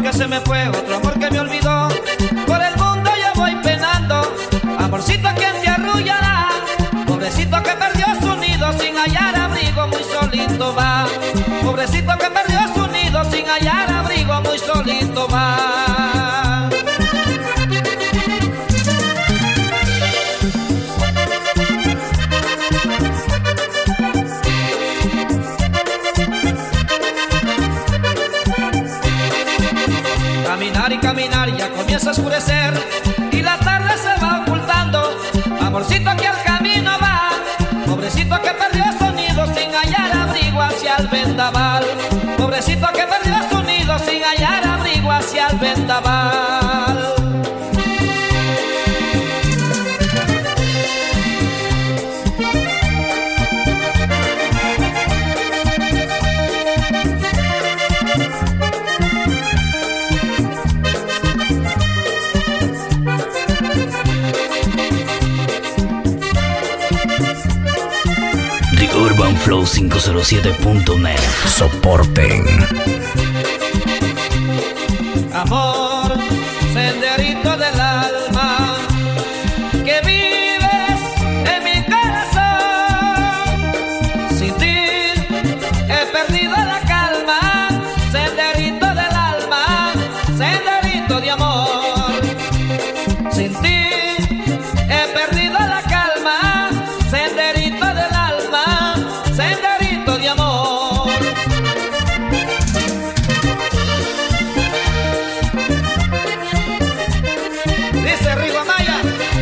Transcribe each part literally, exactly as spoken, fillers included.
que se me fue, otro amor que me olvidó. Por el mundo yo voy penando, amorcito, ¿quién te arrullará? Pobrecito que perdió su nido sin hallar abrigo, muy solito va. Pobrecito que perdió su nido sin hallar abrigo, muy solito va. Caminar y caminar, ya comienza a oscurecer y la tarde se va ocultando. Amorcito que al camino va, pobrecito que perdió su nido sin hallar abrigo hacia el vendaval. Pobrecito que perdió su nido sin hallar abrigo hacia el vendaval. urban flow cinco cero siete punto net. Soporten. Amor, senderito del alma, que vives en mi corazón. Sin ti he perdido la calma. Senderito del alma, senderito de amor. Sin ti he perdido la calma. Senderito del alma, senderito de amor. Dice Rigo Amaya.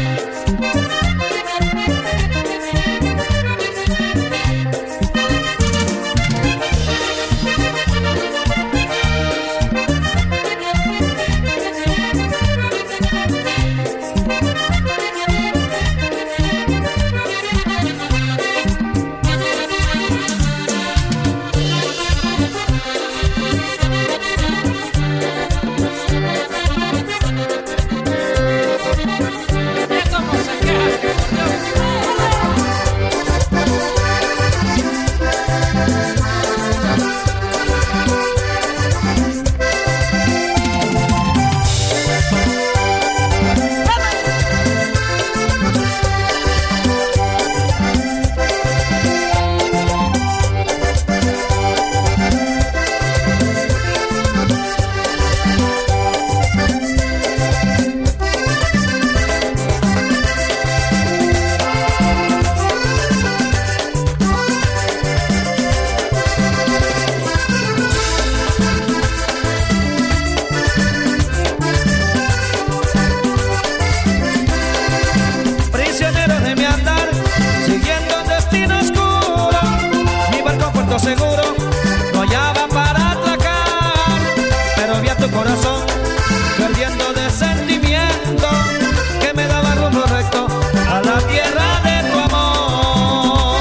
Seguro, no hallaba para atracar, pero vi a tu corazón perdiendo de sentimiento que me daba rumbo recto a la tierra de tu amor.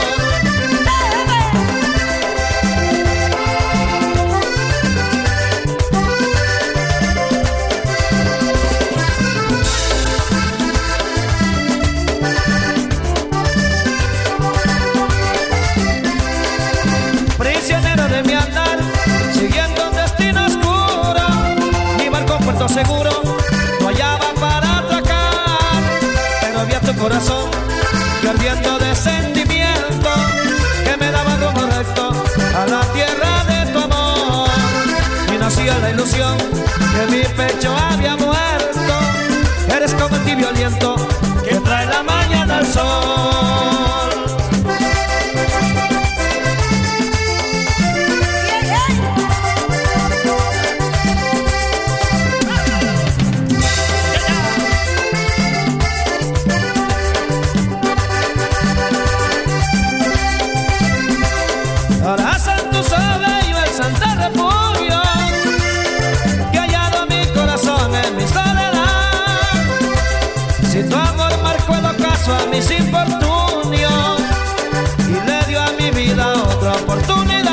Prisionero de mi andar, siguiendo un destino oscuro, mi barco puerto seguro, no hallaba para atracar, pero vi a tu corazón que ardiendo de sentimiento que me daba rumbo recto a la tierra de tu amor. Y nacía la ilusión que mi pecho había muerto. Eres como el tibio aliento que trae la mañana al sol. Ahora santo sabe yo el santo refugio que ha hallado mi corazón en mi soledad. Si tu amor marcó el ocaso a mis infortunios y le dio a mi vida otra oportunidad.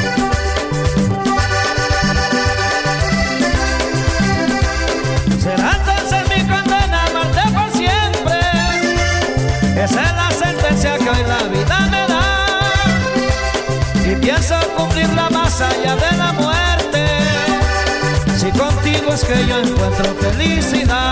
Será es que yo encuentro felicidad.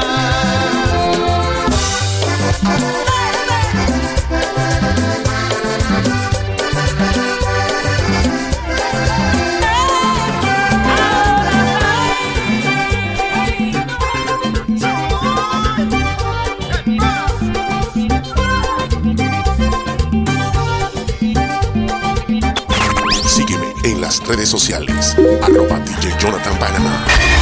Sígueme en las redes sociales, arroba D J Jonathan Panamá.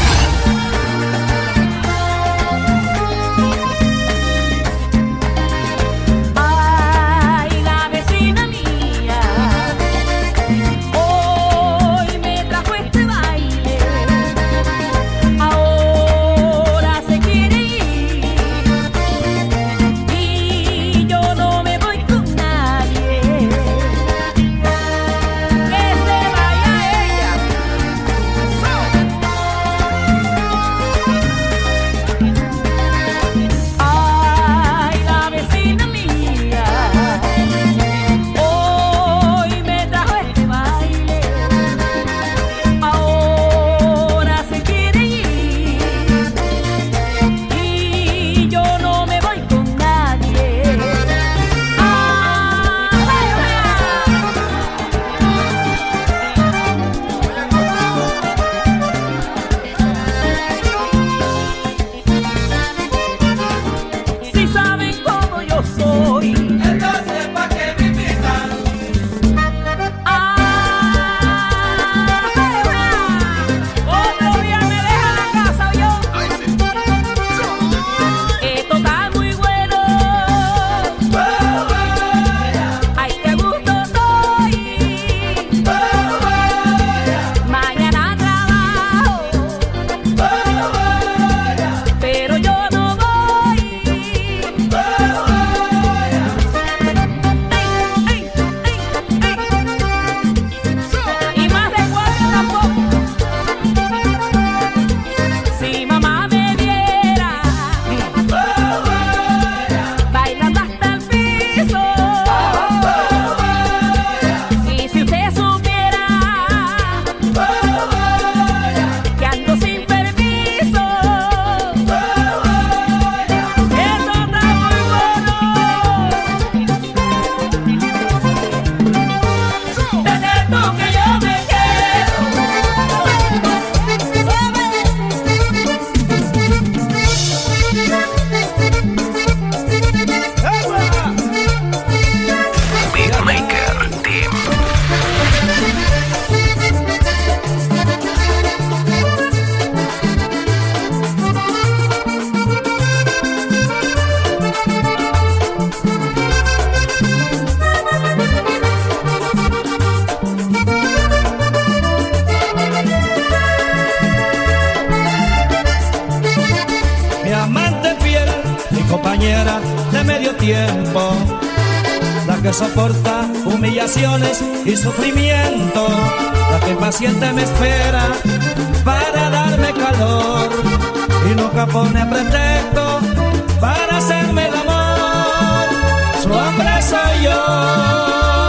De medio tiempo, la que soporta humillaciones y sufrimiento, la que paciente me espera para darme calor y nunca pone pretexto para hacerme el amor. Su hombre soy yo.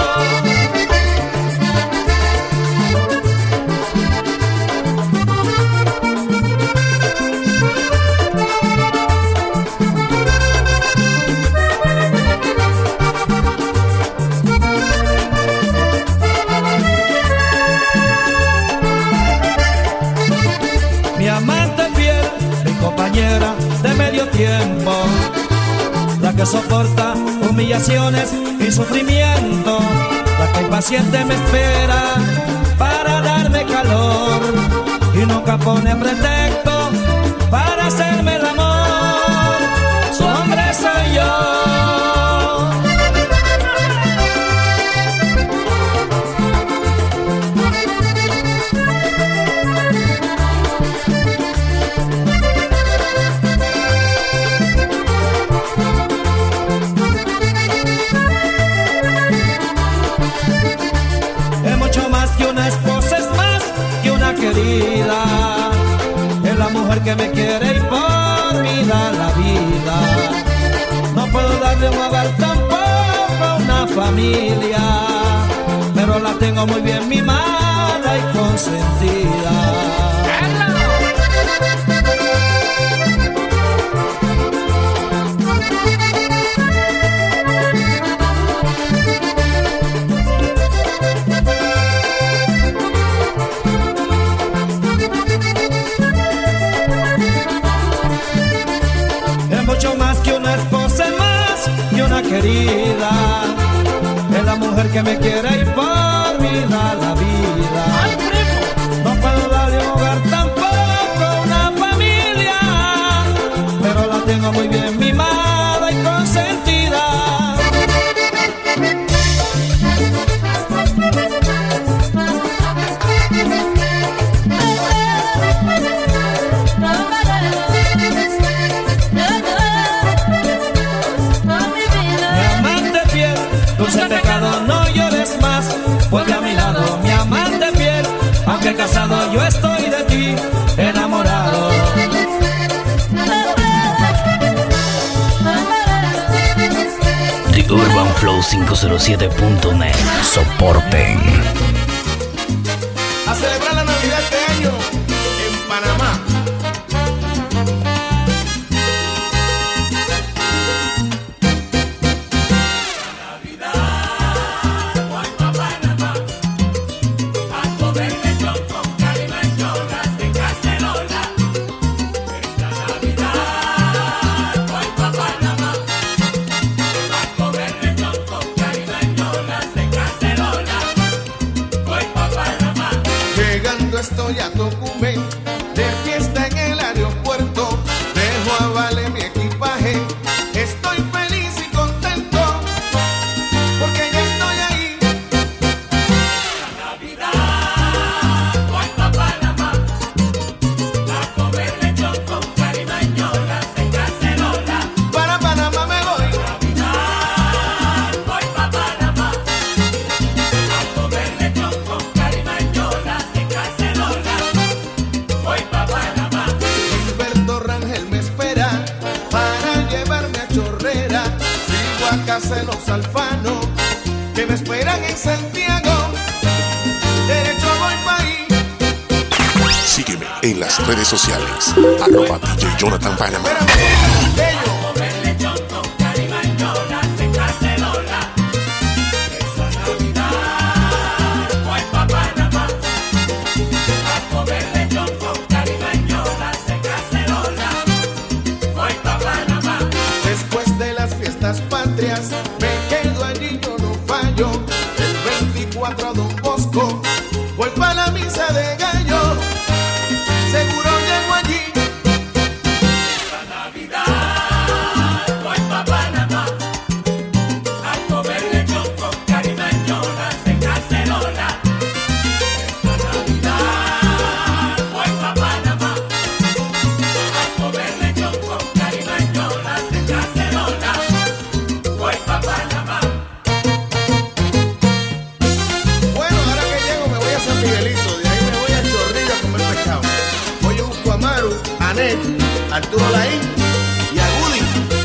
De medio tiempo, la que soporta humillaciones y sufrimiento, la que impaciente me espera para darme calor y nunca pone pretexto para hacerme el amor. Su hombre soy yo. Es la mujer que me quiere y por mí da la vida. No puedo darle un hogar, tampoco una familia, pero la tengo muy bien mimada y consentida. que me quiere y por mí da la vida. No puedo darle un hogar, tampoco una familia, pero la tengo muy bien mimada y consentida. Dulce pecado, no llores más, vuelve a mi lado, mi amante fiel, aunque casado yo estoy de ti, enamorado. The Urban Flow cinco cero siete punto net. Soporten. A celebrar la Navidad este año en Panamá. Estoy a Tocumen, de fiesta en el aeropuerto. Dejo a Vale mi equipaje. Estoy feliz y contento porque ya estoy ahí. La Navidad voy pa' Panamá a comer lechón con carimañolas en cacerola. Para Panamá me voy. La Navidad voy pa' Panamá a comer lechón con carimañolas en cacerola. Voy pa' Panamá. Gilberto Rangel me espera para llevarme a Chorrera. Sigo a casa en los Alfano que me esperan en Santiago. Derecho voy pa' ahí. Sígueme en las redes sociales. Arroba D J Jonathan Panamá. Patrias, me quedo allí, yo no fallo. El veinticuatro a Don Bosco, voy pa' la misa de gallo. Seguro llego allí. La Navidad voy pa' Panamá a comer lechón con carimañolas en cacerola. La Navidad voy pa' Panamá a comer lechón con carimañolas en cacerola. Voy pa' Panamá. Bueno, ahora que llego me voy a San Miguelito. De ahí me voy a Chorrillo a comer pescado. Voy a busco a Maru, a Anet, a Arturo Laín y a Gudi.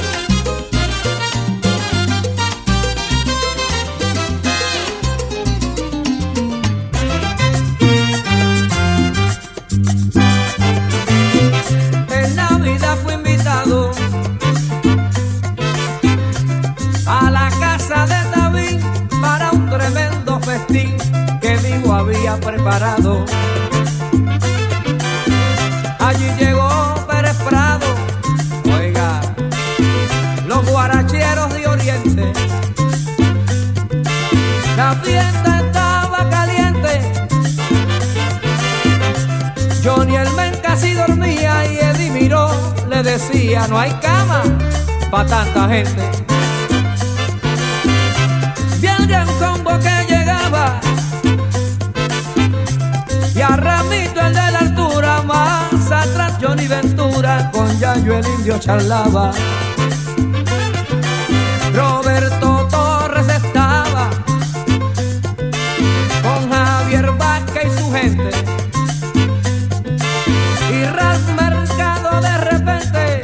En Navidad fui invitado a la casa de David para un tremendo festín que mi hijo había preparado. Allí llegó Pérez Prado, oiga, los guaracheros de Oriente. La fiesta estaba caliente, Johnny el men casi dormía y Eddie Miró le decía: no hay cama pa' tanta gente. Había un combo que llegaba y a Ramito el de la altura, más atrás Johnny Ventura con Yayo el indio charlaba. Roberto Torres estaba con Javier Vázquez y su gente, y Ras Mercado de repente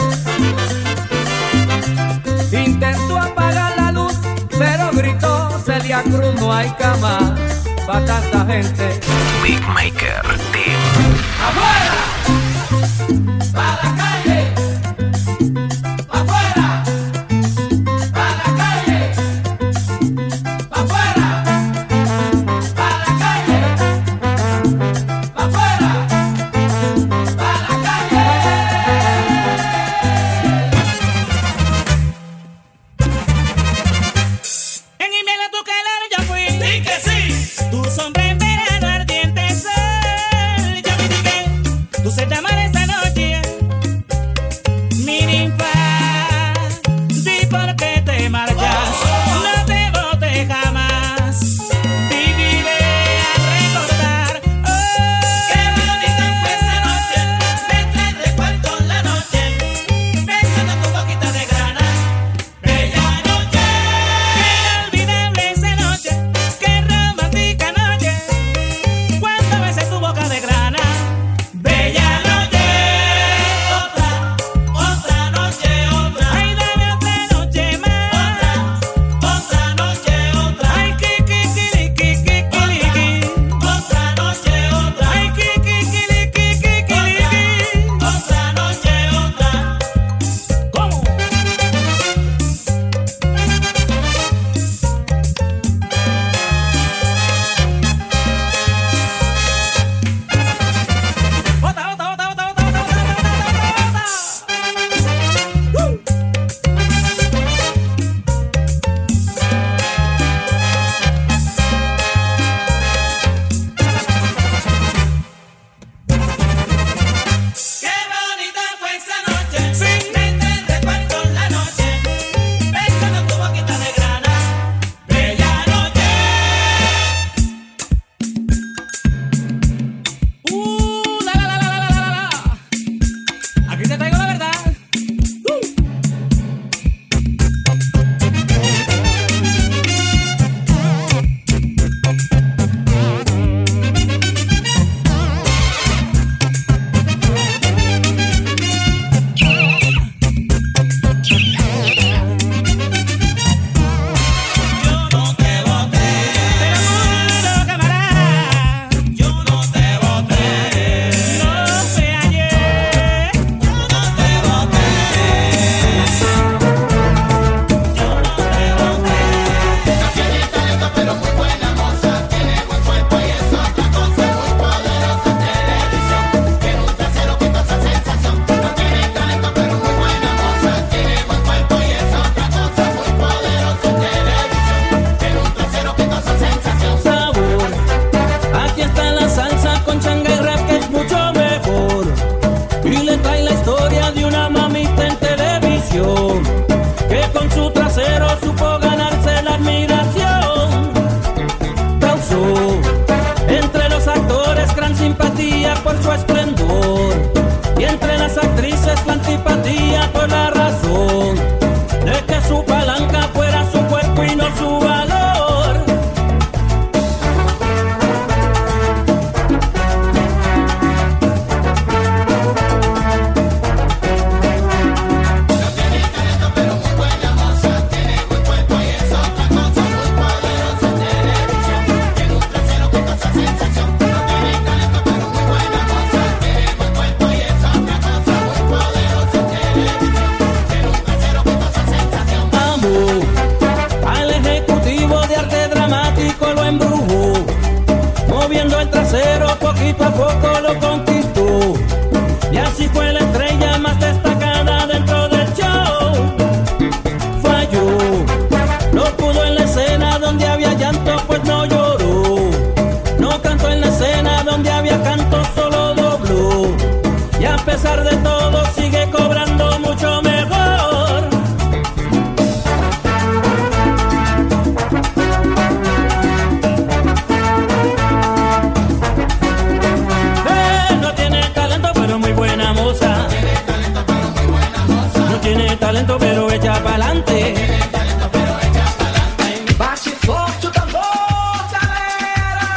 intentó apagar la luz, pero gritó: Celia Cruz, no hay cama pa' tanta gente. Big Maker Team. ¡Afuera! ¡Pa' la calle! ¡Afuera! ¡Pa' la calle! ¡Afuera! ¡Pa' la calle! ¡Afuera! ¡Pa' la calle! En invierno tu querer yo fui. con su trasero supo ganarse la admiración. Causó entre los actores gran simpatía por su esplendor, y entre las actrices la antipatía por la razón de que su palanca fuera su cuerpo y no su valor. Poquito a poco lo conquistó, y así fue la estrella más destacada dentro del show. Falló, no pudo en la escena donde había llanto, pues no lloró. No cantó en la escena donde había canto, solo dobló. Y a pesar de todo sigue cobrando mucho mejor. Talento pero echa pa'lante. Bate forte o tambor, galera.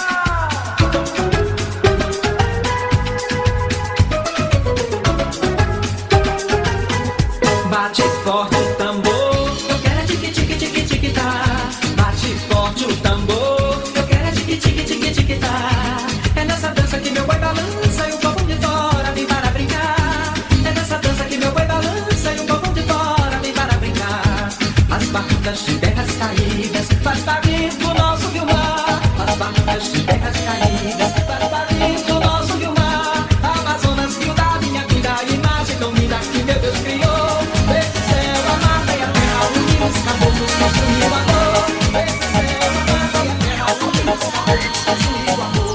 Bate forte o tambor, eu quero é tique tique tique tique tá. Bate forte o tambor, eu quero é tique tique tique tique tá. É nessa dança que meu boi balança e o povo de fora vem para brincar. É nessa dança que meu boi balança e o povo de fora vem para brincar. As barcas de terras caídas faz barulho do nosso Vilmar. As barcas de terras caídas faz barulho do nosso Vilmar. Amazonas, rio da minha vida, imagem tão linda que meu Deus criou. Esse céu, a mata e a terra, uniu os caboclos, construiu amor. Esse céu, a mata e a terra, uniu os caboclos, construiu amor.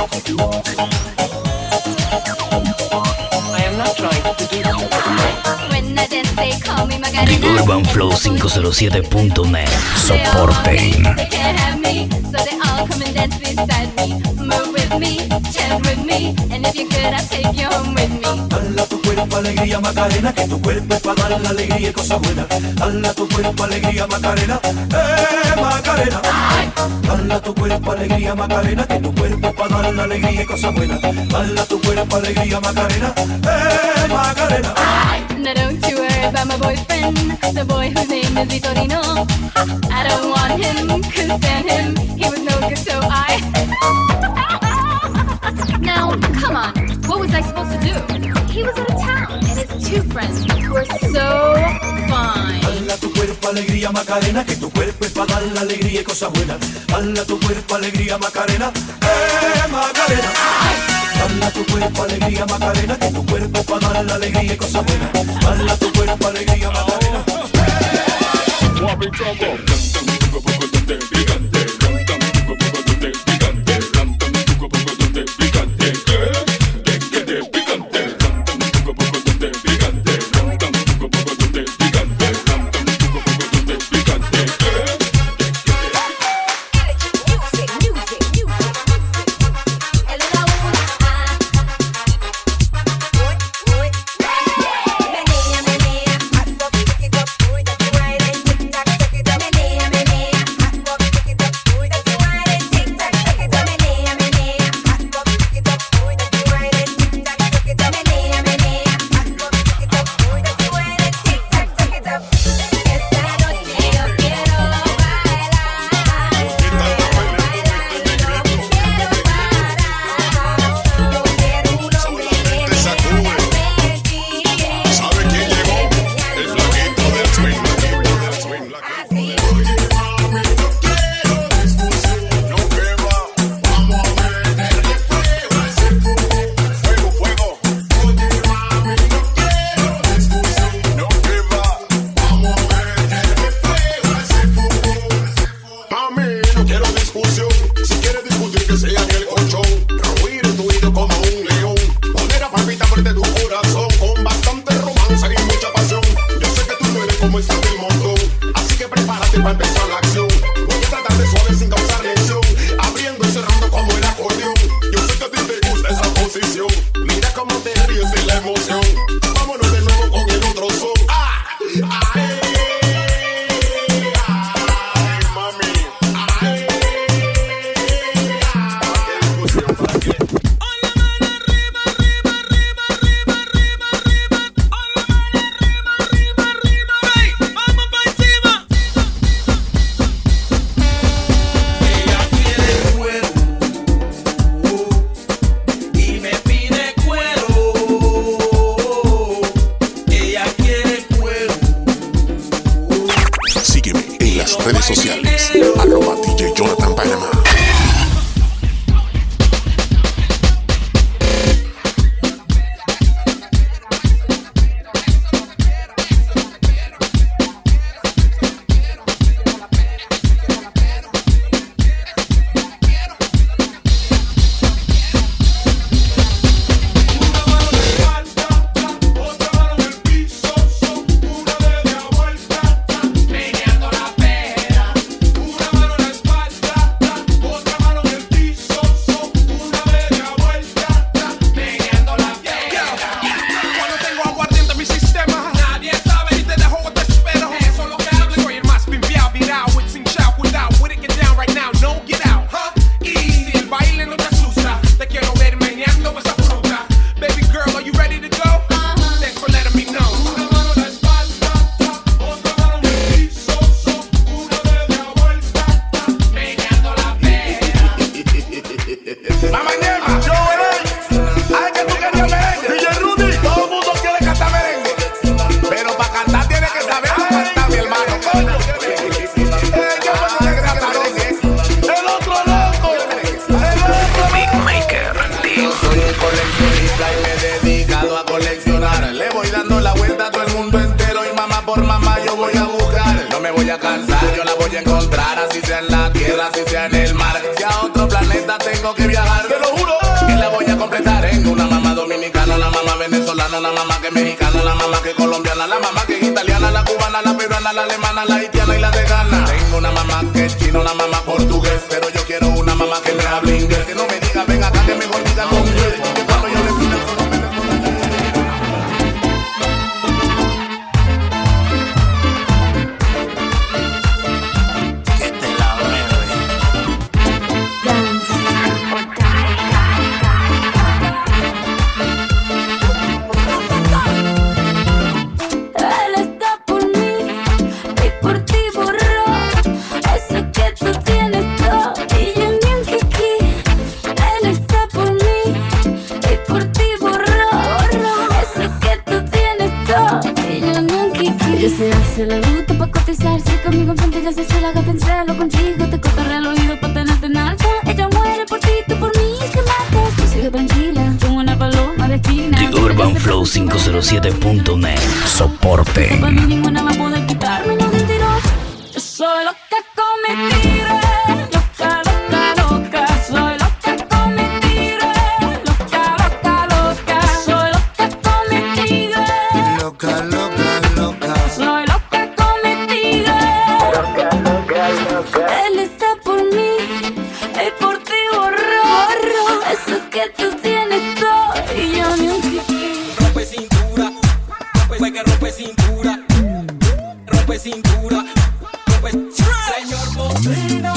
I am not trying to do this. When I dance, they call me Macarena. The Urban Flow cinco cero siete punto net. Soporte. They can't have me, so they all come and dance beside me. Move with me, chant with me, and if you're good, I'll take you home with me. Dala tu cuerpo alegría Macarena, que tu cuerpo es para dar la alegría y cosas buenas. Dala tu cuerpo alegría Macarena, eh Macarena. Dala tu cuerpo alegría Macarena, que tu cuerpo es para dar la alegría y cosas buenas. Dala tu cuerpo alegría Macarena, eh Macarena. Now don't you worry about my boyfriend, the boy whose name is Vitorino. I don't want him, couldn't stand him, he was no good, so I... Now, come on, what was I supposed to do? He was out of town, and his two friends were so fine. Dala tu cuerpo alegría Macarena, que tu cuerpo es para dar la alegría y cosas buenas. Dala tu cuerpo alegría Macarena, eh Macarena. Dala tu cuerpo alegría Macarena, que tu cuerpo es para dar la alegría y cosas buenas. Dala tu cuerpo alegría Macarena. Menea, menea, tiempo empezó la acción. Voy a tratar de suave sin causar lesión, abriendo y cerrando como el acordeón. Yo sé que a ti te gusta esa posición. Mira cómo te ríes de la emoción. Vámonos de nuevo con el otro son. ¡Ah! ¡Ay! Redes sociales, arroba D J Jonathan Panama. Yo la voy a encontrar, así sea en la tierra, así sea en el mar. Si a otro planeta tengo que viajar, te lo juro que la voy a completar en una mamá dominicana, una mamá venezolana, una mamá que es mexicana, una mamá que es colombiana, la mamá que es italiana, la cubana, la peruana, la alemana, la haitiana y la vegana. Tengo una mamá que es china, una mamá portugués, pero yo quiero una mamá que me hable inglés. Que no me diga, ven acá, que mejor diga con inglés. Que cuando yo le pida solo me se hace la ruta pa' cotizar. Si conmigo enfrente ya se hace la gata en celo. Contigo te cotorre al oído pa' tenerte en alta. Ella muere por ti, tú por mí te matas. Tú sigue tranquila, como una paloma de esquina. The Urban Flow quinientos siete punto net. Soporte. Para mí ninguna va a poder quitarme lo mentiroso. Yo soy loca con mentiras. Loca, loca, loca. Soy loca con mentiras. Loca, loca, loca. Soy loca con mentiras. Loca, loca. Soy loca cometida. Loca, loca, loca. Él está por mí, él por ti borró. Eso que tú tienes todo y yo ni un kiki. Rompe cintura, rompe que rompe cintura, rompe cintura, rompe. Señor Botrino.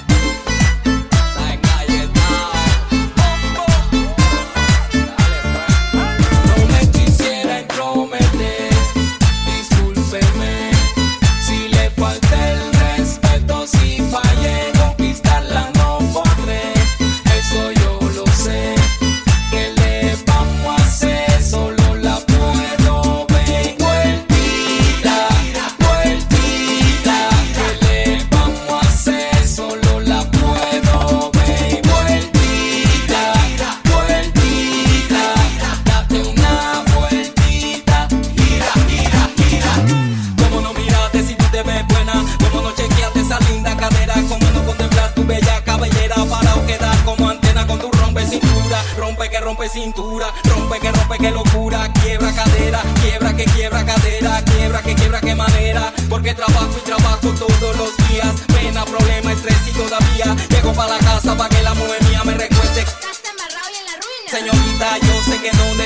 Rompe cintura, rompe que rompe que locura, quiebra cadera, quiebra que quiebra cadera, quiebra que quiebra que madera, porque trabajo y trabajo todos los días.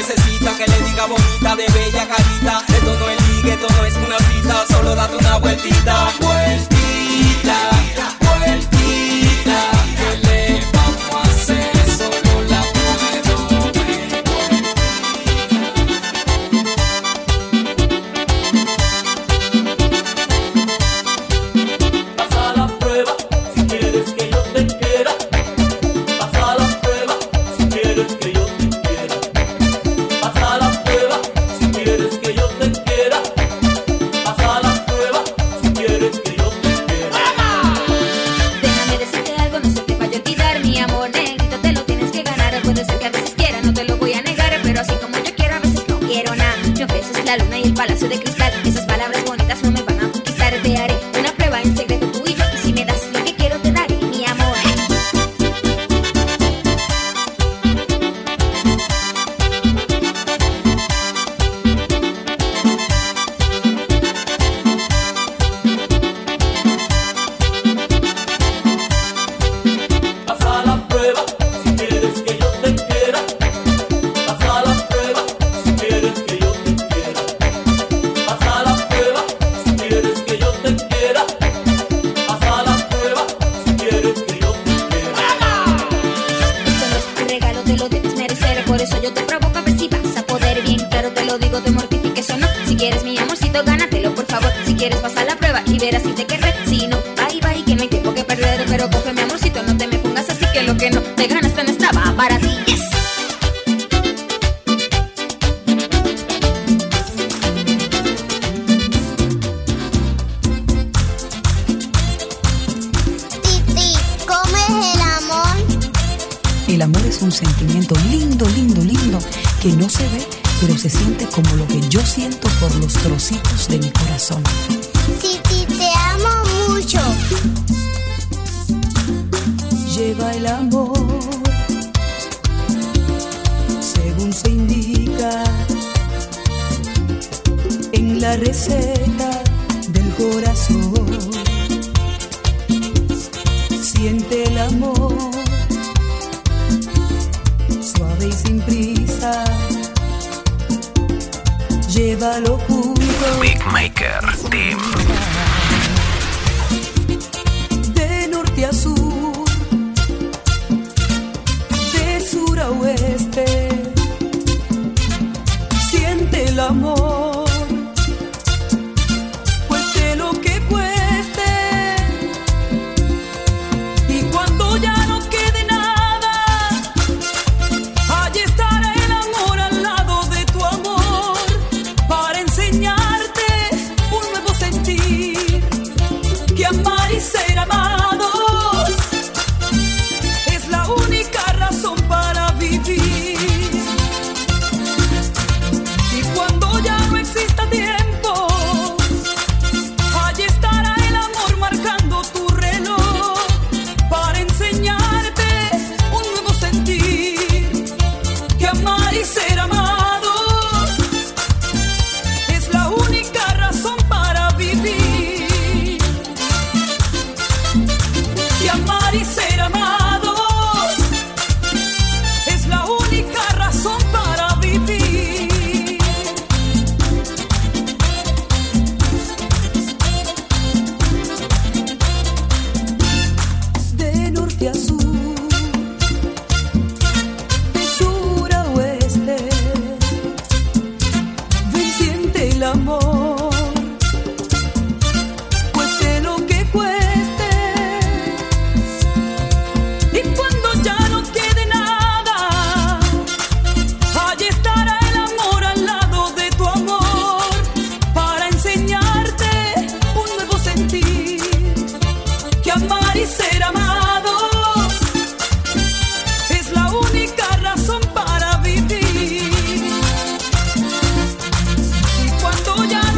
necesita que le diga bonita de bella carita. Esto no es ligue, esto no es una cita, solo date una vueltita. Vueltita, vueltita, ¿qué le vamos a hacer? Solo la puedo ver. Pasa la prueba si quieres que yo te quiera. Pasa la prueba si quieres que yo te quiera. Pasa la prueba si quieres que yo te quiera. Pasa la prueba si quieres que yo te quiera. Déjame decirte algo, no se te vaya a olvidar, mi amor negrito, te lo tienes que ganar. Puede ser que a veces quiera, no te lo voy a negar, pero así como yo quiero, a veces no quiero nada. Me ofreces la luna y el palacio de cristal, esas palabras bonitas no me van a conquistar. Te haré una prueba en secreto tú y yo, y si me das lo que quiero te daré, mi amor. Pasa la prueba si quieres que yo te quiera. Pasa la prueba si quieres que yo te quiera. Pasa la prueba si quieres que yo te quiera. Pasa la prueba si quieres que yo te quiera. Esto no es un regalo, te lo debes merecer, por eso yo te provoco a ver si vas a poder. Bien claro te lo digo, te mortifiques o no. Si quieres mi amorcito, gánatelo por favor. Si quieres pasar la prueba y verás si te querré. Si no, bye bye, que no hay tiempo que perder. Pero coge mi amorcito, no te me pongas así, que lo que no te ganaste no estaba para ti. Yes. Titi, ¿cómo es el amor? El amor es un sentimiento lindo, lindo, lindo, que no se ve, pero se siente como lo que yo siento por los trocitos de mi corazón. Titi, te amo mucho. Lleva el amor, según se indica en la receta del corazón. Siente el amor, suave y sin prisa. Llévalo junto. Big Maker Team. De norte a sur, de sur a oeste, siente el amor, cueste lo que cueste. Y cuando ya no quede nada, allí estará el amor al lado de tu amor, para enseñarte un nuevo sentir, que amar y ser amados es la única razón para vivir. Y cuando ya no exista tiempo, allí estará el amor marcando tu reloj, para enseñarte un nuevo sentir, que amar y ser amados es la única razón para vivir. Y amar y ser amados es la única razón para vivir. De norte a sur, de sur a oeste, ven, siente el amor, cueste lo que cueste. Y cuando ya no quede nada, allí estará el amor al lado de tu amor, para enseñarte un nuevo sentir, que amar y ser amados es la única razón para vivir. Y cuando ya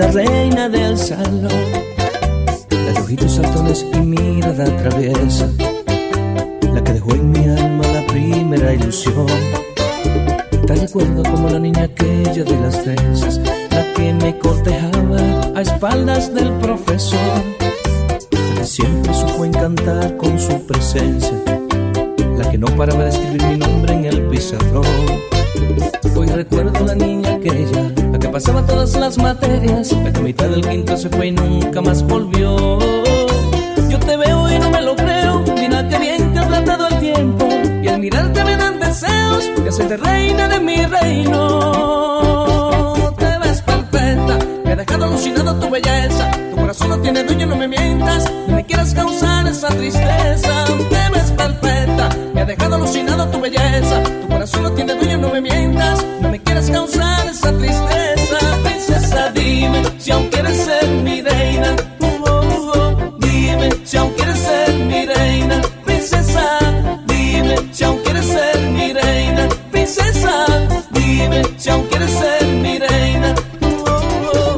la reina del salón, la de ojitos saltones y mirada traviesa, la que dejó en mi alma la primera ilusión. Te recuerdo como la niña aquella de las trenzas, la que me cortejaba a espaldas del profesor, la que siempre supo encantar con su presencia, la que no paraba de escribir mi nombre en el pizarrón. Hoy recuerdo la niña aquella, la que pasaba todas las materias, la que a mitad del quinto se fue y nunca más volvió. Yo te veo y no me lo creo, mira qué bien te ha tratado el tiempo, y al mirarte me dan deseos de hacerte reina de mi reino. Te ves perfecta, me ha dejado alucinado tu belleza, tu corazón no tiene dueño, no me mientas, no me quieras causar esa tristeza. Te ves perfecta, me ha dejado alucinado tu belleza, tu corazón no tiene dueño, no me mientas, no me quieras causar esa tristeza. Princesa, dime si aún quieres ser mi reina, uh, uh, uh. Dime si aún quieres ser mi reina. Princesa, dime si aún quieres ser mi reina. Princesa, dime si aún quieres ser mi reina. Uh, uh, uh.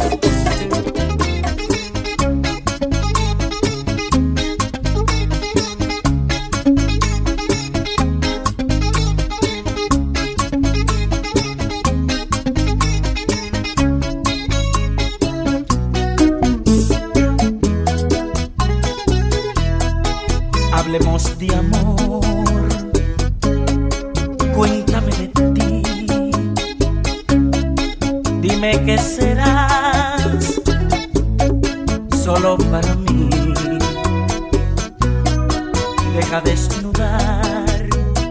Hablemos de amor, cuéntame de ti, dime que serás solo para mí. Deja desnudar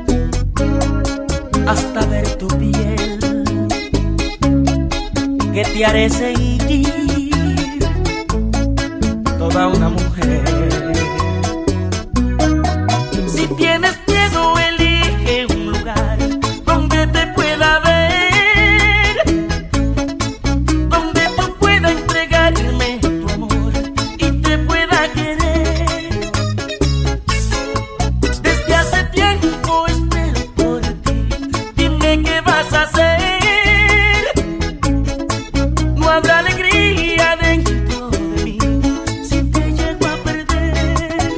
hasta ver tu piel, que te haré sentir toda una mujer. Si tienes miedo, elige un lugar donde te pueda ver, donde tú puedas entregarme tu amor y te pueda querer. Desde hace tiempo espero por ti, dime qué vas a hacer. No habrá alegría dentro de mí si te llego a perder.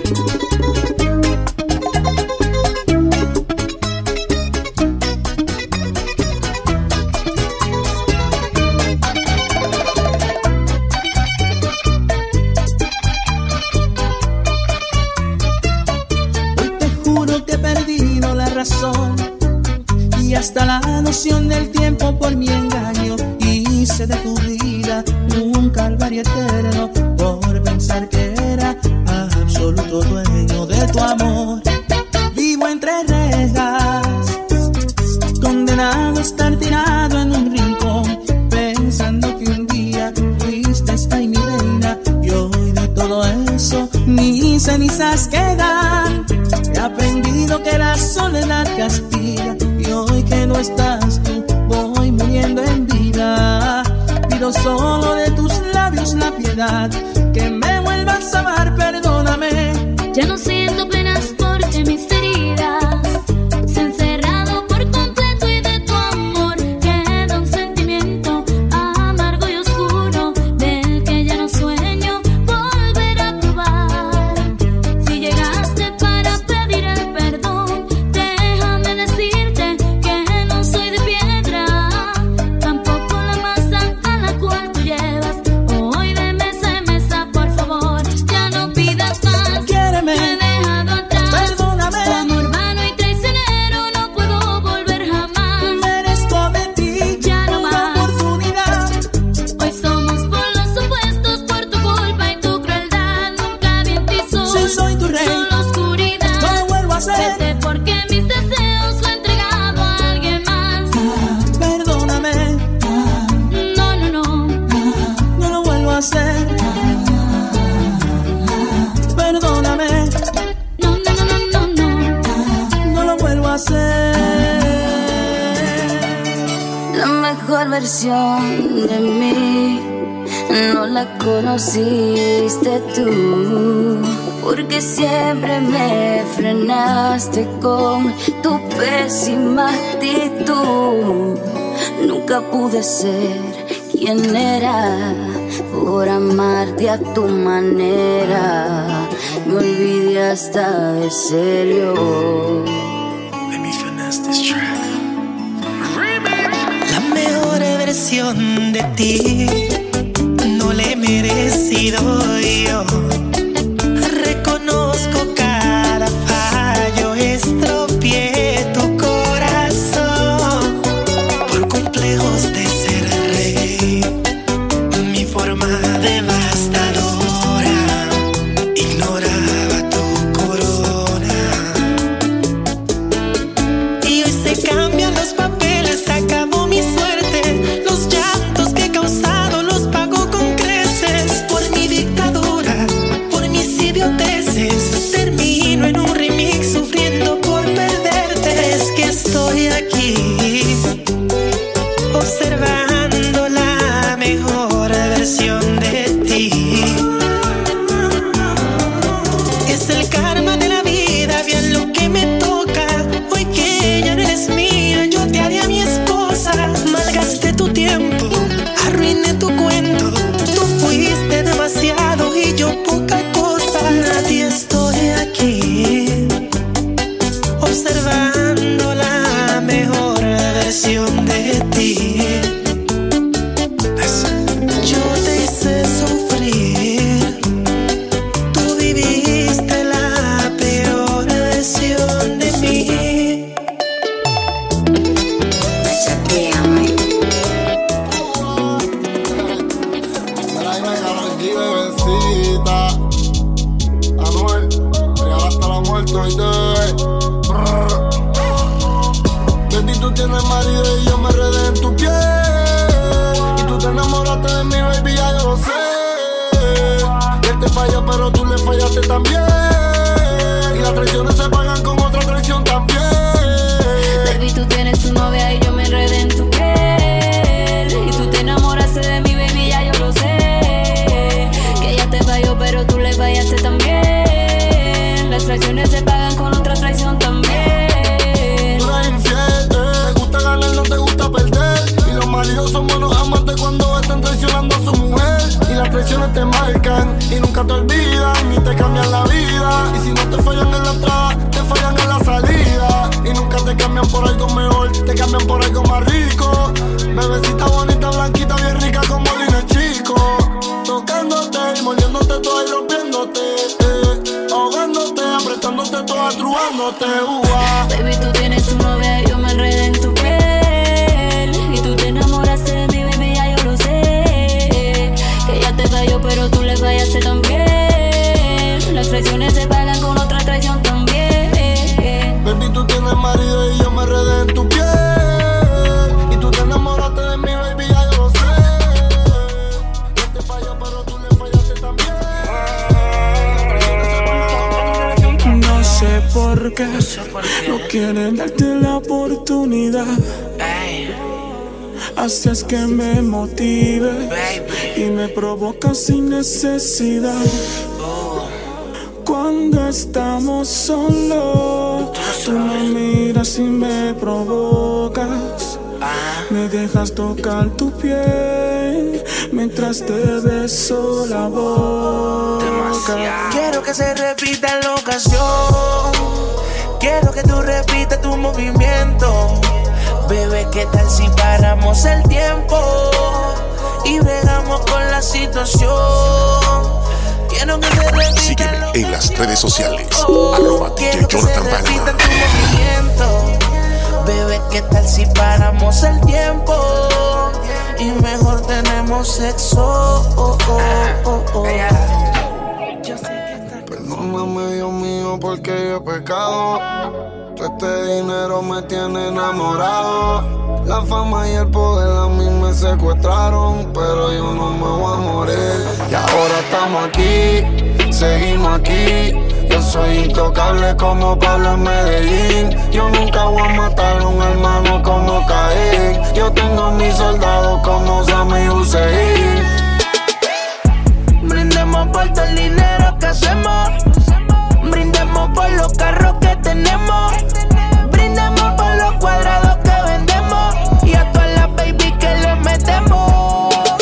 Y hasta la noción del tiempo por mi engaño hice de tu vida un calvario eterno por pensar que era absoluto dueño de tu amor. Vivo entre rejas, condenado a estar tirado en un rincón, pensando que un día fuiste ay mi reina, y hoy de todo eso ni cenizas quedan. He aprendido que la soledad castiga, y hoy que no estás tú voy muriendo en vida. Pido solo de tus labios la piedad, que me vuelvas a amar, perdóname. Ya no siento penas porque mis heridas se han cerrado por completo, y de tu amor queda un sentimiento amargo y oscuro del que ya no sueño volver a probar. Si llegaste para pedir el perdón, déjame decirte que no soy de piedra, tampoco la masa a la cual tú llevas. Hoy de mesa en mesa, por favor, ya no pidas más. Quiéreme, me he dejado atrás. perdóname. Amor vano y traicionero, no puedo volver jamás. Merezco de ti Ya no una más. oportunidad. Hoy somos por los opuestos, por tu culpa y tu crueldad. Nunca vi en ti sol, Si soy tu rey, solo oscuridad. no lo vuelvo a hacer. Vete porque mis deseos lo he entregado a alguien más. Perdóname, No, no, no. no lo vuelvo a hacer. Perdóname, No, no, no, no, no, no. no lo vuelvo a hacer. La mejor versión de mí no la conociste tú, porque siempre me frenaste con tu pésima actitud. Nunca pude ser ¿Quién era por amarte a tu manera? Me olvidé hasta de serio. Let me finesse this track. La mejor versión de ti no le he merecido yo. Reconozco cada fallo, estropeé tu corazón por complejos de ser rey. Mi forma devastadora ignoraba tu corona. Y hoy se cambian los papeles, acabó mi suerte. Los llantos que he causado los pago con creces. Por mi dictadura, por mis idioteces, termino en un remix sufriendo por perderte. Es que estoy aquí observando la mejor versión de ti. Es el karma de la vida, bien lo que me toca. Hoy que ya no eres mía, yo te haré a mi esposa. Malgasté tu tiempo, arruiné tu cuento. Tú fuiste demasiado y yo poca cosa. A ti estoy aquí observando la mejor versión de ti. Yo te hice sufrir, tú viviste la peor versión de mí. Chateame. Bebecita, Anuel, real hasta la muerte hoy te. Baby, tú tienes marido y yo me redé en tu piel. Y tú te enamoraste de mi baby, ya yo lo sé. Él te falló, pero tú le fallaste también. Y las traiciones se pagan con otra traición también. Baby, tú tienes tu novia y yo me enredé en tu piel. Y tú te enamoraste de mi baby, ya yo lo sé. Que ella te falló, pero tú le fallaste también. Las traiciones se pagan con otra traición también. Tú eres infiel, te gusta ganar, no te gusta perder. Y los maridos son buenos amantes cuando están traicionando a su mujer. Y las traiciones te marcan y nunca te olvidan, ni te cambian la vida. Y si no te fallan en la entrada, te fallan en la salida. Y nunca te cambian por algo mejor, te cambian por algo más rico. Bebecita bonita, blanquita, bien rica como Lina Chico. Tocándote y mordiéndote toda y rompiéndote, eh. Ahogándote, apretándote toda, trubándote, uva. Baby, tú tienes tu novia y yo me enredé en tu piel. Y tú te enamoraste de mi baby, ya yo lo sé. Que ella te falló, pero tú le fallaste también. Las traiciones se pagan con otra traición también. Baby, tú tienes marido y yo me enredé en tu piel. Y tú te enamoraste de mi baby, ya yo lo sé. Él te falló, pero tú le fallaste también. No sé por qué no quieren darte la oportunidad. Haces que me motive y me provoca sin necesidad. Cuando estamos solos, tú me miras y me provocas. Me dejas tocar tu piel mientras te beso la boca. Quiero que se repita la ocasión. Quiero que tú repitas tu movimiento. Bebé, ¿qué tal si paramos el tiempo y bregamos con la situación? Quiero que se repita. Sígueme en las redes sociales. Oh, Arroba D J Jonathan Panama. Bebé, ¿qué tal si paramos el tiempo y mejor tenemos sexo? Oh, oh, oh, oh. Perdóname, Dios mío, porque yo he pecado. Todo este dinero me tiene enamorado. La fama y el poder a mí me secuestraron, pero yo no me voy a morir. Y ahora estamos aquí, seguimos aquí. Yo soy intocable como Pablo en Medellín. Yo nunca voy a matar a un hermano como Caín. Yo tengo mis soldados como Sammy Hussein. Brindemos por todo el dinero que hacemos. Brindemos por los carros que tenemos. Brindemos por los cuadrados que vendemos. Y a todas las baby que le metemos.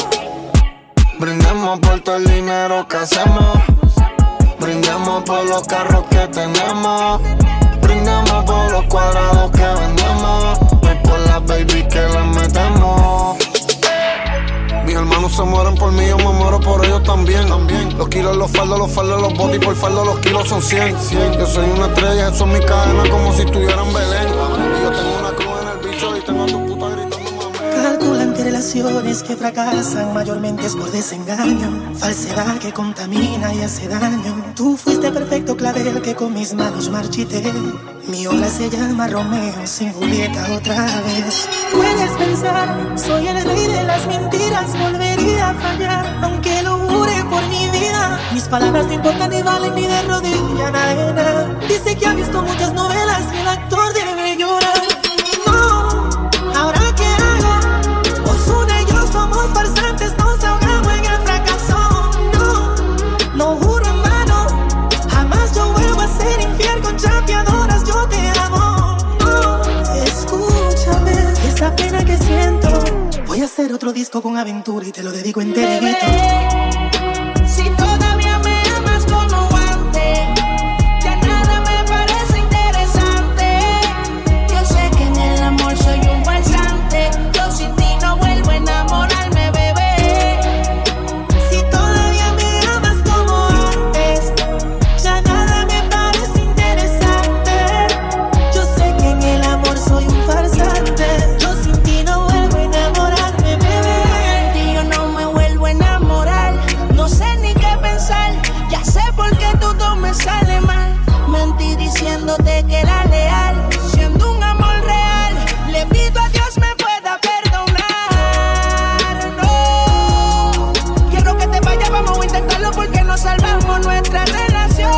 los faldos, los faldos, los botis, por faldo los kilos son cien. Yo soy una estrella, eso es mi cadena como si estuviera en Belén. Y yo tengo una cruz en el bicho y tengo a tu puta gritando mami. Calculan que relaciones que fracasan mayormente es por desengaño, falsedad que contamina y hace daño. Tú fuiste perfecto clavel que con mis manos marchité. Mi obra se llama Romeo sin Julieta otra vez. Puedes pensar, soy el rey de las mentiras, volvería a fallar, aunque lo jure por mi vida. Mis palabras no importan ni valen ni de rodilla nada. Dice que ha visto muchas novelas y el actor debe llorar. No, ahora qué hago, Ozuna y yo somos farsantes, nos ahogamos en el fracaso. No, lo juro en vano, jamás yo vuelvo a ser infiel con chapeadoras, yo te amo. No, escúchame, esa pena que siento, voy a hacer otro disco con aventura y te lo dedico enterito. Si todavía me amas como antes, ya nada me parece interesante. Yo sé que en el amor soy un farsante, yo sin ti no vuelvo a enamorarme, bebé. Si todavía me amas como antes, ya nada me parece interesante. Yo sé que en el amor soy un farsante, yo sin ti no vuelvo a enamorarme, bebé. Y yo no me vuelvo a enamorar, no sé ni qué pensar, ya sé por qué todo me sale mal. Mentí diciéndote que era leal, siendo un amor real, le pido a Dios me pueda perdonar. No, quiero que te vayas, vamos a intentarlo porque no salvamos nuestra relación.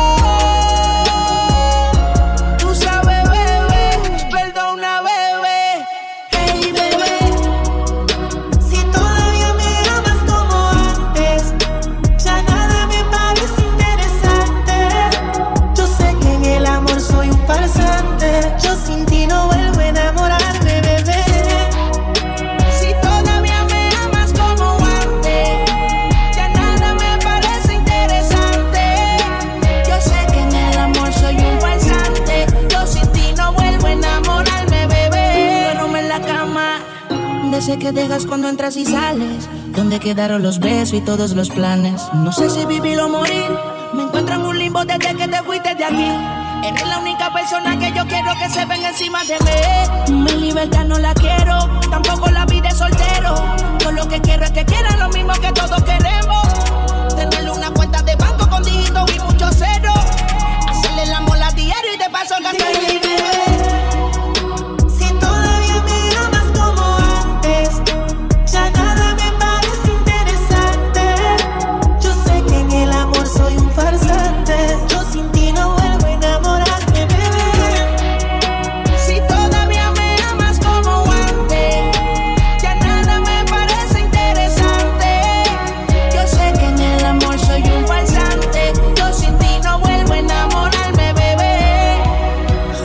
Tú sabes, bebé, perdona, bebé. Hey, bebé. Si todavía me amas como antes, ya nada me parece interesante. Yo sé que en el amor soy un farsante, yo sin ti no vuelvo a enamorarme, bebé. Si todavía me amas como antes, ya nada me parece interesante. Yo sé que en el amor soy un farsante, yo sin ti no vuelvo a enamorarme, bebé. Duermo en la cama, de ese que dejas cuando entras y sales, donde quedaron los besos y todos los planes. No sé si vivir o morir, me encuentro en un limbo desde que te fuiste de aquí. Eres la única persona que yo quiero que se venga encima de mí. Mi libertad no la quiero, tampoco la vida de soltero. Yo lo que quiero es que quieran lo mismo que todos queremos. Tenerle una cuenta de banco con dígitos y muchos ceros. Hacerle el amor a diario y de paso gastar el dinero. Si todavía me amas como antes, ya nada me parece interesante. Yo sé que en el amor soy un farsante, yo sin ti no vuelvo a enamorarme, bebé. Si todavía me amas como antes, ya nada me parece interesante. Yo sé que en el amor soy un farsante, yo sin ti no vuelvo a enamorarme, bebé.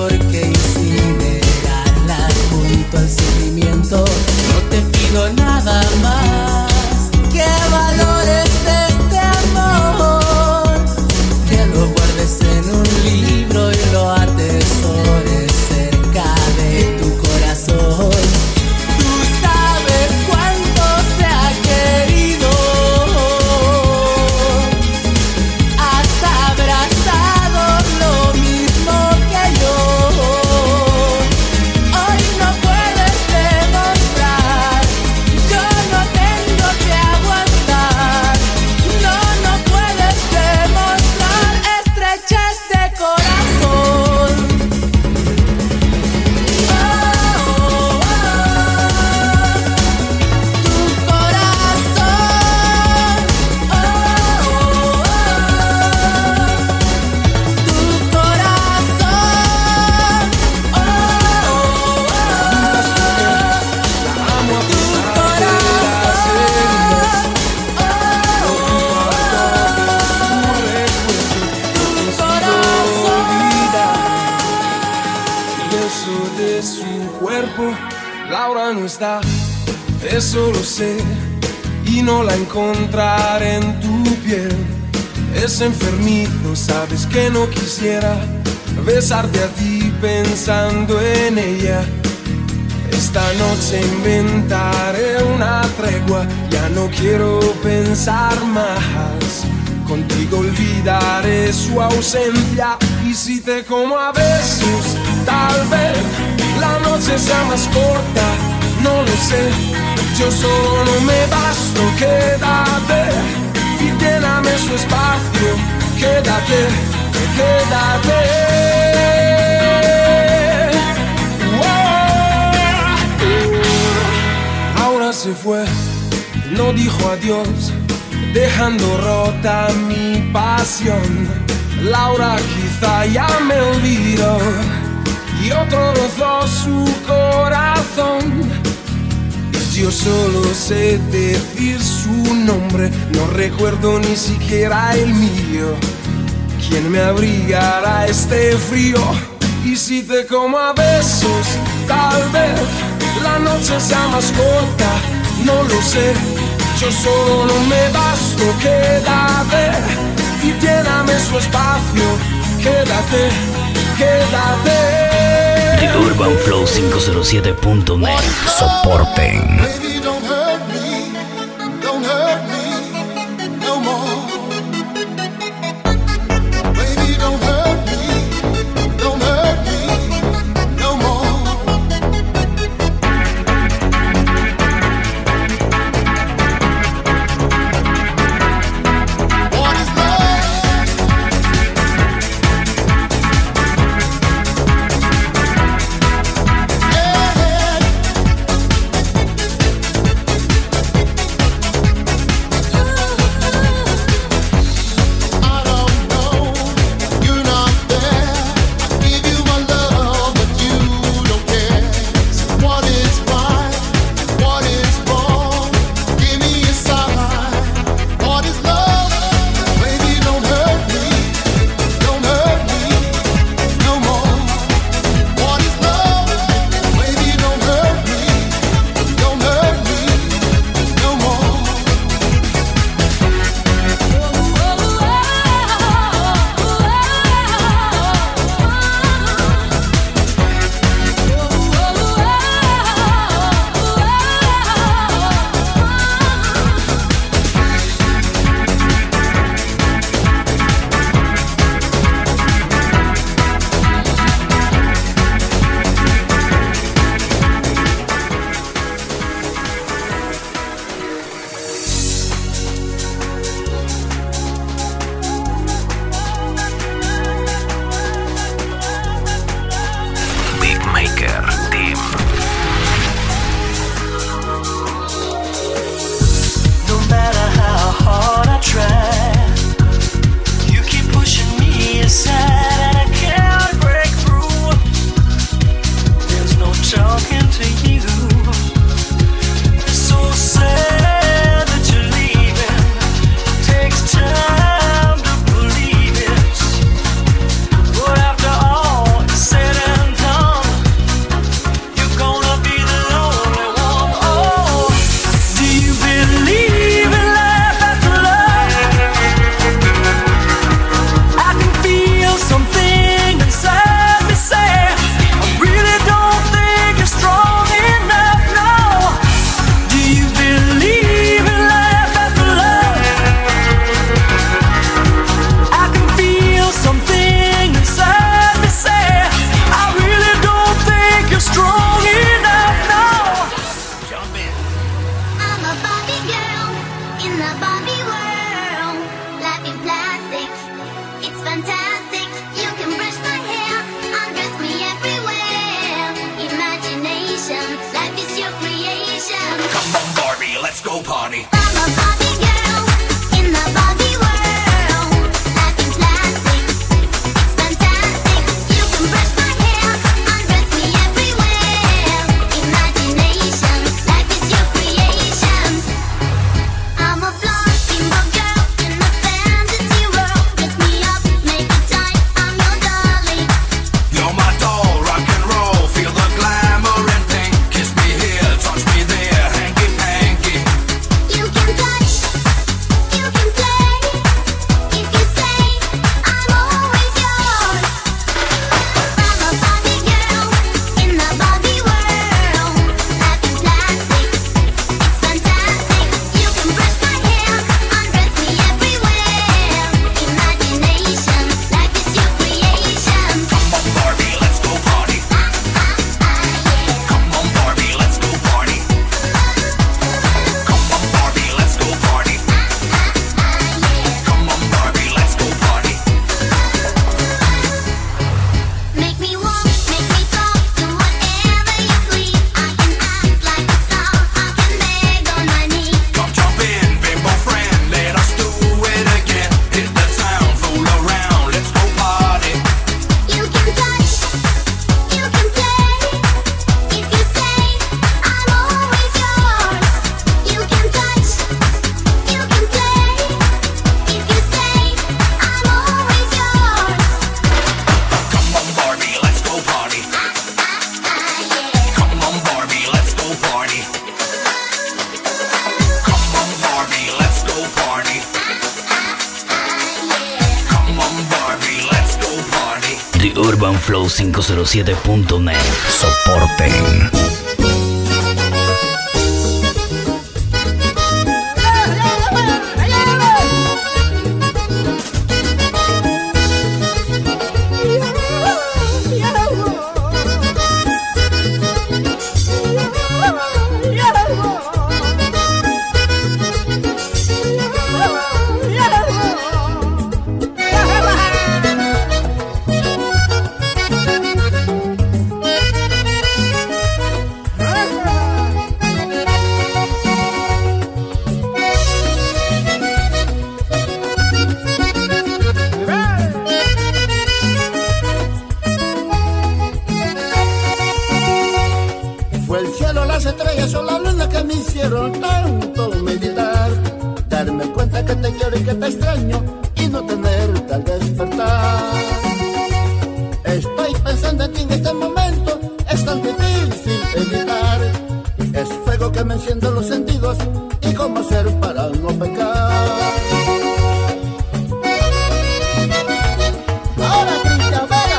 ¿por qué incinerarla junto al sufrimiento? No te pido nada más que valores de este amor, que lo guardes en un libro y lo atesores cerca de tu corazón. Tú sabes cuánto se ha querido, has abrazado lo mismo que yo. Hoy no puedes demostrar, yo no tengo que aguantar. No, no puedes demostrar estrechez de corazón. Oh, oh, oh. Tu corazón. Oh, oh, oh. Tu corazón. Oh, oh, oh. Amo a Tu pesar de las heridas. Pienso de su cuerpo, Laura no está, eso lo sé, y no la encontraré en tu piel. Es enfermizo, sabes que no quisiera besarte a ti pensando en ella. Esta noche inventaré una tregua, ya no quiero pensar más. Contigo olvidaré su ausencia, y si te como a besos, tal vez la noche sea más corta, no lo sé. Yo solo no me basto, quédate y lléname su espacio. Quédate, quédate. Wow. Ahora se fue, no dijo adiós, dejando rota mi pasión. Laura quizá ya me olvidó y otro rozó su corazón. Yo solo sé decir su nombre, no recuerdo ni siquiera el mío. ¿Quién me abrigará este frío? Y si te como a besos, tal vez la noche sea más corta, no lo sé. Yo solo no me basto, quédate y lléname su espacio. Quédate, quédate. The Urban Flow quinientos siete punto net. Soporten. Baby, don't hurt me, don't hurt me no more. Baby, don't hurt me, don't hurt me no more. What is love? Yeah. go party. I'm a Barbie girl in the Barbie world. Life is plastic, it's fantastic. You can brush my hair, undress me everywhere. Imagination, life is your creation. I'm a blonde steamboat girl in a fantasy world. Dress me up, make it tight, I'm your dolly. You're my doll, rock and roll, feel the glamour and pink. Kiss me here, touch me there, hanky panky. You can touch, you can play. If you say I'm always yours. I'm a Barbie girl in the Barbie world. Life is plastic, it's fantastic. You can brush my hair, undress me everywhere. Imagination, life is your creation. Come on Barbie, let's go party. Come on Barbie, let's go party. Come on Barbie, let's go party. Come on Barbie, let's go party. Make me walk, make me talk, do whatever you please. I can act like a star, I can beg on my knees. Come jump in, bimbo friend, let us do it again. Hit the town, fool around, let's go party. You can touch, you can play. If you say I'm always yours. You can touch, you can play. If you say I'm always yours. Come on Barbie, let's go party. Come on Barbie, let's go party. Come on Barbie, let's go party. Come on Barbie, let's go party. The Urban Flow cinco cero siete punto net. Soporten. Fue el cielo, las estrellas o la luna que me hicieron tanto meditar. Darme cuenta que te quiero y que te extraño y no tenerte al despertar. Estoy pensando en ti en este momento, es tan difícil evitar. Es fuego que me enciende los sentidos y cómo hacer para no pecar. Ahora Cristian Vega.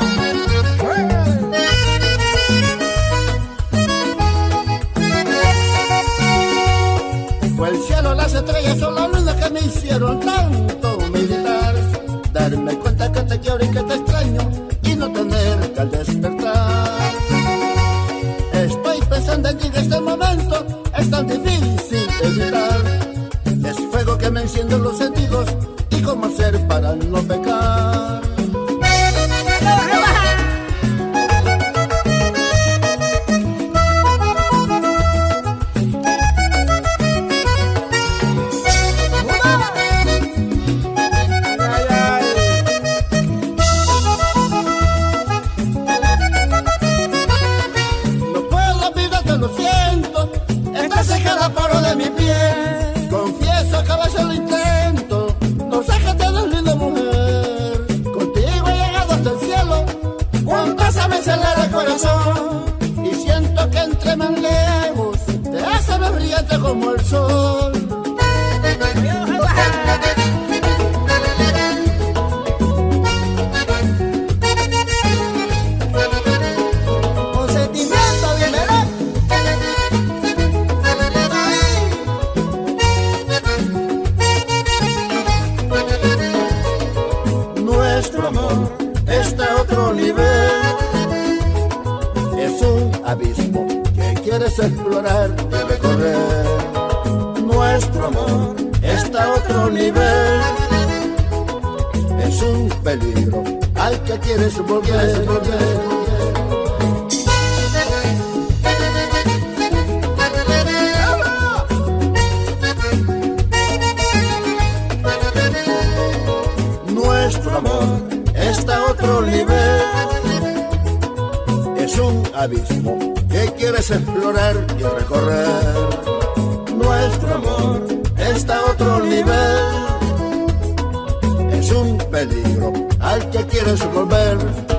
Fue el cielo, las estrellas o la luna que me hicieron tanto meditar. Darme cuenta que te quiero y que te extraño y no tenerte al despertar. Estoy pensando en ti en este momento, es tan difícil evitar. Es fuego que me enciende los sentidos y cómo hacer para no pecar. No puedo olvidarte, lo siento, estás secada por de mi piel. Confieso que a veces lo intento, no sé qué te des linda mujer. Contigo he llegado hasta el cielo, juntas a me acelera el corazón. Y siento que entre más lejos, te hace más brillante como el sol. Con sentimiento, bienvenido. Nuestro amor está a otro nivel. Es un abismo que quieres explorar, debe correr. Nuestro amor está a otro nivel. Es un peligro al que quieres volver, volver. es un abismo que quieres explorar y recorrer. Nuestro amor está a otro nivel. Es un peligro al que quieres volver.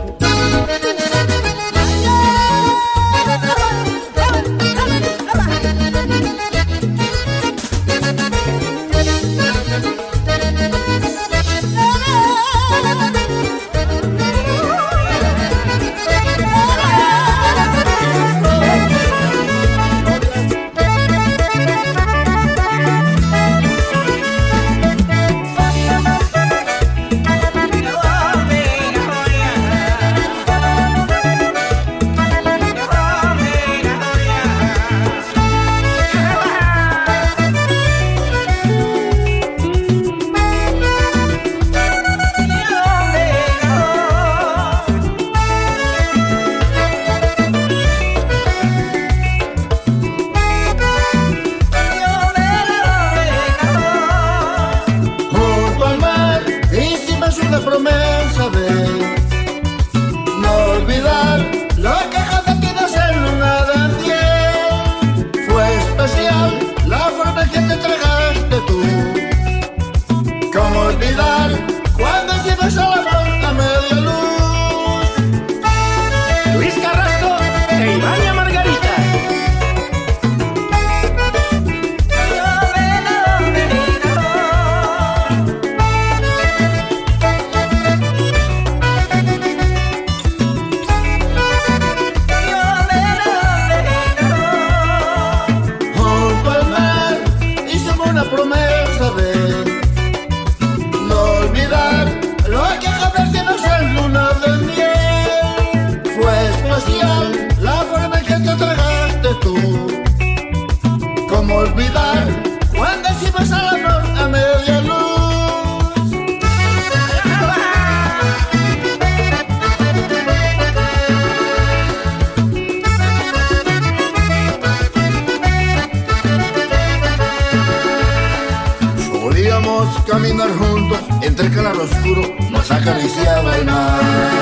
Caminar juntos entre el claro oscuro nos acariciaba el mar.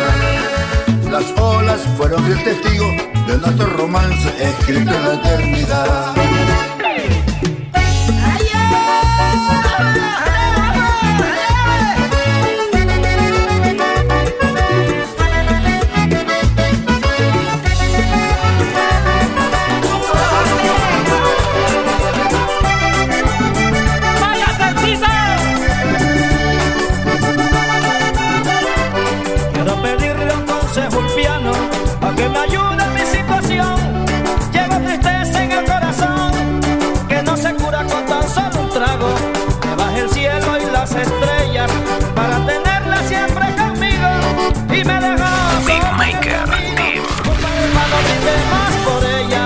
Las olas fueron el testigo de nuestro romance escrito en la eternidad. Que me ayude en mi situación. Llevo tristeza en el corazón que no se cura con tan solo un trago. Que baje el cielo y las estrellas para tenerla siempre conmigo. Y me dejó Beatmaker Team. Para no vivir más por ella.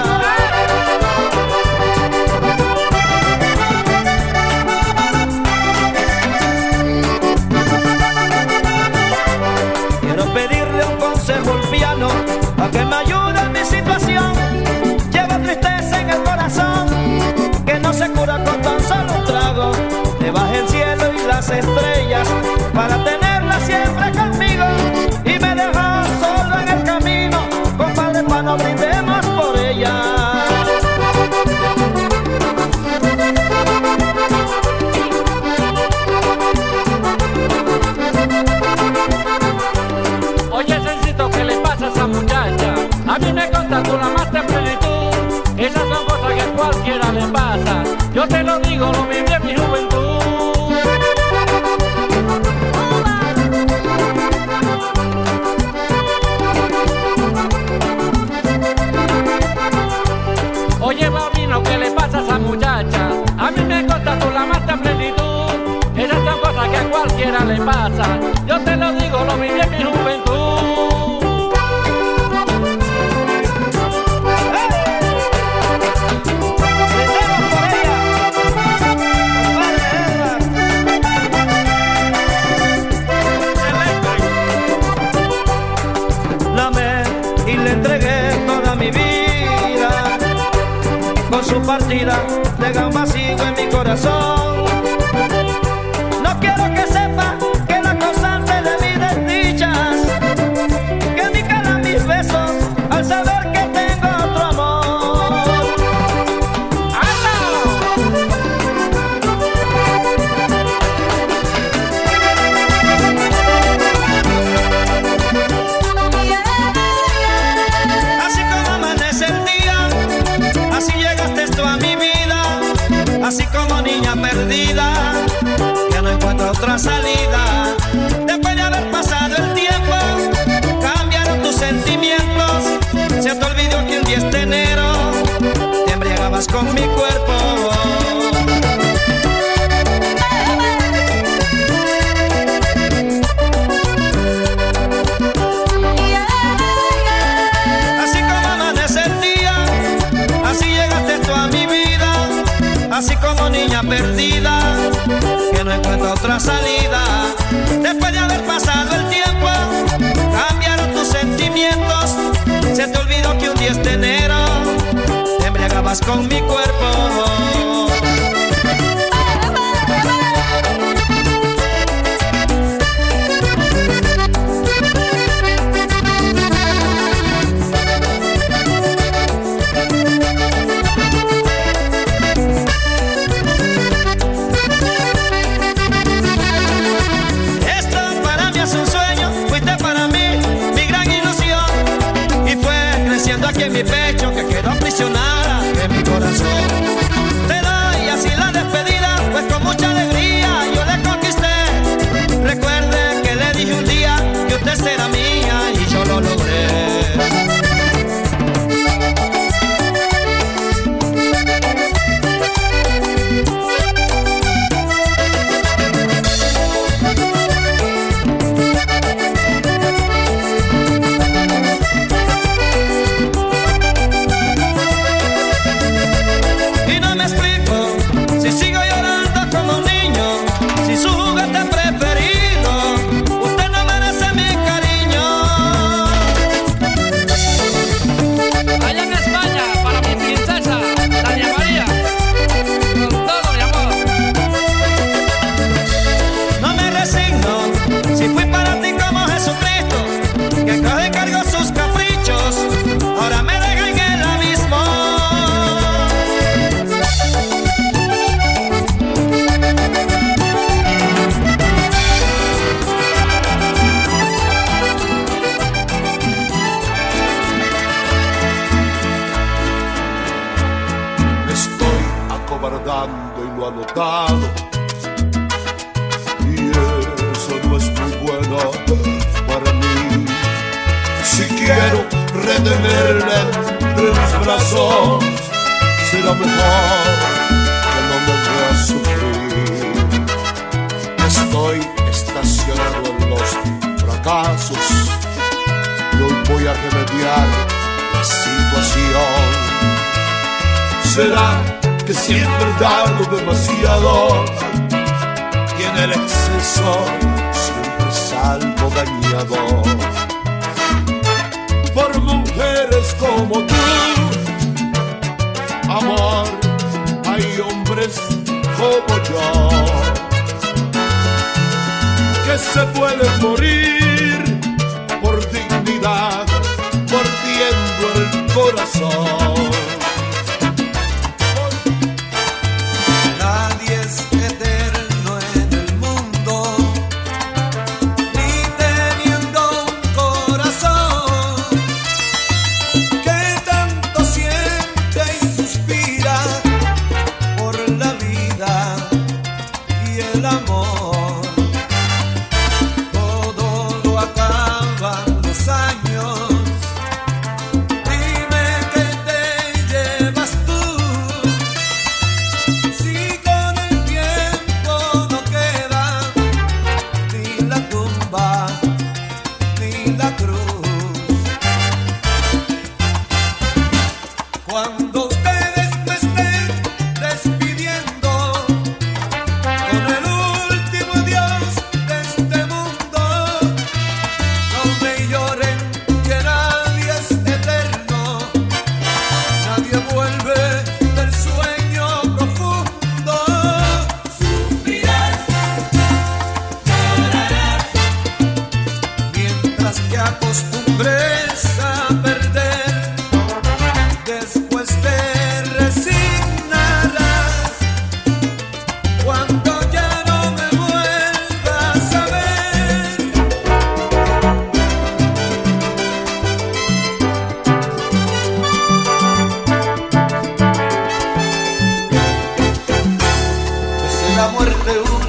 Quiero pedirle un consejo al piano a que me ayude en mi situación. Llevo tristeza en el corazón que no se cura con tan solo un trago. Que baje el cielo y las estrellas para tenerla siempre conmigo. Y me deja solo en el camino, compadre, para no brindar más por ella. Oye, Sencito, ¿qué le pasa a esa muchacha? A mí me consta con la más de plenitud. Esas son cosas que a cualquiera le pasa. Yo te lo digo, lo viví en mi juventud. Oye, Babino, ¿qué le pasa a esa muchacha? A mí me consta con la más de plenitud. Esas son cosas que a cualquiera le pasa. Yo te lo digo, lo viví en mi juventud. Y le entregué toda mi vida. Con su partida deja un vacío en mi corazón. No quiero que sepa que la constante de mis desdichas, que mi cara, mis besos perdida, que no encuentro otra salida. Después de haber pasado el tiempo, cambiaron tus sentimientos. Se te olvidó que un diez de enero te embriagabas con mi cuerpo. Así como niña perdida, que no encuentra otra salida. Después de haber pasado el tiempo, cambiaron tus sentimientos. Se te olvidó que un diez de enero te embriagabas con mi cuerpo. Aquí en mi pecho que quedó aprisionada en mi corazón. Te doy así la despedida, pues con mucha alegría yo le conquisté. Recuerde que le dije un día que usted será mía y yo lo logré. Y lo ha notado, y eso no es muy bueno para mí. Si quiero retenerla entre mis brazos, será mejor que no me vea sufrir. Estoy estacionado en los fracasos y hoy voy a remediar la situación. Será que siempre he dado demasiado y en el exceso siempre salgo dañado. Por mujeres como tú, amor, hay hombres como yo que se pueden morir por dignidad, mordiendo el corazón. Acaban los años, dime que te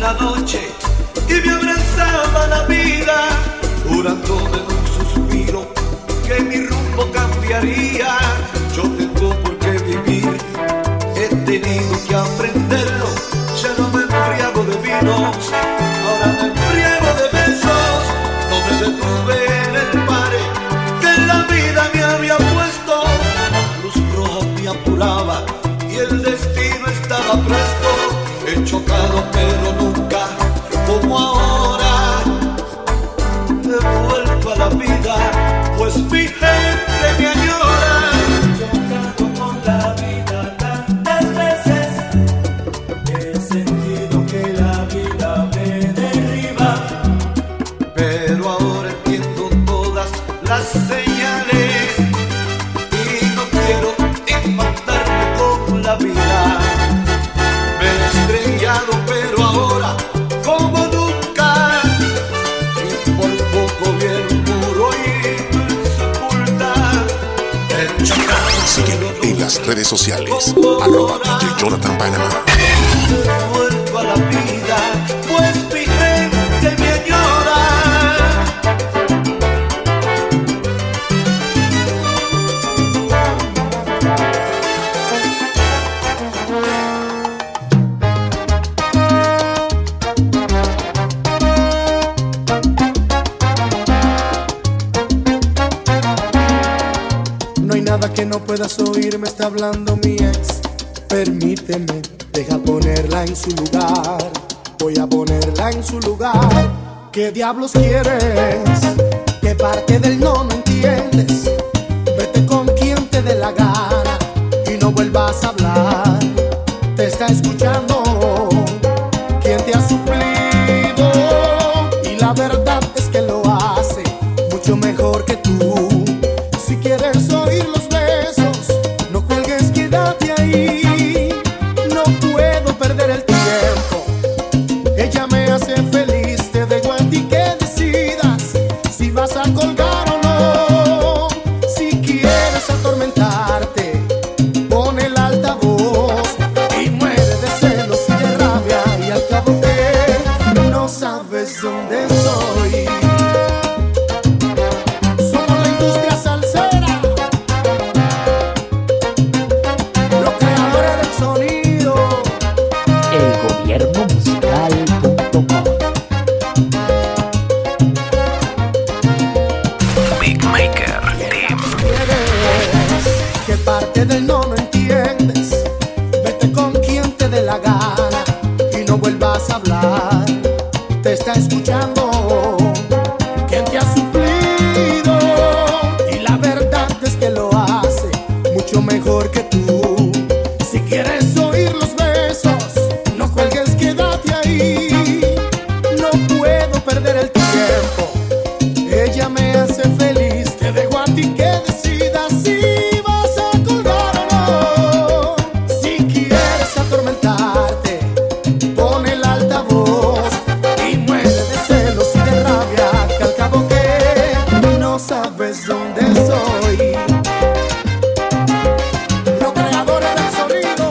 la noche y me abrazaba la vida, jurándome en un suspiro que mi rumbo cambiaría. Yo tengo por qué vivir, he tenido que aprenderlo. Ya no me embriago de vinos, ahora me embriago de besos. No me detuve en el mare que la vida me había puesto. La luz roja me apuraba y el destino estaba presto. He chocado pero nunca como ahora. He vuelto a la vida, pues mi gente me añora. He chocado con la vida tantas veces, he sentido que la vida me derriba, pero ahora entiendo todas las señales y no quiero impactarme con la vida. Me he estrellado pero ahora como nunca, y por poco viene un muro y me sepulta. He chocado. Sígueme en las redes sociales, arroba D J Jonathan Panamá. Vuelvo a la vida, pues mi gente me añora. No hay nada que no puedas oír, me está hablando mi ex. Permíteme, deja ponerla en su lugar. Voy a ponerla en su lugar. ¿Qué diablos quieres? ¿Qué parte del no no entiendes? Vete con quien te dé la gana y no vuelvas a hablar. Te está escuchando quien te ha suplido, y la verdad es que lo hace mucho mejor que tú. Si quieres oír los besos, no cuelgues, quédate ahí. No puedo perder el tiempo, ella me hace feliz. Te dejo a ti que decidas si vas a colgar o no. Si quieres atormentarte, pon el altavoz y muere de celos y de rabia, y al cabo que no sabes dónde soy. Somos la industria salsera, los creadores del sonido. El gobierno musical punto com. Big Maker Team. ¿Qué parte del no no entiendes? Vete con quien te dé la gana y no vuelvas a hablar. Te está escuchando quien te ha suplido, y la verdad es que lo hace mucho mejor que tú. Si quieres oír los besos, no cuelgues, quédate ahí. No puedo perder el tiempo, ella me hace feliz. Te dejo a ti que decidas si vas a colgar o no. Si quieres atormentarte, pon el altavoz y muere de celos y de rabia, que al cabo que no sabes dónde soy. Los creadores del sonido.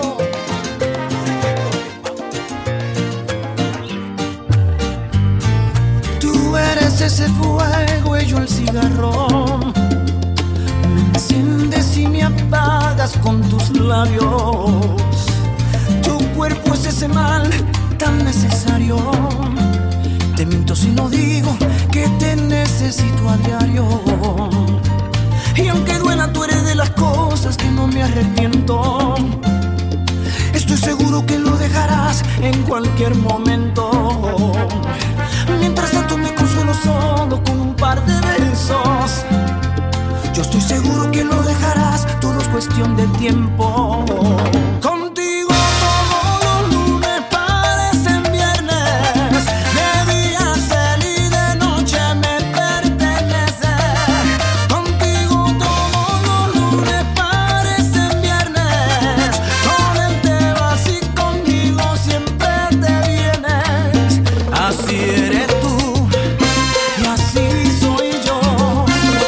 Tú eres ese fuego y yo el cigarrón. Me enciendes y me apagas con tus labios. Tu cuerpo es ese mal tan necesario. Te miento si no digo que te necesito a diario. Y aunque duela, tú eres de las cosas que no me arrepiento. Estoy seguro que lo dejarás en cualquier momento. Mientras tanto me consuelo solo con un par de besos. Yo estoy seguro que lo dejarás, todo es cuestión de tiempo. Contigo todos los lunes parecen viernes, de día ser y de noche me pertenece. Contigo todos los lunes parecen viernes, con él te vas y conmigo siempre te vienes. Así eres tú y así soy yo.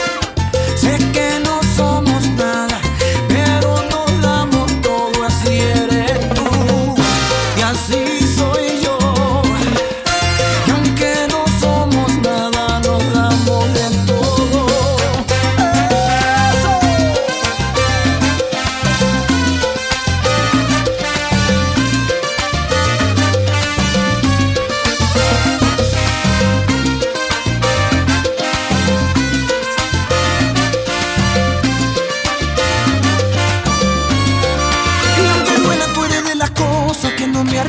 Sé que no somos nada, pero nos damos todo, así es.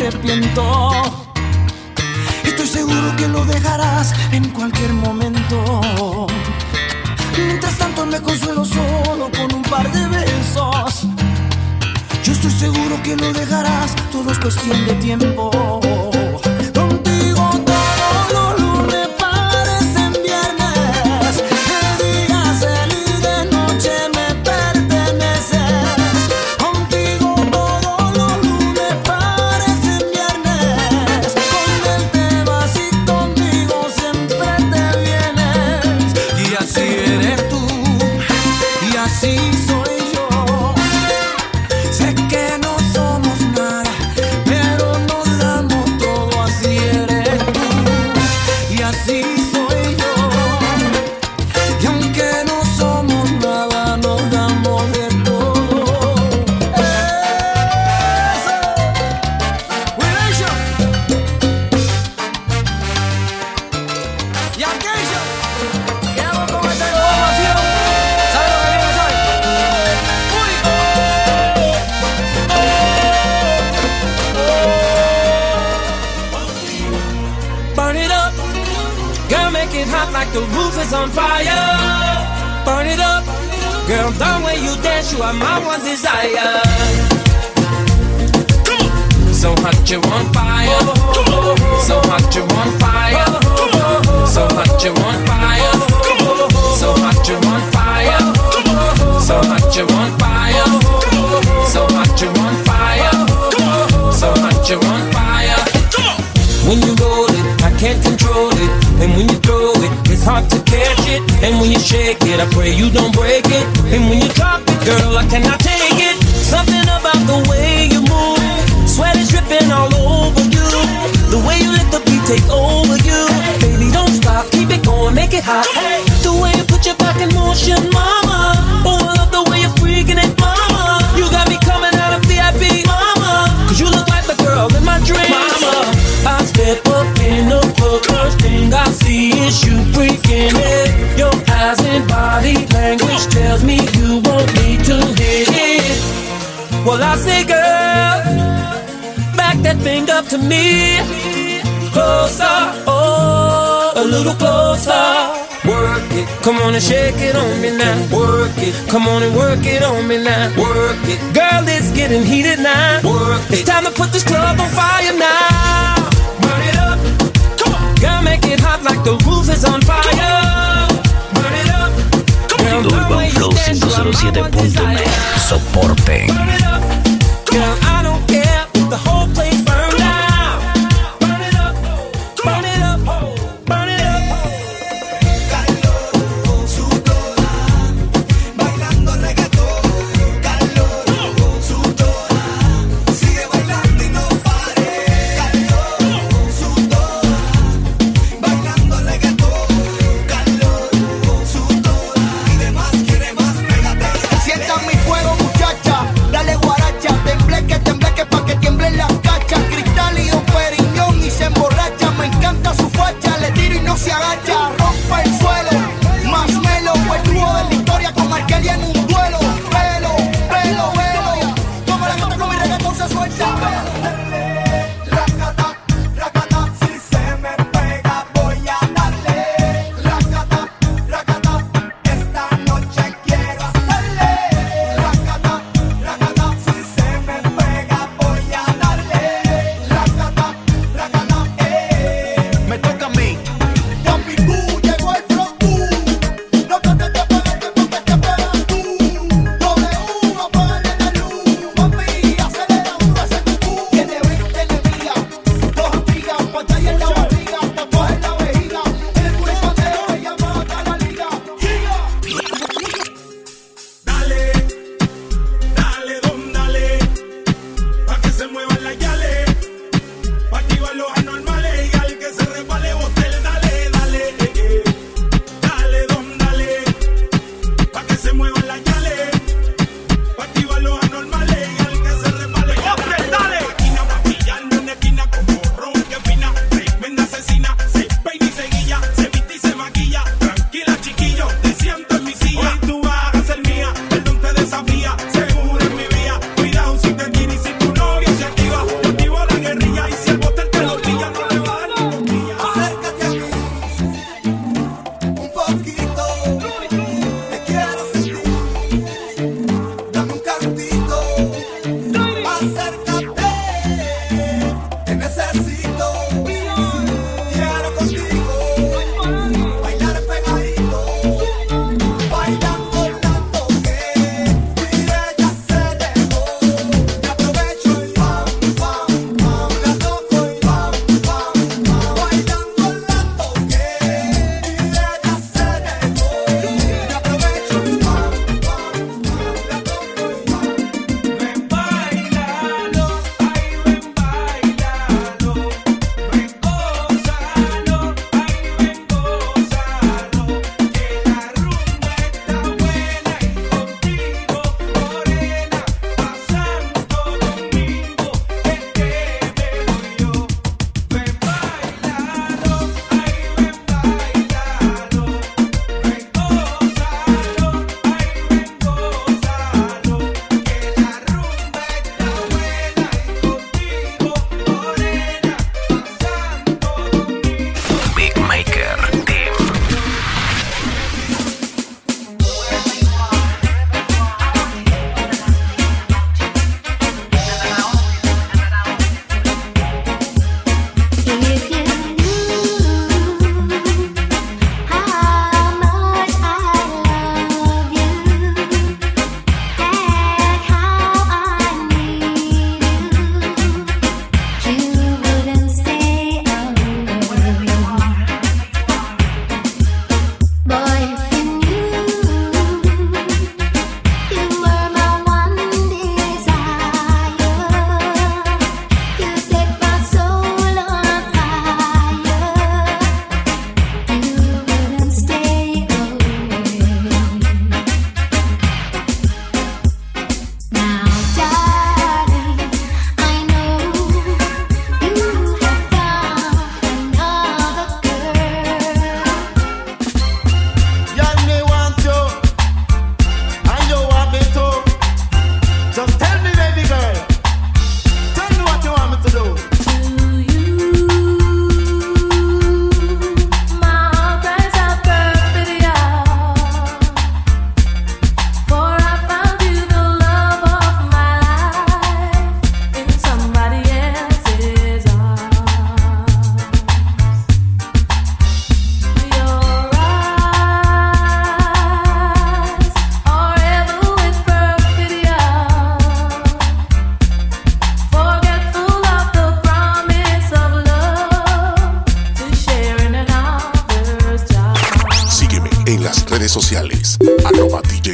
arrepiento. Estoy seguro que lo dejarás en cualquier momento. Mientras tanto me consuelo solo con un par de besos. Yo estoy seguro que lo dejarás, todo es cuestión de tiempo. Contigo todos los lunes parecen viernes, de día feliz, de noche me perteneces. Contigo todos los lunes parecen viernes, con él te vas y conmigo siempre te vienes. Y así eres tú, y así soy. The roof is on fire. Burn it up. Girl, the way you dance, you are my one desire. So hot you on fire. So hot you on fire. So hot you on fire. So hot you on fire. So hot you on fire. So hot you on fire. So hot you on fire. When you roll it, I can't control it. And when you throw it, it's hard to catch it. And when you shake it, I pray you don't break it. And when you drop it, girl, I cannot take it. Something about the way you move, sweat is dripping all over you. The way you let the beat take over you. Baby, don't stop, keep it going, make it hot. The way you put your back in motion, mama. Oh, I love the way you're freaking it, mama. You got me coming out of V I P, mama. Cause you look like the girl in my dreams, mama. I step up in the club, first thing I see is you freaking it. Your eyes and body language tells me you want me to hit it. Well, I say, girl, back that thing up to me. Closer, oh, a little closer. Work it, come on and shake it on me now. Work it, come on and work it on me now. Work it, girl, it's getting heated now. Work it, it's time to put this club on fire now. Burn it up, come on, girl, make it hot like the roof is on fire. Burn it up, come on, Urban Flow cinco cero siete punto net. Soporte. Burn it up, girl, I don't care if the whole place burn down. Burn it up, burn it up, burn it up. Sientan mi fuego, muchacha, dale guaracha.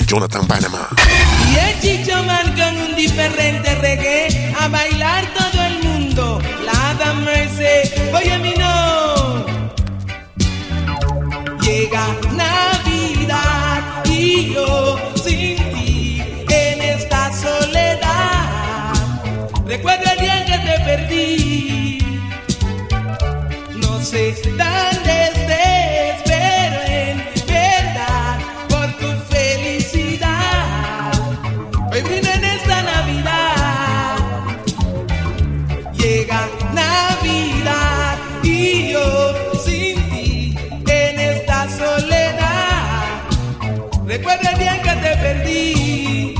Jonathan Panamá. Y el Chicho Man con un diferente reggae a bailar todo el mundo. La Adam Mercy, oye mi no. Llega Navidad y yo sin ti en esta soledad. Recuerdo el día que te perdí. No sé dónde estés, pero en verdad por tu felicidad hoy brindo en esta Navidad. Llega Navidad y yo sin ti en esta soledad. Recuerda el día que te perdí.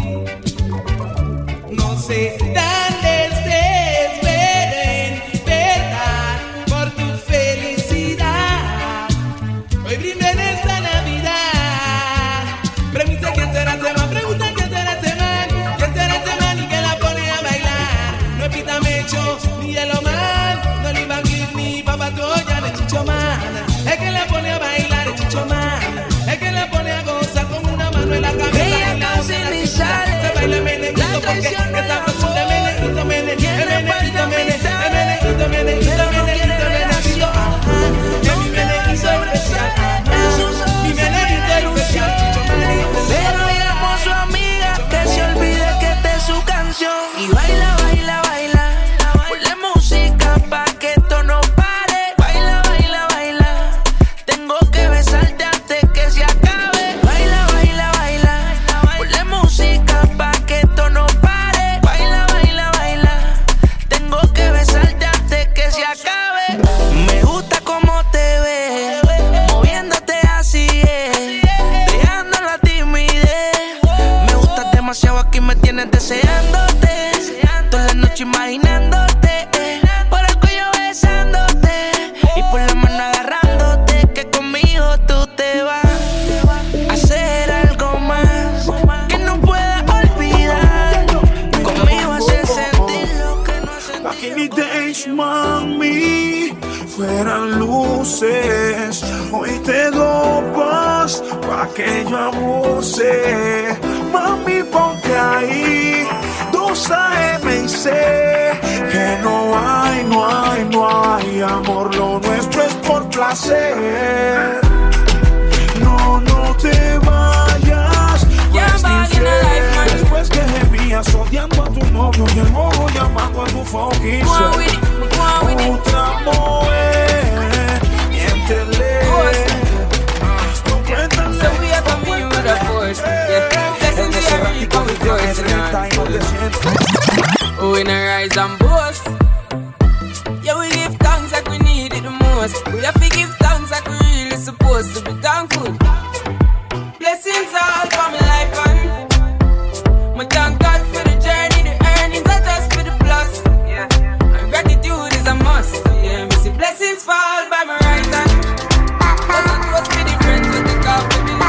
No sé dónde estés, pero en verdad por tu felicidad hoy brindo en esta Navidad. Pregunta quién será ese man, pregunta quién será ese man, quién será ese man y que la pone a bailar. No es Pita Mecho ni Yellow Man, no le Van Gif ni Papa Toya de Chicho Man. Es que la pone a bailar, es Chicho Man. Es que la pone a gozar con una mano en la cabeza. Ella casi ni sale. Se baila menequito porque esa profunda menequito, menequito, menequito, menequito, menequito, menequito, menequito. Que mi menequito es especial. Mi menequito es especial, Chicho Man. Pero llamo a su amiga que se olvide que esta es su canción. Y baila, baila, baila. Ponle música pa' que esto no pare. Baila, baila, baila. Tengo que besarte antes que se acabe. Baila, baila, baila. Ponle música pa' que esto no pare. Baila, baila, baila. Tengo que besarte antes que se acabe. Me gusta cómo te ves, moviéndote así es, dejando la timidez. Me gustas demasiado, aquí me tienes deseándote. Toda la noche imaginándote, eh, por el cuello besándote y por la mano agarrándote. Que conmigo tú te vas a hacer algo más que no puedas olvidar. Conmigo hacer sentir lo que no has sentido. Back in the days, mami, fueran luces. Hoy te doy paz pa' que yo abuse. Mami, ponte ahí dos A M y sé que no hay, no hay, no hay amor. Lo nuestro es por placer. No, no te vayas. Pues después que gemías odiando a tu novio y el mojo llamando a tu fucking self. Otra mujer, miéntele. No cuentan So we are coming with a force, yeah. Listen to your people with voice now. We in a rise and boast. Yeah, we give thanks like we need it the most. We have to give thanks like we really supposed to be thankful. Blessings all for my life and my thank God for the journey, the earnings are just for the plus. Yeah, and gratitude is a must. Yeah, we see blessings fall by my right hand. Wasn't supposed to be the friends with the cup with the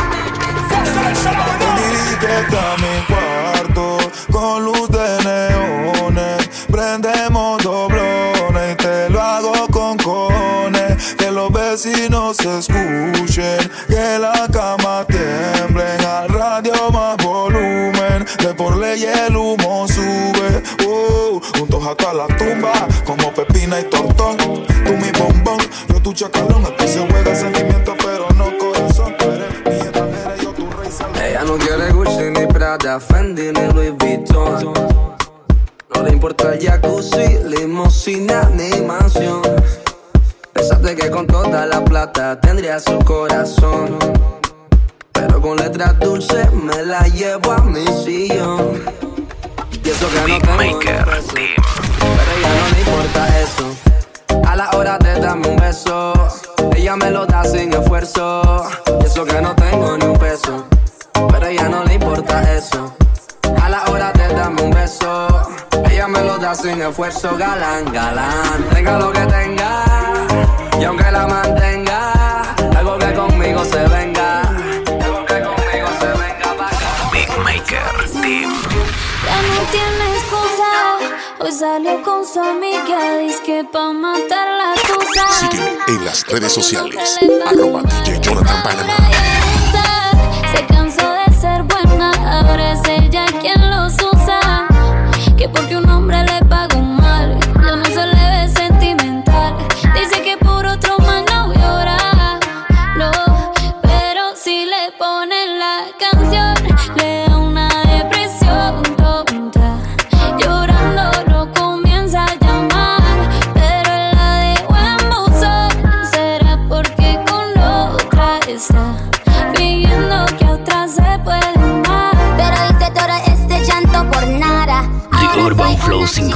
Directa a mi cuarto con luz de neones. Prendemos doblones y te lo hago con cones. Que los vecinos escuchen, que la cama tiemblen. Al radio más volumen, de por ley el humo sube. Uh, juntos hasta la tumba, como Pepina y Tontón. Tú mi bombón, yo tu chacalón. Aquí se juega sentimiento pero no corazón. Tú eres mi extranjera, yo tu rey salvaje. Ella no quiere Gucci ni Prada, Fendi ni Louis Vuitton. No le importa el jacuzzi, limusina ni mansión. Pensaste que con toda la plata tendría su corazón, pero con letras dulces me la llevo a mi sillón. Y eso que no tengo ni peso, pero ella no le importa eso. A la hora de darme un beso, ella me lo da sin esfuerzo. Y eso que no tengo ni un peso, pero a ella no le importa eso. A la hora de darme un beso, ella me lo da sin esfuerzo. Galán, galán, tenga lo que tenga, y aunque la mantenga, algo que conmigo se venga, algo que conmigo se venga pa' acá. Big Maker Team. Ya no tiene excusa, hoy salió con su amiga, dizque pa' matar la tusa. Sígueme en las redes sociales, arroba D J Jonathan Panamá. Se cansó de ser buena.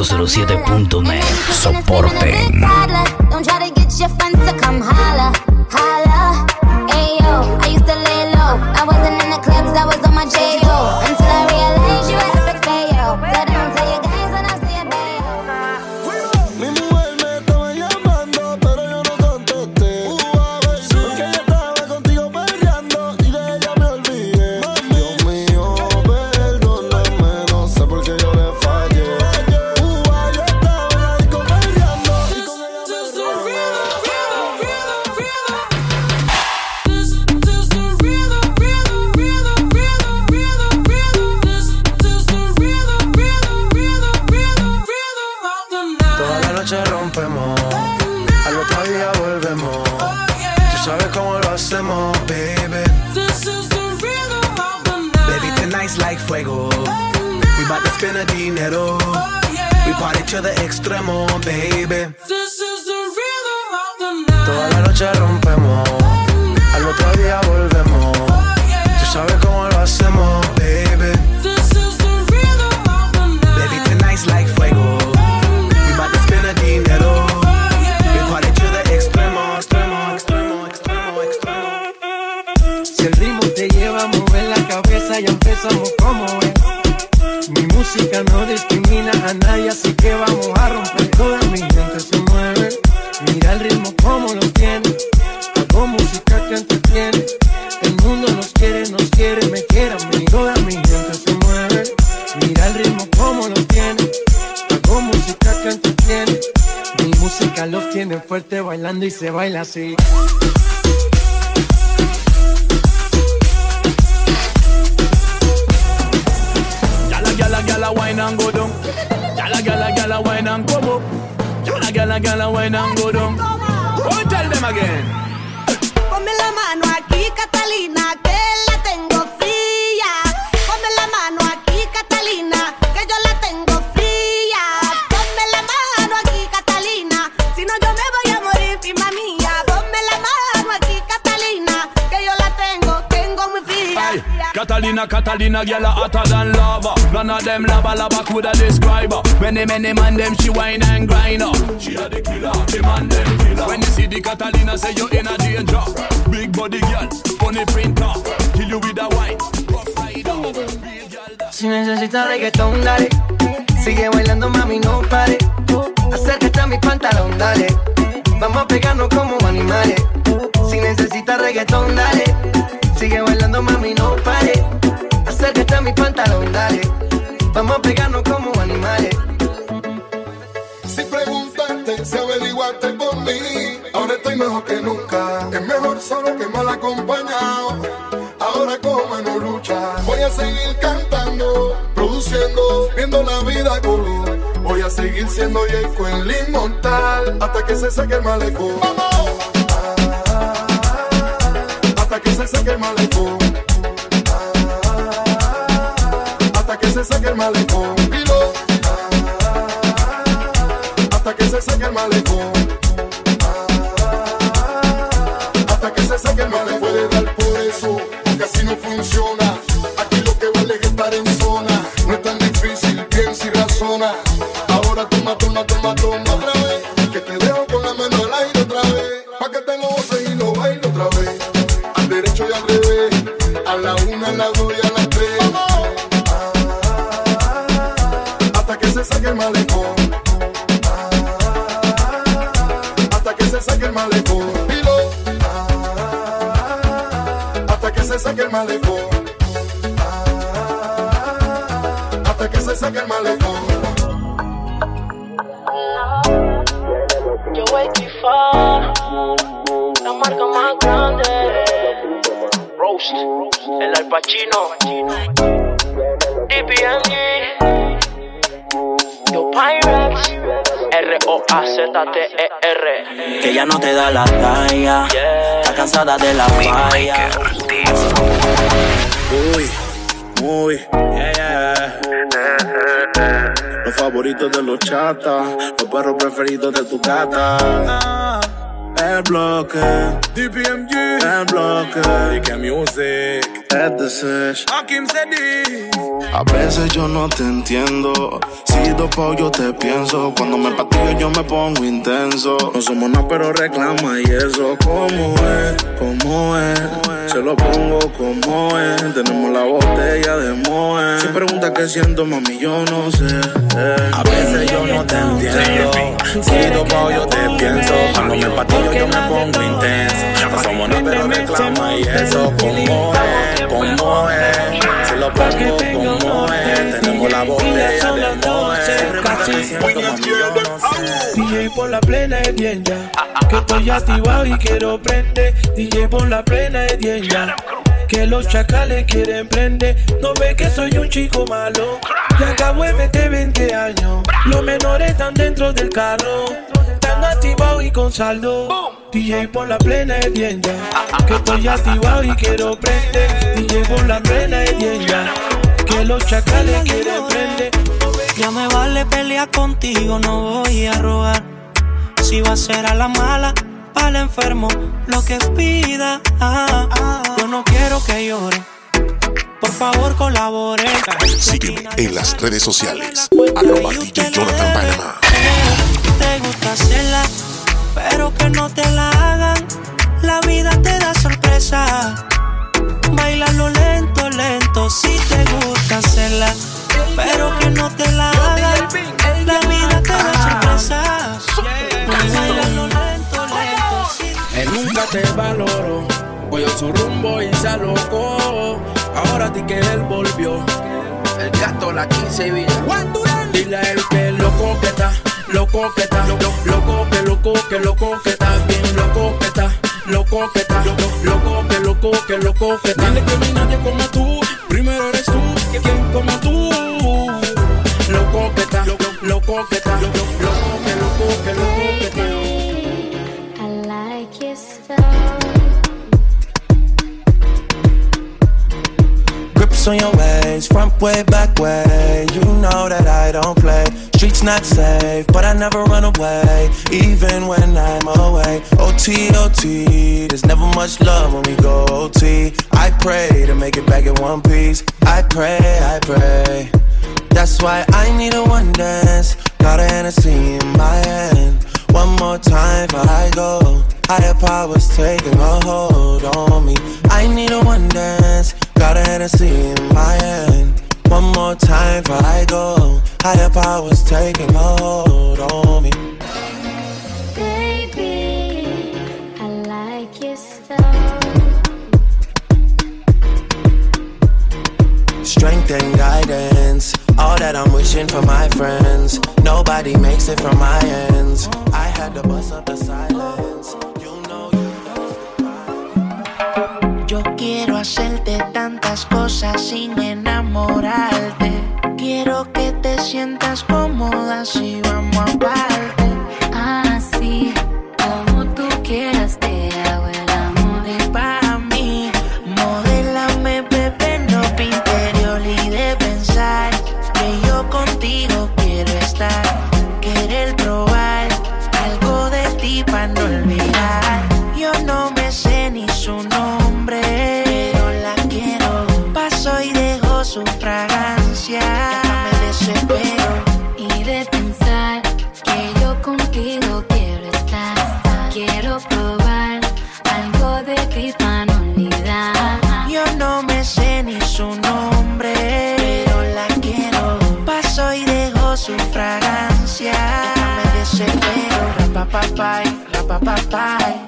cinco cero siete punto net. Soporten. Don't try to get your friends to come holla, holla. Ayo, I used to lay low. I wasn't in the clubs, I was on my J O. Until I realized you were epic fail. So don't tell your guys when I see a bayo. Mi mujer me estaba llamando, pero yo no contesté. Porque ella estaba contigo perreando y de ella me olvidé. Dios mío, perdóname, no sé por qué yo le fallé. Uva, yo estaba ahí con perreando y con ella me olvidé. Toda la noche rompemos, al otro día volvemos. Tú sabes cómo lo hacemos, baby. Baby, tonight's like fuego. We bout to spend the dinero. We party to the extremo, baby. Toda la noche rompemos, al otro día volvemos. Tú sabes cómo lo hacemos, baby. Baby, tonight's like fuego. We bout to spend the dinero. We party to the extremo, extremo, extremo, extremo, extremo. Si el ritmo te lleva a mover la cabeza, ya empezamos como es. Mi música no discrimina a nadie, así que vamos a romper. Toda mi gente se mueve. Mira el ritmo como lo tiene. Hago música que entretiene. El mundo nos quiere, nos quiere, me quiere a mí. Toda mi gente se mueve. Mira el ritmo como lo tiene. Hago música que entretiene. Mi música los tiene fuerte bailando y se baila así. Gyal, gyal, gyal, wine and go down. Gyal, gyal, gyal, wine and come up. Gyal, gyal, gyal, wine and go down. Go tell them again. Ponme la mano aquí, Catalina, que la tengo fría. Ponme la mano aquí, Catalina, que yo la tengo fría. Ponme la mano aquí, Catalina, si no yo me voy a morir, prima mía. Ponme la mano aquí, Catalina, que yo la tengo, tengo muy fría. Aye. Catalina, Catalina, gyal a hotter than lava. None of them lava lava coulda describe her. Many, many man them she whine and grind her. She a the killer, the man them killer. When you see the Catalina, say you in a danger. Big body girl, funny printer, kill you with a white. Si necesitas reggaetón, dale. Sigue bailando, mami, no pare. Acércate a mi pantalón, dale. Vamos a pegarnos como animales. Si necesitas reggaetón, dale. Sigue bailando, mami, no pare. Acércate a mi pantalón, dale. Vamos a pegarnos como animales. Si preguntaste, si averiguaste por mí, ahora estoy mejor que nunca. Es mejor solo que mal acompañado. Ahora como no lucha, voy a seguir cantando, produciendo, viendo la vida color. Voy a seguir siendo Yeco el inmortal hasta que se seque el malecón. ¡Vamos! Hasta que se seque el malecón. Hasta que se seque el malecón. Pilo. Hasta que se seque el malecón. Hasta que se seque el malecón. Puede dar por eso, porque así no funciona. Aquí lo que vale es estar en zona. No es tan difícil, bien si razona. Ahora toma, toma, toma, toma otra vez. Que te dejo con la mano al aire otra vez. Pa' que te lo goces y lo bailo otra vez. Al derecho y al revés. A la una, a la dos y a las tres. Hasta que se saque el malecón. Hasta que se saque el malecón. Pilo. Hasta que se saque el malecón. Hasta que se saque el malecón. Yo voy a la marca más grande. Roast, el Al Pacino, D P M G, Yo Pyrex, R O A Z T E R. Que ya no te da la talla, está cansada de la falla. Uy, muy, yeah, yeah. Los favoritos de los chatas, los perros preferidos de tu gata. El bloque, D P M G, el bloque. Y que music es the sesh. Hakim Sedi. A veces yo no te entiendo. Si dopo yo te pienso. Cuando me patillo yo me pongo intenso. No somos nada pero reclama y eso. ¿Cómo es? ¿Cómo es? Se lo pongo como es. Tenemos la botella de Moe. Si preguntas qué siento, mami, yo no sé. Eh. A veces yo no te entiendo. Si dopo yo te pienso. Cuando me patillo yo me pongo intenso. No somos nada pero reclama y eso. ¿Cómo es? ¿Cómo es? Se lo pongo como es. Tenemos la botella de Moe. D J por la plena es bien ya. Que estoy activado y quiero prender. D J por la plena es bien ya. Que los chacales quieren prender. No ve que soy un chico malo. Ya acabo de meter veinte años. Los menores están dentro del carro. Están activados y con saldo. D J por la plena es bien ya. Que estoy activado y quiero prender. D J por la plena es bien ya. Que los chacales quieren prender. Ya me vale pelear contigo, no voy a robar. Si va a ser a la mala, al enfermo, lo que pida. Ah, ah. Yo no quiero que llore, por favor colabore. Sígueme en las redes sociales, arroba D J Jonathan Panamá. Te gusta hacerla, pero que no te la hagan. La vida te da sorpresa. Bailalo lento, lento, si te gusta hacerla, pero que no te la hagan. La vida te da sorpresas. Bailalo lento, lento, si Él nunca te valoró, cogió su rumbo y se alocó. Ahora a ti que él volvió. El gato, la quince y Villa. Dile a él que loco que está, loco que está, loco, loco que loco que loco que está, bien loco que está, loco que está, loco, loco que loco que loco que está. Dile que no hay nadie como tú, primero eres tú, quien como tú. Loco que está, loco, loco que está, loco, loco que loco que loco que está. I like your style. Grips on your ways, front way, back way. You know that I don't play. Streets not safe, but I never run away, even when I'm away. O T, O T, there's never much love when we go O T. I pray to make it back in one piece. I pray, I pray. That's why I need a one dance. Got a Hennessy in my hand. One more time before I go. Higher powers taking a hold on me. I need a one dance. Got a Hennessy in my hand. One more time before I go. Higher powers taking a hold on me. Baby, I like your style. Strength and guidance, all that I'm wishing for my friends. Nobody makes it from my ends. I had to bust up the silence. Yo quiero hacerte tantas cosas sin enamorarte. Quiero que te sientas cómoda si vamos aparte. Así como tú quieras te hago el amor. Y pa' mí, modélame, bebé, no interior y de pensar que yo contigo quiero estar. Querer probar algo de ti pa' no olvidar. Yo no me sé ni su nombre, pero la quiero. Paso y dejo su fragancia. Ya me desespero. Y de pensar que yo contigo quiero estar. Quiero probar algo de ti para no olvidar. Yo no me sé ni su nombre, pero la quiero. Paso y dejo su fragancia. Ya me desespero. Rapapapay, rapapapay.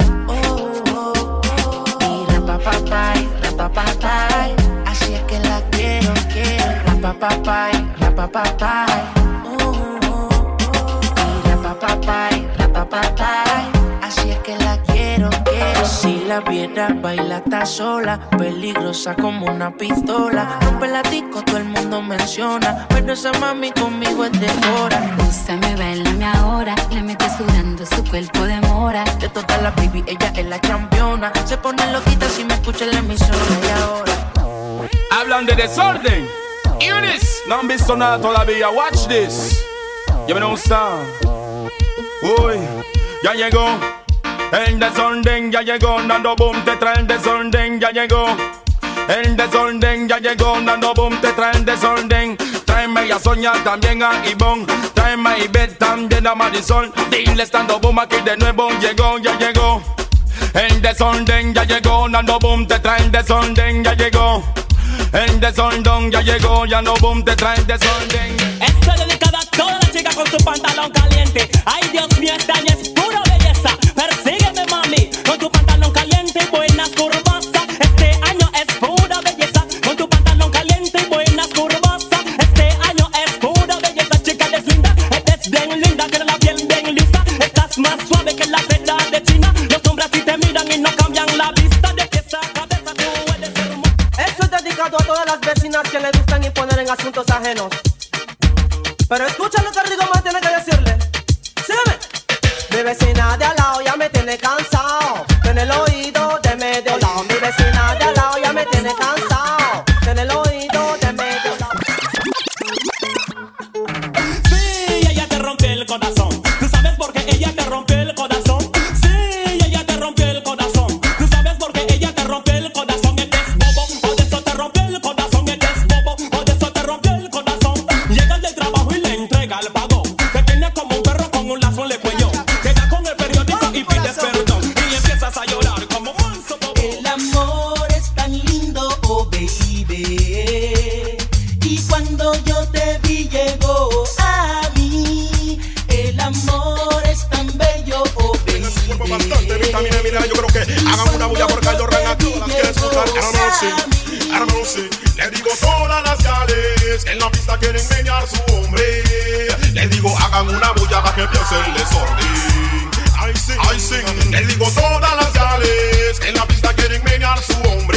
Rapapapay, rapapapay, así es que la quiero, quiero. Rapapapay, rapapapay, uh, uh, uh. Y rapapapay, rapapapay, así es que la quiero, quiero. Si la viera baila está sola, peligrosa como una pistola. Rompe la disco, todo el mundo menciona, pero esa mami conmigo es de hora. Úsame, bailame ahora, le mete sudando su cuerpo de mora. De todas las baby, ella es la campeona. Se pone loquita si me escucha en la emisora y ahora. Hablan de desorden. Eunice, no han visto nada todavía. Watch this. Ya me no está. Uy, ya llegó. El desorden ya llegó, dando boom, te trae el desorden, ya llegó. El desorden ya llegó, dando boom, te trae el desorden. Tráeme a Sonia, también a Ivonne. Tráeme a Ivette, también a Marisol. Dile dando boom, aquí de nuevo llegó, ya llegó. El desorden ya llegó, dando boom, te trae el desorden, ya llegó. El desorden ya llegó, ya no boom, te trae el desorden. Esto es dedicado a toda la chica con su pantalón caliente. Ay, Dios mío, este año es pura belleza. Persígueme, mami, con tu pantalón caliente y buenas curvas. Este año es pura belleza. Con tu pantalón caliente y buenas curvas. Este año es pura belleza. Chica, eres linda, eres bien linda. Tienes la piel bien lisa. Estás más suave que la seda de China. Los hombres así te miran y no cambian la vista. De pieza a cabeza tú eres hermosa. Esto es dedicado a todas las vecinas que le gustan imponer en asuntos ajenos. Pero escucha lo que Rigo más tiene que decirle. Sígueme. Mi vecina de al lado ya me tiene cansado. Tiene el oído de medio lado. Mi vecina de al lado ya me tiene cansado. Tiene el oído de medio lado. Sí, ella te rompió el corazón. ¿Tú sabes por qué ella te rompió el corazón? Sí, ella te rompió el corazón. ¿Tú sabes por qué ella te rompió el corazón? Eres bobo, o de eso te rompió el corazón. Eres bobo, o de eso te rompió el corazón. Llega del trabajo y le entrega el pago. Te tiene como un perro con un lazo en el cuello. Llega con el periódico y pides perdón. Y empiezas a llorar como manso bobo. El amor es tan lindo, oh baby. Y cuando yo te vi llegó a mí. El amor es tan bello, oh baby. Bastante vitamina, mira, yo creo que hagan una bulla porque yo ran a todas quieren escuchar. I don't know, sí, I don't know, sí. Le digo todas las gales que en la pista quieren menear su hombre. Le digo hagan una bulla para que empiece el desorden. Ay, sí, ay, sí. Le digo todas las gales que en la pista quieren menear su hombre.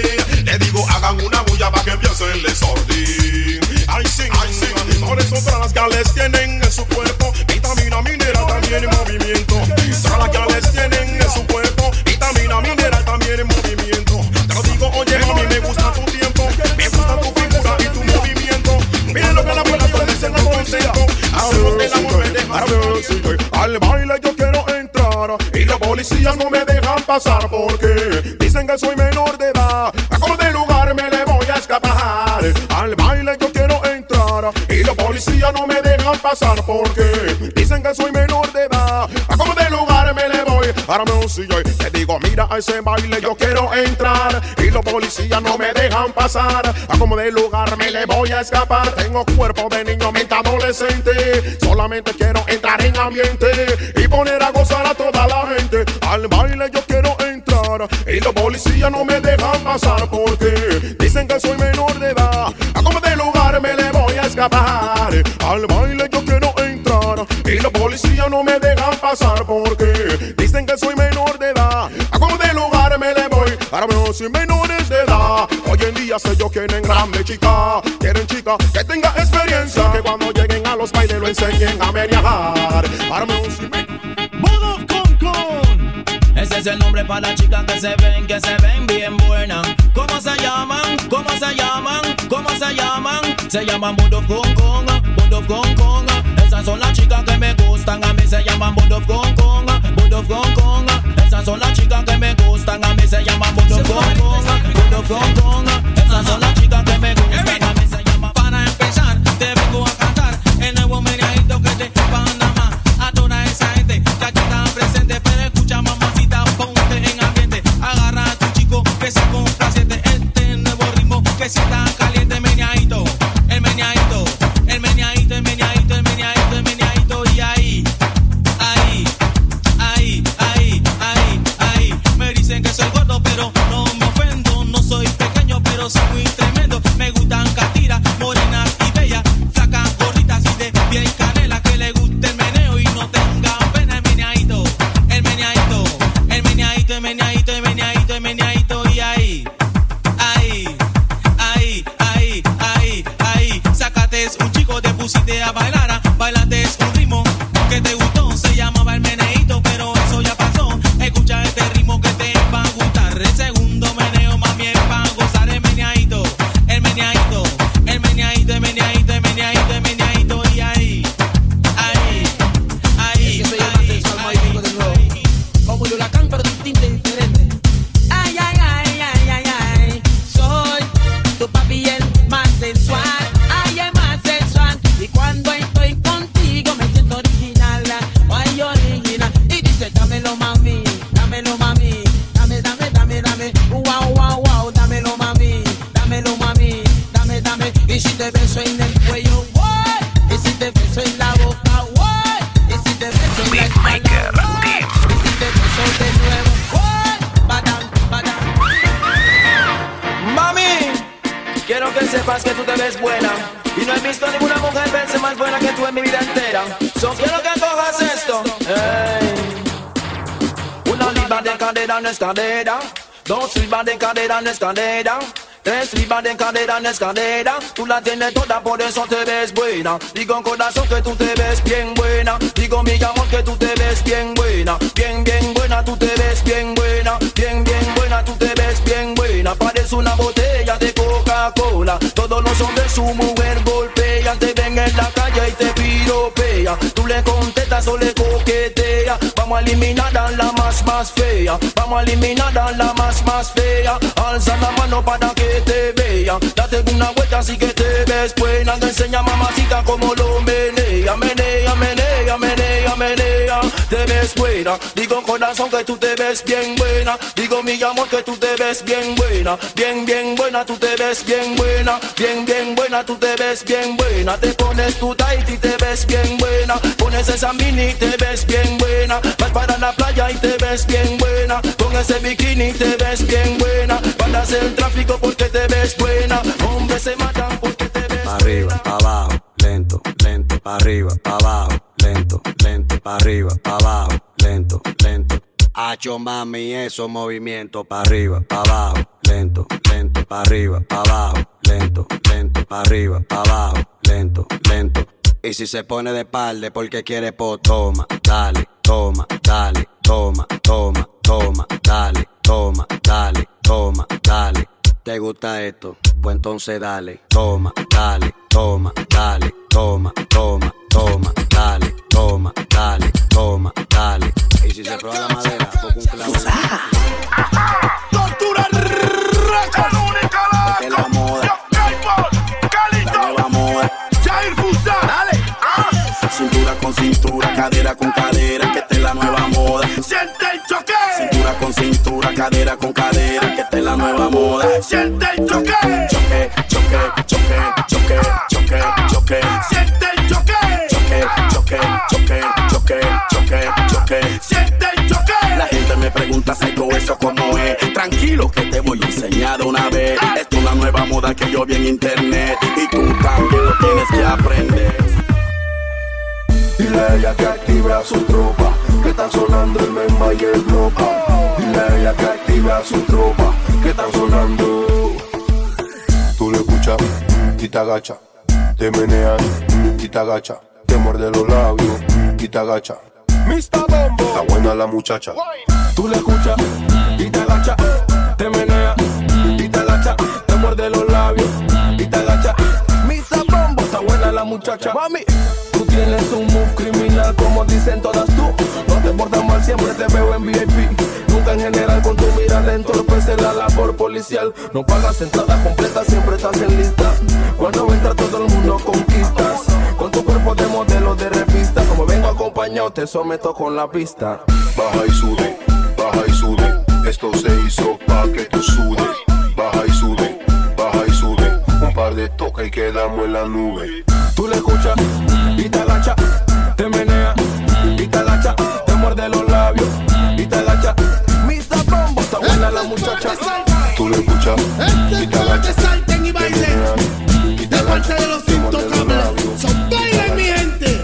Le digo hagan una bulla para que empiece el desorden. Ay, sí, ay, sí. Por eso todas las gales tienen en su cuerpo vitamina mineral también en movimiento. Todas las gales tienen en su cuerpo vitamina mineral también en movimiento. Te lo digo, oye mami, me gusta tu tiempo, me gusta tu figura y tu movimiento. Mira lo que la buena te dice, no contento. Hacemos el amor, me dejas. Al baile yo quiero entrar y los policías no me dejan pasar porque dicen que soy menor de edad. A como de lugar me le voy a escapar. Al baile yo quiero entrar y los policías no me dejan pasar porque dicen que soy menor de edad. A como de lugar me le voy. Ahora me un sillón, te digo, mira a ese baile yo quiero entrar y los policías no me dejan pasar. A como de lugar me le voy a escapar. Tengo cuerpo de niño, mente adolescente. Solamente quiero entrar en ambiente y poner a gozar a toda la gente. Al baile yo quiero entrar y los policías no me dejan pasar porque dicen que soy menor de edad. A como de lugar me le voy a escapar. Al baile yo quiero entrar y los policías no me dejan pasar porque dicen que soy menor de edad. A como de lugar me le voy. Ahora veo sin menores de edad. Hoy en día sé yo quieren grande chica. Quieren chica que tenga experiencia, que cuando lleguen a los bailes lo enseñen a menear. Ahora veo sin Modo Concon. Ese es el nombre para las chicas que se ven, que se ven bien buenas. ¿Cómo se llaman? ¿Cómo se llaman? ¿Cómo se llaman? Se llaman Modo Concon, Modo Concon. Esas son las chicas que me gustan, a mí se llaman Modo Concon, Modo Concon. Esas son las chicas que me gustan, a mí se llaman Modo Concon, Modo Concon. Esas son las chicas que me gustan, a mí se llaman. Para empezar, te vengo a cantar el nuevo meneadito que te Panamá. A toda esa gente que aquí está presente, pero escucha mamacita, ponte en ambiente. Agarra a tu chico que se complaciente. Este nuevo ritmo que si está caliente, meneadito, el meneadito, el meneadito, el meneadito, el meneadito, el meneadito. Y ahí, ahí, ahí, ahí, ahí, ahí. Me dicen que soy gordo, pero no me ofendo. No soy pequeño, pero soy muy tremendo. Me gustan catiras, morenas y bellas, flacas, gorditas y de piel canela. Que le guste el meneo y no tengan pena. El meneadito, el meneadito, el meneadito, el meneadito, el meneadito, el meneadito. Y ahí, ahí, ahí, ahí, ahí, ahí. Sácate un chico, te pusiste a bailar. Bailate un ritmo que te gustó, se llamaba el meneíto, pero eso ya pasó. Escucha este ritmo que te va a gustar. El segundo meneo, mami, es para gozar. El meneadito, el meneadito, el meneadito, el meneadito, el meneadito, el meneadito. Y ahí, ahí, ahí, ahí, ahí, ahí. beso en el cuello, what? Y si te beso en la boca, what? Y si te beso en la espalda, what? Y si te beso de nuevo, what? Badam, badam. Mami, quiero que sepas que tú te ves buena y no he visto ninguna mujer verse más buena que tú en mi vida entera. So quiero que cojas esto. Hey. Una libra de cadera no es cadera, dos libras de cadera no es cadera, tres libras de cadera no es cadera. Tú la tienes toda, por eso te ves buena. Digo corazón que tú te ves bien buena. Digo mi amor que tú te ves bien buena. Bien, bien buena, tú te ves bien buena. Bien, bien buena, tú te ves bien buena. Parece una botella de Coca-Cola. Todos los hombres su mujer golpean. Te ven en la calle y te piropea. Tú le contestas o le coqueteas. Vamos a eliminar a la más más fea. Vamos a eliminar a la más más fea. Alza la mano para que te vea. Date una vuelta así que te ves buena. Te enseña mamacita como lo menea. Menea, menea, menea, menea. Te ves buena. Digo corazón que tú te ves bien buena. Digo mi amor que tú te ves bien buena. Bien, bien buena, tú te ves bien buena. Bien, bien buena, tú te ves bien buena. Te pones tu tight y te ves bien buena. Pones esa mini y te ves bien buena. Vas para la playa y te ves bien buena. Con ese bikini te ves bien buena. Para hacer el tráfico porque te ves buena. Hombres se matan porque te ves pa' arriba, pa' abajo, lento, lento, pa' arriba, pa' abajo, lento, lento, pa' arriba, pa' abajo, lento, lento. Hacho mami, esos movimientos pa' arriba, pa' abajo, lento, lento, pa' arriba, pa' abajo, lento, lento, pa' arriba, pa' abajo, lento, lento. Y si se pone de espalda porque quiere po, toma, dale, toma, dale, toma, toma, toma, dale, toma, dale, toma, dale. ¿Te gusta esto? Pues entonces dale, toma, dale, toma, dale, toma, toma, toma, dale, toma, dale, toma, dale. Y si se prueba la madera, poco un clavo. Tortura racha única la. Es la moda. Calito. La nueva moda. Jair Fusa. Dale. Cintura con cintura, cadera con cadera, que esta es la nueva moda. Siente el choque. Cintura con cintura, cadera con cadera, que esta es la nueva moda. Siente el choque. Choque, choque, choque, choque, choque, choque. Siente el choque. Choque, choque, choque, choque, choque, choque. Siente el choque. La gente me pregunta si todo eso como es. Tranquilo que te voy a enseñar de una vez. Esto es una nueva moda que yo vi en internet y tú también lo tienes que aprender. Dile a ella que active a su tropa, que está sonando el Memba y el Blopa. Dile a ella que active a su tropa, que está sonando. Tú le escuchas y te agacha, te meneas y te agacha, te muerde los labios y te agacha. mister Bombo. Está buena la muchacha. Tú le escuchas y te agacha, te menea y te agacha, te muerde los labios y te agacha. mister Bombo, está buena la muchacha. Mami, tú tienes un move criminal como dicen todas tú. No te portas mal, siempre te veo en V I P. Nunca en general con tu mirada entorpece la labor policial. No pagas entrada completa, siempre estás en lista. Cuando entra todo el mundo conquistas. Con tu cuerpo de modelo de revista. Como vengo acompañado te someto con la pista. Baja y sube, baja y sube. Esto se hizo pa' que tú sudes. Baja y sube, baja y sube. Un par de toques y quedamos en la nube. Tú le escuchas y te agacha, te menea y te agacha, te muerde los labios y te agacha. mister Bombo, está buena la muchacha. Tú le escuchas y te agacha, salten y te bailen meneas y te de parte agacha, de los te muerde los intocables. labios. Son bailen, mi gente.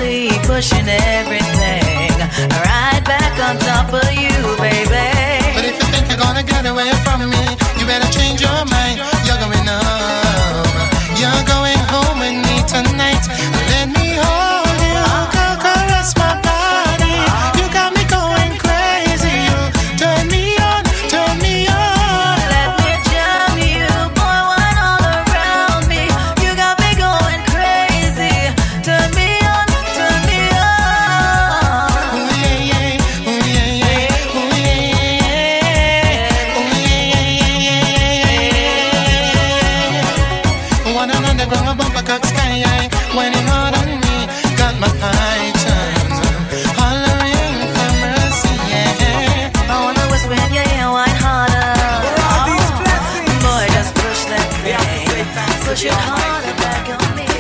steadily pushing everything right back on top of you, baby. But if you think you're gonna get away from me, you better change your mind. You're going home. You're going home with me tonight. Let me hold you, go caress my body. You got me going crazy. You turn me on, turn me on. Let me jam you, boy, wine all around me. You got me going crazy. Turn me on, turn me on. Ooh yeah yeah, ooh yeah yeah, ooh yeah yeah, ooh yeah yeah yeah. One and underground bumper cock sky high, whining hard on me, got my eye turned, hollering for mercy, yeah. I wanna whisper in your ear, wine harder. Boy, just push that thing, push it harder back on me.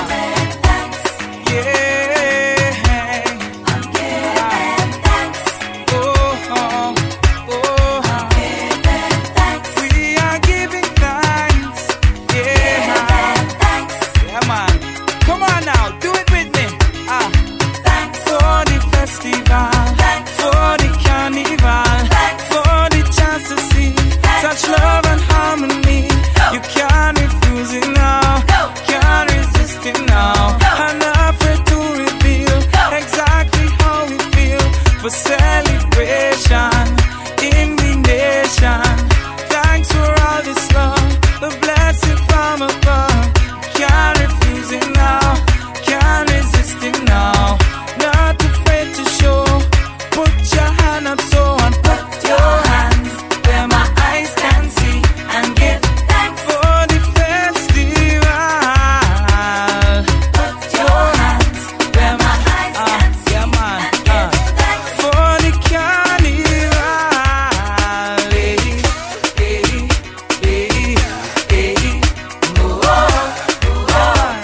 We are giving thanks. Yeah. Yeah, man. Come on now, do it with me. Ah. For the festival, for the carnival, for the chance to see such love and harmony. You can't refuse it now, can't resist it now. I'm not afraid to reveal exactly how we feel for celebration in the nation. Thanks for all this love, the blessing from above. Can't refuse it now, can't resist it now. Not afraid to show. Put your hand up so and put your hands where my eyes can see and give thanks for the festival. Put your hands where my eyes can see and give thanks for the carnival. Hey, hey, hey, hey, oh, oh,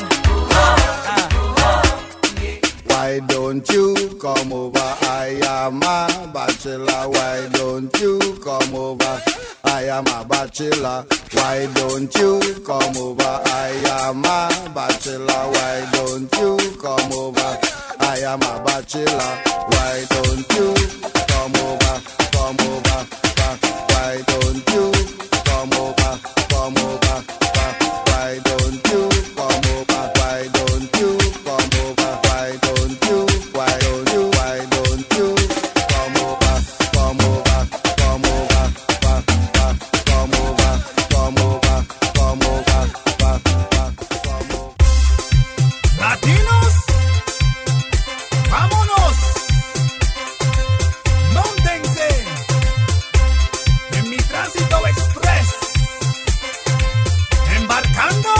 Why don't you come over? I am a bachelor. Why don't you come over? I am a bachelor. Why don't you come over? I am a bachelor. Why don't you come over? I am a bachelor. Why don't you come over? Come over. Why don't you come over? Come over. Why don't you come over? Why don't you come over? Why don't you? Why don't you? Why don't you come over? Come over. Come over. Come over. Come over. Come over. Latinos, vámonos. Móntense en mi tránsito express. Embarcando.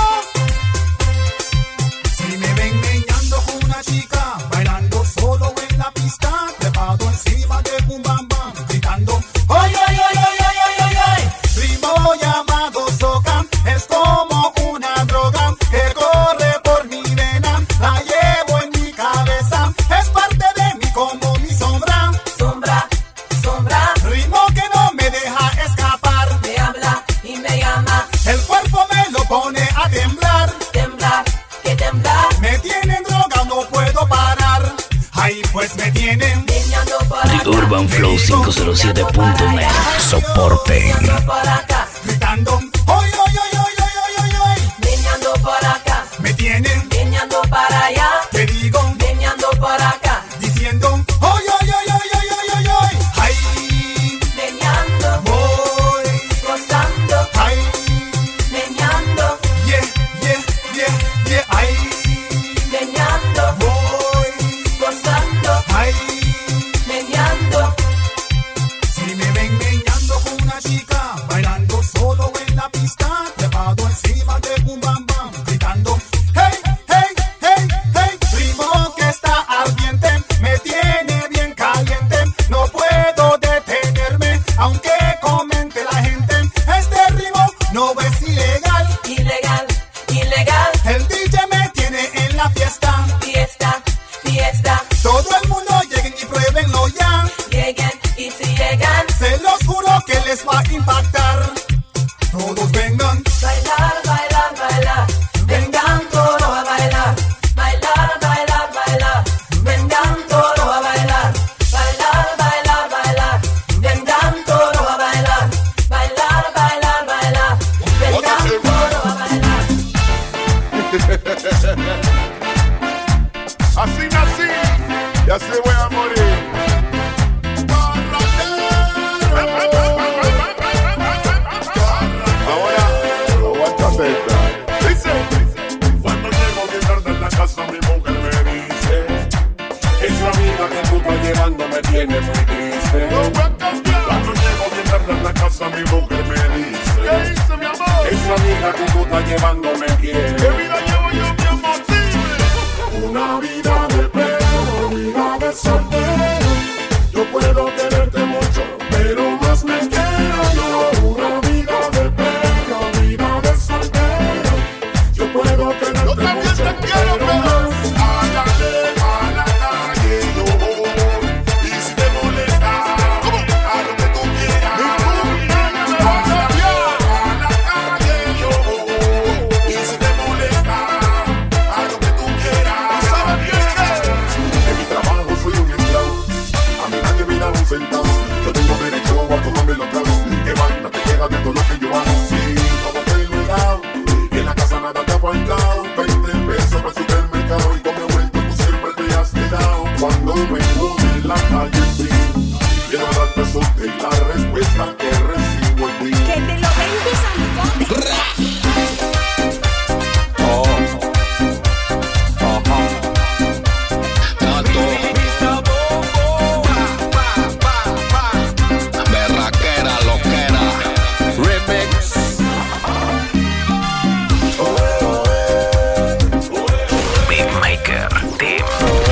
Si me ven meñando con una chica, bailando solo en la pista, trepado encima de un bam bam, gritando ¡oy, oy, oy, oy, oy, oy, oy, oy! Ritmo llamado soca, es como una droga que corre por mi vena, la llevo en mi cabeza, es parte de mí como mi sombra. Sombra, sombra, ritmo que no me deja escapar, me habla y me llama, el cuerpo me lo pone a temblar, temblar, que temblar, me tienen droga, no puedo parar, ahí pues me tienen meñando por acá, The Urban Flow cinco cero siete punto net. Soporten. por acá, gritando ¡oy, oy, oy, oy, oy, oy, oy, oy! Meñando por acá, me tienen meñando para allá, te digo meñando por acá, diciendo ¡oy, oy, oy, oy, oy, oy, oy, oy! ¡Ay! Meñando, voy gozando, ¡ay! Meñando, yeah, yeah, yeah, yeah, ¡ay! Meñando, voy gozando, ¡ay! Meñando. Si me ven meñando con una chica, bailando solo en la pista, trepado encima de un bam bam, gritando hey, hey, hey, hey, ritmo que está ardiente, me tiene bien caliente, no puedo detenerme, aunque comente la gente, este ritmo no es ilegal, ilegal, ilegal, el D J me tiene en la fiesta, fiesta, fiesta, todo el mundo lleguen y pruébenlo ya, lleguen y si llegan, se los juro que les va a impactar, todos vengan, bailar, bailar, bailar, vengan todos a bailar, bailar, bailar, bailar, tiene muy triste. Cuando llego bien tarde en la casa mi mujer me dice: ¿qué dice mi amor? Esa amiga que tú estás llevando me quiere. ¿Qué vida llevo yo, mi amor? Una vida de pelo, vida de soltero. Yo puedo quererte mucho, pero más me quiero yo. Una vida de pelo, vida de soltero. Yo puedo quererte yo también mucho, te quiero, pero más. Ándale a la calle yo. Y si te molesta, a lo que tú quieras. Ándale a la calle yo. Y si te molesta, a lo que tú quieras. ¿Sabes bien que? En mi trabajo soy un esclavo. A mí nadie me da un centavo. Yo tengo derecho a tomarme los tragos. Que vaina te queda de todo lo que yo hago. Sí, como te lo he dado. Y en la casa nada te ha faltado. veinte pesos para el supermercado. Y como he vuelto tú siempre te has quedado. Cuando me mueve en la calle, sí. Quiero darte suerte y la respuesta que recibo en ti. Que te lo den tus amigos. Berraquera, loquera, remix. Big Maker Team.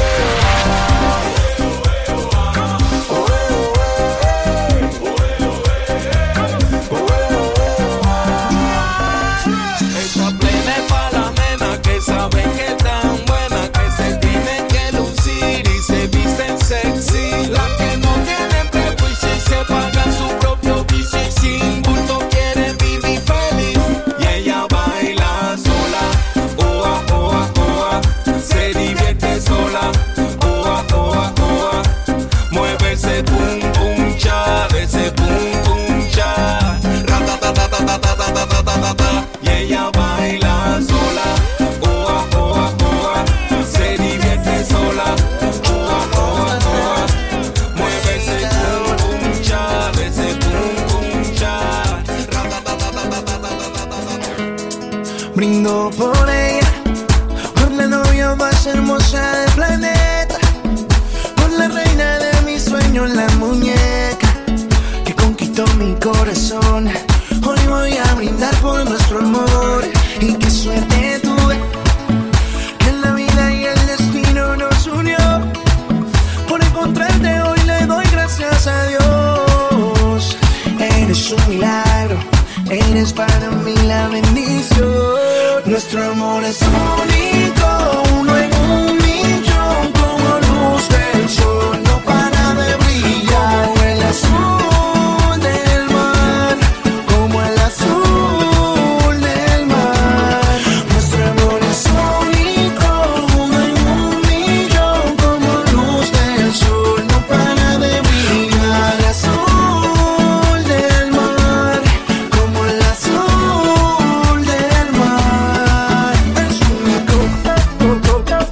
Esta plena es pa' la nena que saben que tan buena, que se tienen que lucir y se visten sexy. Las que no tienen prejuicio y se pagan su propio vicio y sin bulto quieren vivir feliz. Y ella baila sola, oa, oa, oa, se divierte sola, oa, oa, oa. Mueve ese pum pum cha, ese pum pum cha, ratatatatatatatatatatata. Y ella baila sola, oa, oa, oa, se divierte sola, oa, oa, oa. Mueve ese pum pum cha, ese pum pum cha, ratatatatatatatata. Brindo por ella, por la novia más hermosa del planeta, por la reina de mis sueños, la muñeca que conquistó mi corazón. Hoy voy a brindar por nuestro amor y qué suerte tuve que la vida y el destino nos unió. Por encontrarte hoy le doy gracias a Dios. Eres un milagro, eres para mí la bendición. Nuestro amor es único, uno en un millón, como luz del sol, no para de brillar. Como el azul del mar, como el azul del mar. Nuestro amor es único, uno en un millón, como luz del sol, no para de brillar. El azul del mar, como el azul del mar. Es único, es único,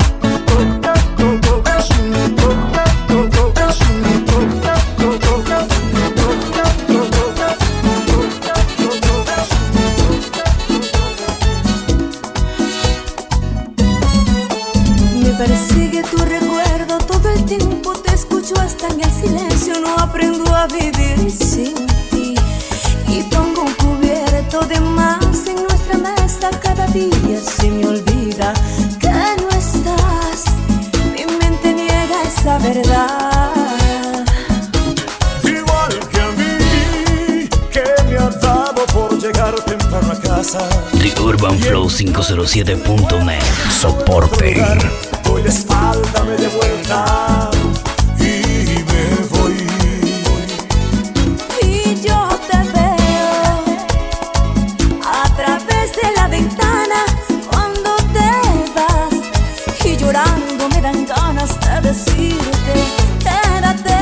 es único. Me persigue tu recuerdo todo el tiempo, te escucho hasta en el silencio, no aprendo a vivir sin ti. Y pongo un cubierto de más en nuestra mesa, cada día se me olvida que no estás. Mi mente niega esa verdad. Igual que a mí, que me ha dado por llegar temprano a casa. The Urban Flow quinientos siete punto net. Soporte. Doy la espalda, me de vuelta y me voy. Y yo te veo a través de la ventana cuando te vas, y llorando me dan ganas de decirte quédate,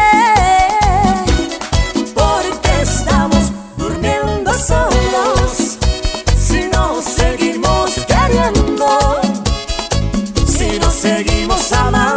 porque estamos durmiendo solos si nos seguimos queriendo, si nos seguimos amando.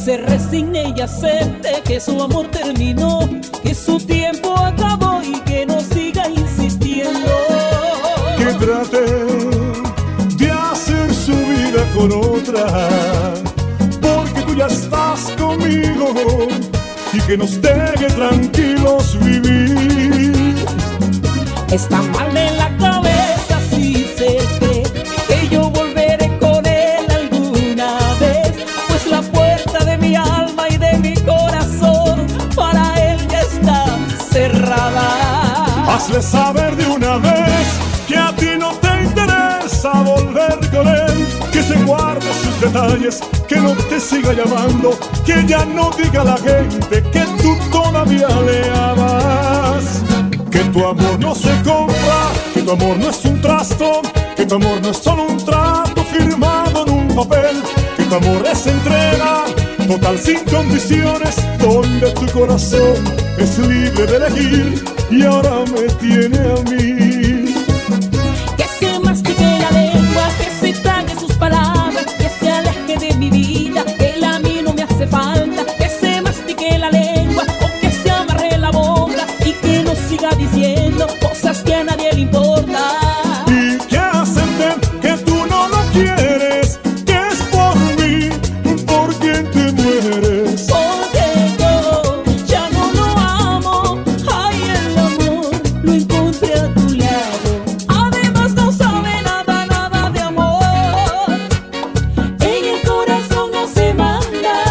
se resigne y acepte que su amor terminó, que su tiempo acabó y que no siga insistiendo. Que trate de hacer su vida con otra, porque tú ya estás conmigo, y que nos deje tranquilos vivir. Está mal de la cabeza si se cree que yo volveré con él alguna vez, pues la puerta de mi alma y de mi corazón para él ya está cerrada. Hazle saber de una vez que a ti no te interesa volver con él, que se guarde sus detalles, que no te siga llamando, que ya no diga a la gente que tú todavía le amas. Que tu amor no se compra, que tu amor no es un trasto, que tu amor no es solo un trato firmado en un papel, que tu amor es entrega total sin condiciones, donde tu corazón es libre de elegir y ahora me tiene a mí. Que se mastique la lengua, que se trague sus palabras, que se aleje de mi vida, que él a mí no me hace falta. Que se mastique la lengua o que se amarre la boca y que no siga diciendo cosas que a nadie le importa. Y que acepte que tú no lo quieres, que es por mí, por quien te mueres. Porque yo ya no lo amo, ay, el amor lo encontré a tu lado. Además no sabe nada, nada de amor, en el corazón no se manda.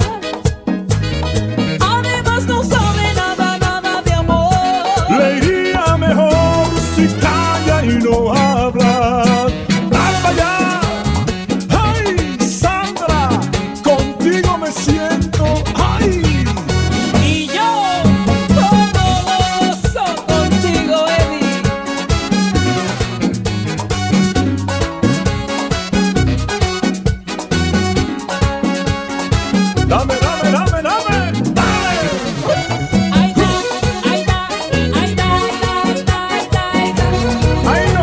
Además no sabe nada, nada de amor. Le iría mejor si calla y no habla. ¡Alba ya! ¡Ay, Sandra! Contigo me siento. ¡Ay! Y yo como gozo contigo, Eddie. Dame, dame, dame, dame. Ay, da, ay, da, ay, da, ay, da, ay, da, ay, da. ¡Ay,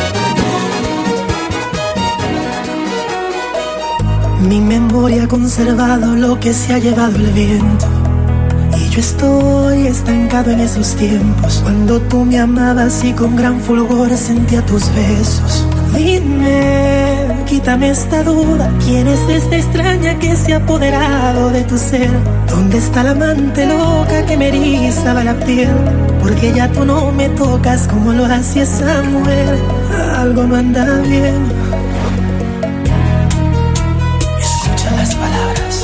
no! Mi memoria ha conservado lo que se ha llevado el viento, y yo estoy estancado en esos tiempos cuando tú me amabas y con gran fulgor sentía tus besos. Dime, quítame esta duda, ¿quién es esta extraña que se ha apoderado de tu ser? ¿Dónde está la amante loca que me erizaba la piel? Porque ya tú no me tocas como lo hacía esa mujer. Algo no anda bien. Escucha las palabras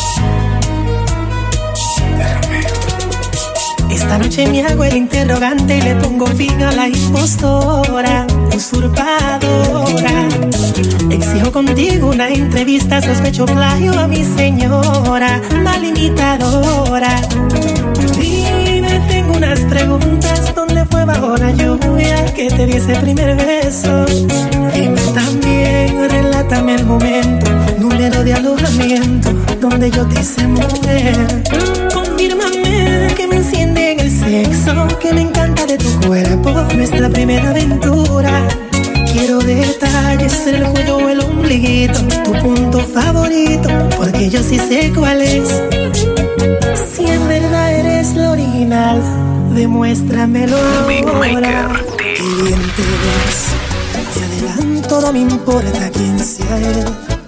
de Romeo. Esta noche me hago el interrogante y le pongo fin a la impostora, usurpadora. Exijo contigo una entrevista, sospecho plagio a mi señora, mal imitadora. Dime, tengo unas preguntas, ¿dónde fue bajo la lluvia que te di ese primer beso? Dime también, relátame el momento, número de alojamiento, donde yo te hice mujer. Confírmame que me enciende en el sexo, que me encanta de tu cuerpo, nuestra primera aventura. Quiero detalles, el cuello o el ombliguito, tu punto favorito, porque yo sí sé cuál es. Si en verdad eres lo original, demuéstramelo ahora. Qué bien te ves, te adelanto, no me importa quién sea él.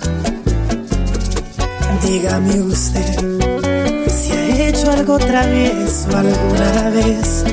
Dígame usted si ha hecho algo travieso alguna vez.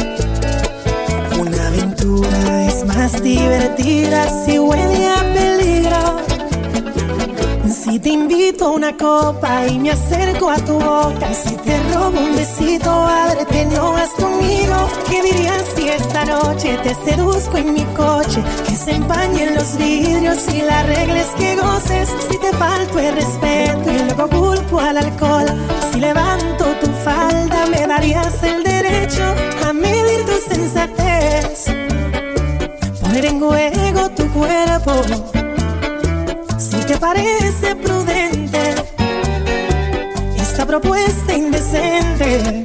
Una aventura es más divertida si huele a peligro. Si te invito a una copa y me acerco a tu boca, si te robo un besito, ábrete, no vas conmigo. ¿Qué dirías si esta noche te seduzco en mi coche? Que se empañen los vidrios y la regla es que goces. Si te falto el respeto y luego culpo al alcohol, si levanto tu falda me darías el derecho a medir tu sensatez, poner en juego tu cuerpo. Si te parece prudente esta propuesta indecente,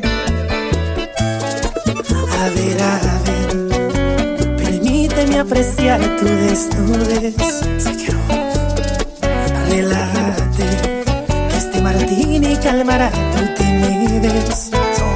a ver, a ver, permíteme apreciar tu desnudez. Relájate, que este martini cine y calmará tu timidez.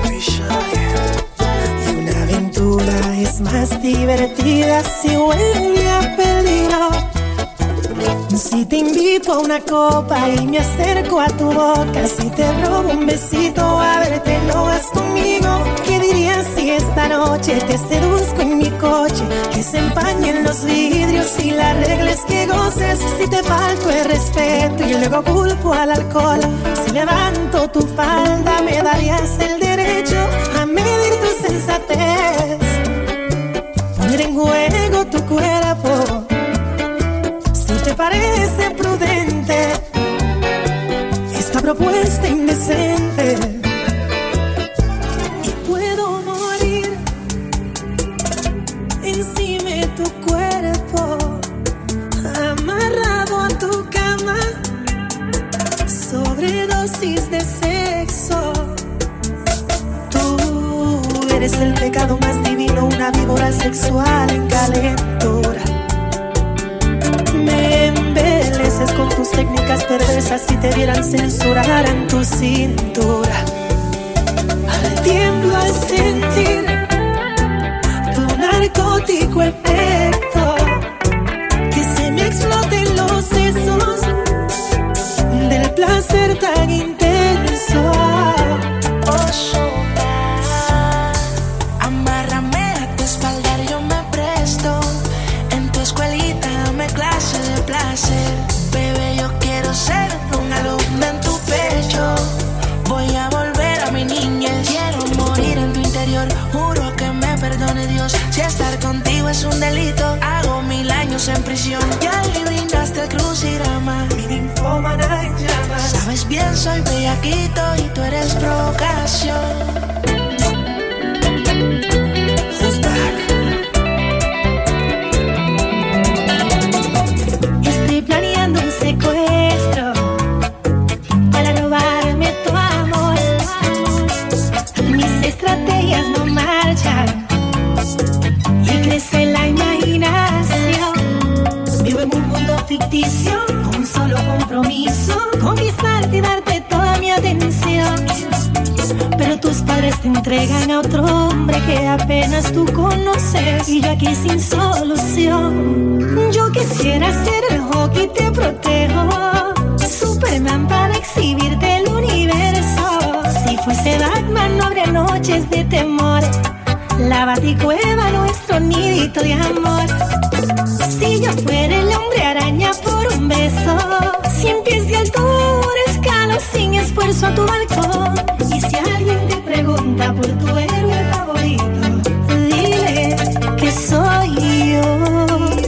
Y una aventura es más divertida si huele a peligro. Si te invito a una copa y me acerco a tu boca, si te robo un besito a verte no vas conmigo. ¿Qué dirías si esta noche te seduzco en mi coche? Que se empañen los vidrios y la regla es que goces. Si te falto el respeto y luego culpo al alcohol, si levanto tu falda me darías el derecho a medir tu sensatez, poner en juego tu cuerpo. ¿Te parece prudente esta propuesta indecente? Y puedo morir encima de tu cuerpo, amarrado a tu cama, sobredosis de sexo. Tú eres el pecado más divino, una víbora sexual en calentura. Me embeleces con tus técnicas perversas, si te vieran censurar en tu cintura. Al tiemblo al sentir tu narcótico efecto, que se me exploten los sesos del placer tan intenso. Amárrame a tu espalda, yo me presto. En tu escuelita dame clase de placer. Bebé, yo quiero ser un alumno en tu pecho. Voy a volver a mi niñez. Quiero morir en tu interior. Juro que me perdone Dios si estar contigo es un delito. Hago mil años en prisión. Ya le brindaste el crucigrama, mi ninfómana en llamas. Sabes bien, soy bellaquito y tú eres provocación. Estoy planeando un secuestro para robarme tu amor. Mis estrategias no marchan y crece la imaginación. Vivo en un mundo ficticio con un solo compromiso: conquistarte y darte toda mi atención. Pero tus padres te entregan a otro hombre que apenas tú conoces, y yo aquí sin solución. Yo quisiera ser el hockey, te protejo, Superman para exhibirte el universo. Si fuese Batman no habría noches de temor, la baticueva nuestro nidito de amor. Si yo fuera el hombre araña por un beso, cien pies de altura escalo sin esfuerzo a tu balcón. Y si alguien te pregunta por tu héroe favorito, dile que soy yo.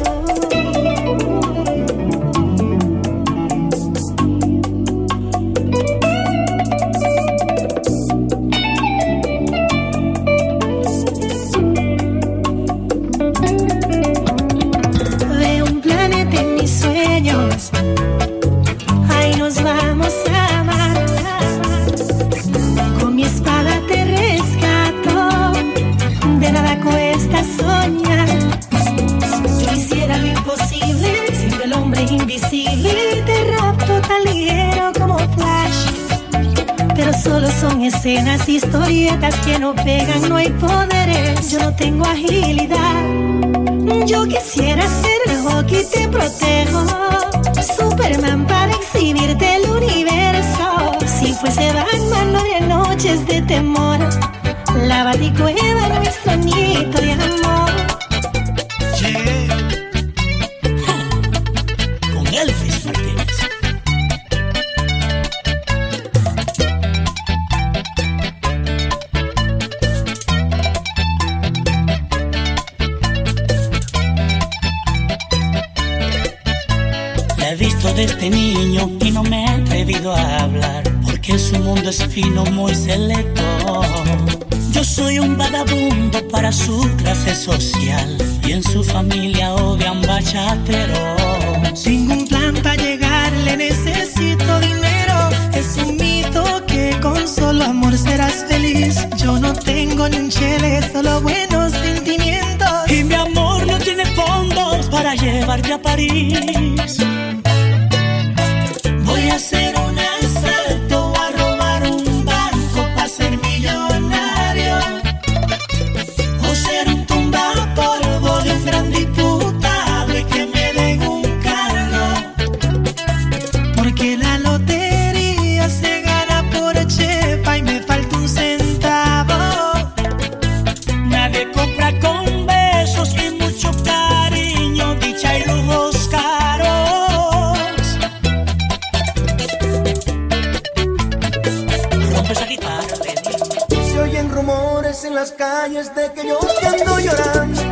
Veo un planeta en mis sueños, ahí nos vamos a amar. Con mi espada te rescato, de nada cuesta soñar. Yo hiciera lo imposible, siendo el hombre invisible. Te rapto tan ligero como Flash, pero solo son escenas, historietas que no pegan, no hay poderes. Yo no tengo agilidad. Yo quisiera ser el hockey, te protejo, Superman para exhibirte el universo. Si fuese Batman no habría noches de temor, la baticueva nuestro nido de amor. Yeah. Con Elvis Martínez. He visto de este niño y no me he atrevido a hablar, porque su mundo es fino, muy selecto. Yo soy un vagabundo para su clase social, y en su familia odian bachatero. Sin un plan para llegarle necesito dinero. Es un mito que con solo amor serás feliz. Yo no tengo ni un chele, solo buenos sentimientos. Y mi amor no tiene fondos para llevarte a París. Voy a hacer un asalto a calles de que yo te ando llorando.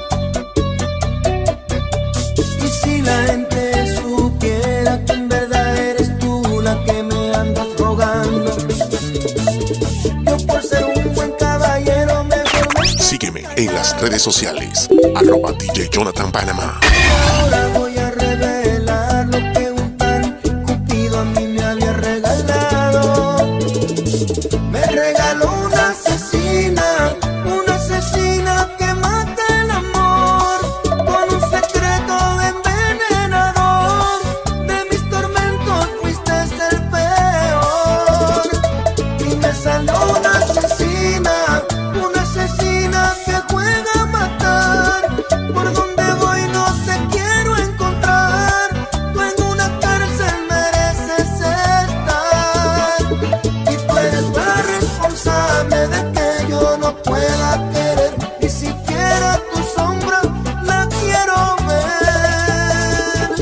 Y si la gente supiera que en verdad eres tú la que me andas rogando. Yo por ser un buen caballero mejor me... Sígueme en las redes sociales, arroba D J Jonathan Panamá. Ahora voy a revelar lo que un tal Cupido a mí me había regalado. Me regaló una asesina, una asesina que mata el amor, con un secreto envenenador. De mis tormentos fuiste el peor. Y me salió una asesina, una asesina que juega a matar. Por donde voy no te quiero encontrar. Tú en una cárcel mereces estar. Y tú eres la responsable de que yo no pueda querer. Ni siquiera tu sombra la quiero ver.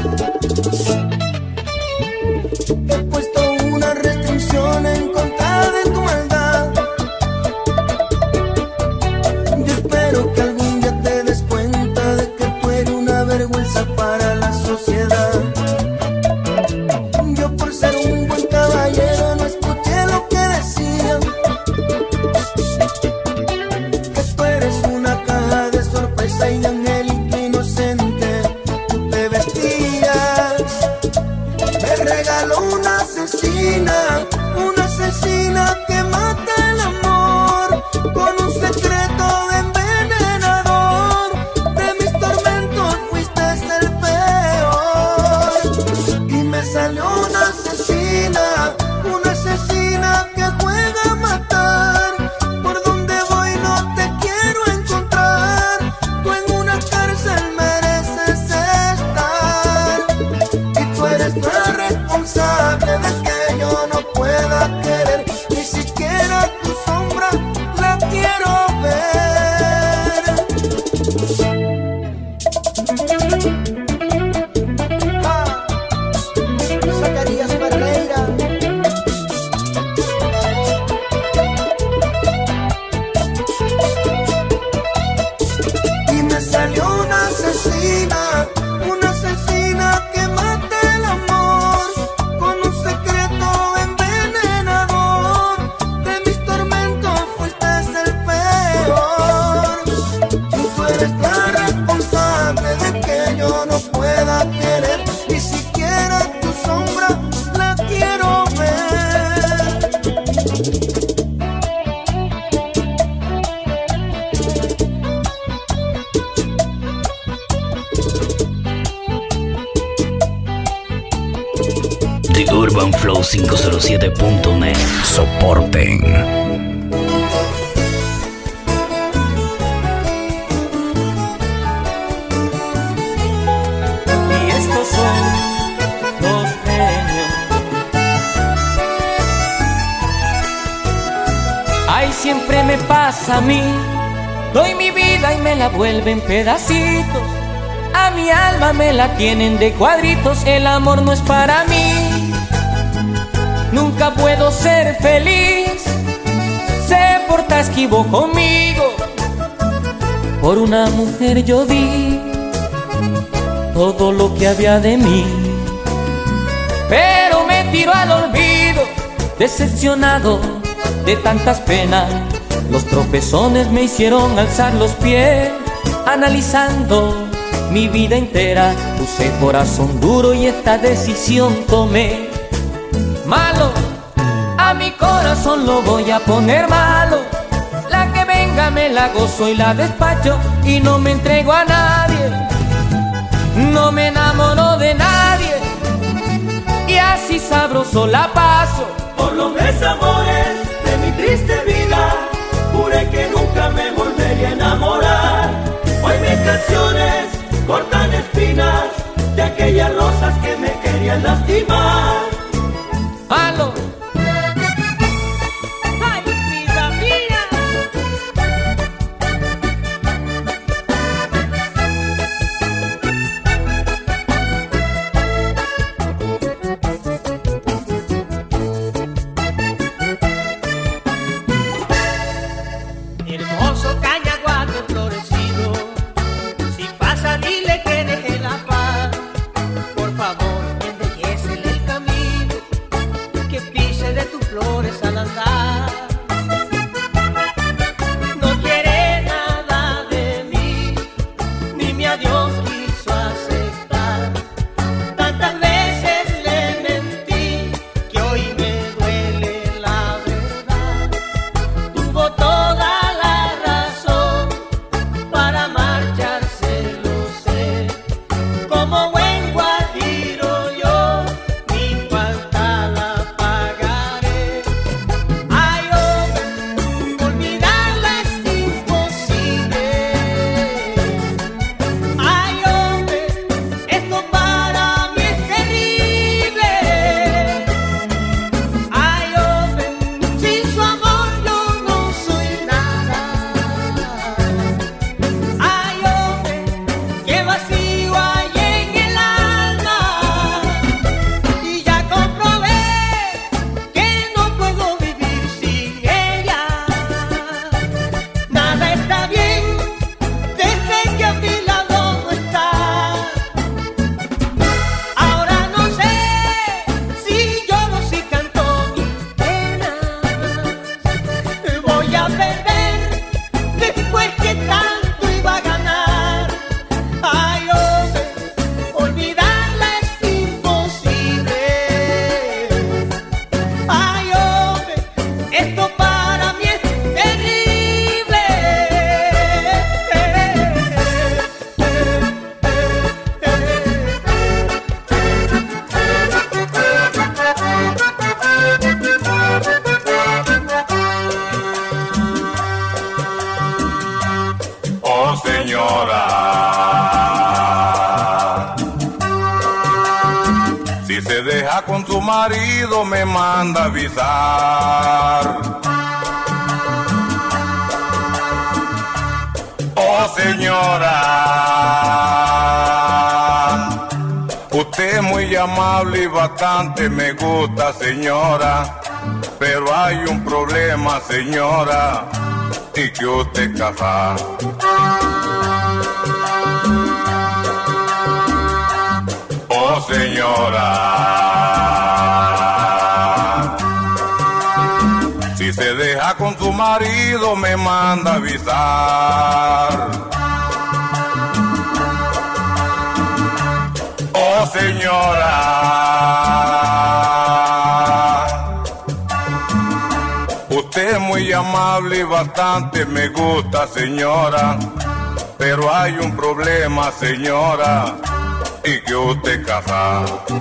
He puesto una restricción en contra de tu maldad. Yo espero que algún día te des cuenta de que tú eres una vergüenza para la sociedad. Yo por ser un buen caballero no escuché lo que decían, que tú eres una caja de sorpresa y de angélica inocente tú te vestías. Me regaló una asesina, una asesina que mata el amor, con un secreto envenenador. De mis tormentos fuiste el peor. Y me salió una asesina, una asesina que juega a matar. Por donde voy no te quiero encontrar. Tú en una cárcel mereces estar. Y tú eres la responsable de que yo no pueda querer. Ni siquiera tu sombra la quiero ver. Ah, Zacarías Ferreira. Y me salió una asesina, una asesina que mata el amor, con un secreto envenenador. De mis tormentos fuiste el peor. Y tú eres la responsable de que yo no pueda querer. Ni siquiera tu sombra la quiero ver. The Urban Flow quinientos siete punto net. Soporten. Y estos son los premios. Ay, siempre me pasa a mí. Doy mi vida y me la vuelven pedacitos. A mi alma me la tienen de cuadritos. El amor no es para mí. Nunca puedo ser feliz. Se porta esquivo conmigo. Por una mujer yo di todo lo que había de mí, pero me tiro al olvido, decepcionado de tantas penas. Los tropezones me hicieron alzar los pies. Analizando mi vida entera, puse corazón duro y esta decisión tomé. Malo, a mi corazón lo voy a poner malo. La que venga me la gozo y la despacho, y no me entrego a nadie. No me enamoro de nadie, y así sabroso la paso. Por los desamores de mi triste vida, juré que nunca me volvería a enamorar. Hoy mis canciones cortan espinas de aquellas rosas que me querían lastimar. ¡Halo! ¡Ay, vida mía! Hermoso se deja con su marido me manda avisar. Oh señora, usted es muy amable y bastante me gusta, señora, pero hay un problema, señora, y que usted es casada. Oh señora, si se deja con su marido me manda avisar. Oh señora, usted es muy amable y bastante me gusta, señora, pero hay un problema, señora, y que usted casada.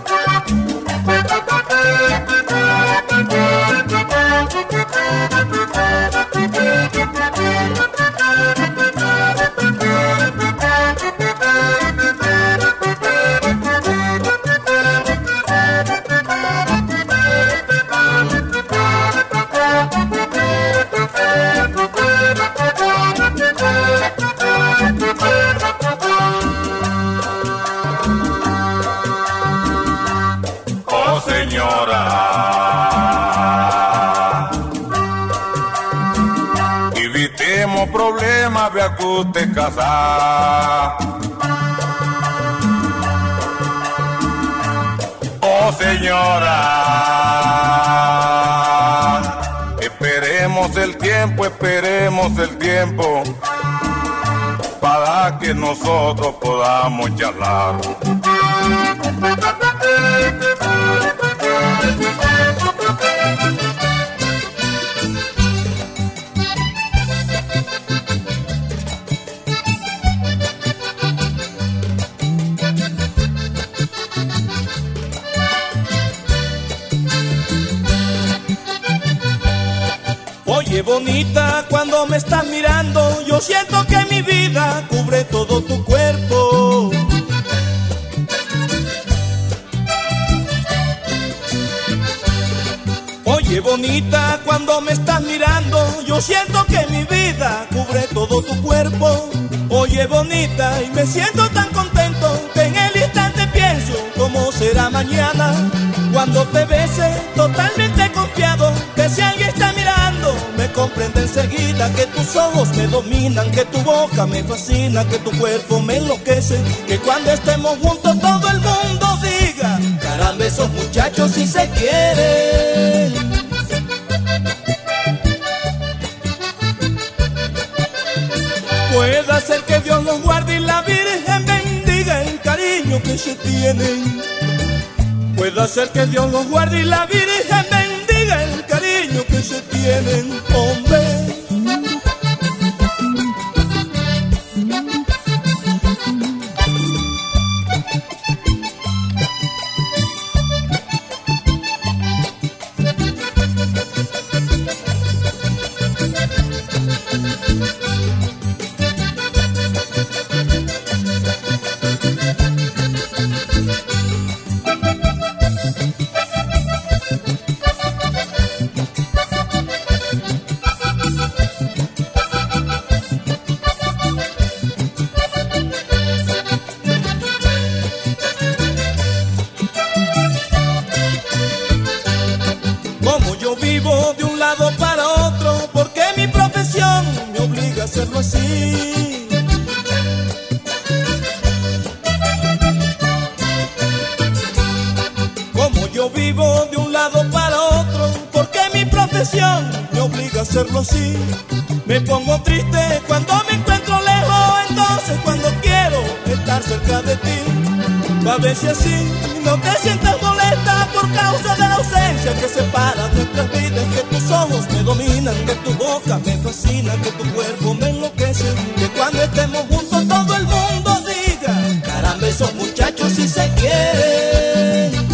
Oh señora, evitemos problemas, vea que usted casada. Oh señora, esperemos el tiempo, esperemos el tiempo, para que nosotros podamos charlar. Oye bonita, cuando me estás mirando, yo siento que mi vida cubre todo tu cuerpo. Oye bonita, cuando me estás mirando, yo siento que mi vida cubre todo tu cuerpo. Oye bonita, y me siento tan contento que en el instante pienso cómo será mañana, cuando te bese totalmente confiado, que si alguien está mirando me comprende enseguida, que tus ojos me dominan, que tu boca me fascina, que tu cuerpo me enloquece, que cuando estemos juntos todo el mundo diga: caramba, esos muchachos si se quieren. Puede ser que Dios los guarde y la Virgen bendiga el cariño que se tienen. Puede ser que Dios los guarde y la Virgen bendiga el cariño que se tienen, hombre. Como yo vivo de un lado para otro, porque mi profesión me obliga a hacerlo así. Como yo vivo de un lado para otro, porque mi profesión me obliga a hacerlo así. Me pongo triste cuando me encuentro lejos, entonces cuando quiero estar cerca de ti. A ver si así no te sientas molesta por causa de la ausencia que separa nuestras vidas, que tus ojos me dominan, que tu boca me fascina, que tu cuerpo me enloquece, que cuando estemos juntos todo el mundo diga: caramba, esos muchachos si se quieren.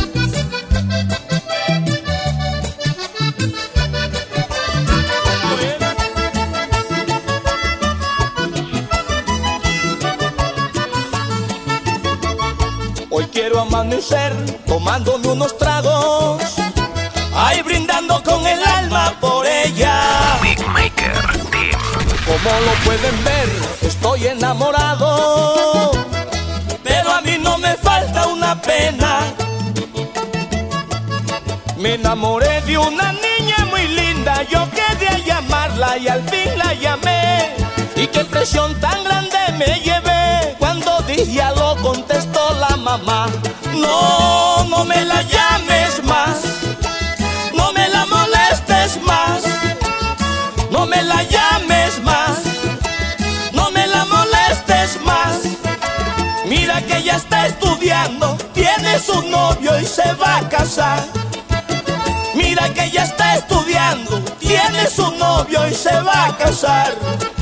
Hoy quiero amanecer tomándome unos tragos, ay, brindando con el alma por ella. Big Maker Team. Como lo pueden ver, estoy enamorado, pero a mí no me falta una pena. Me enamoré de una niña muy linda, yo quedé a llamarla y al fin la llamé. Y qué impresión tan grande me llevé cuando dije aló, contestó la mamá. No, no me la llames más, no me la molestes más, no me la llames más, no me la molestes más. Mira que ella está estudiando, tiene su novio y se va a casar. Mira que ella está estudiando, tiene su novio y se va a casar.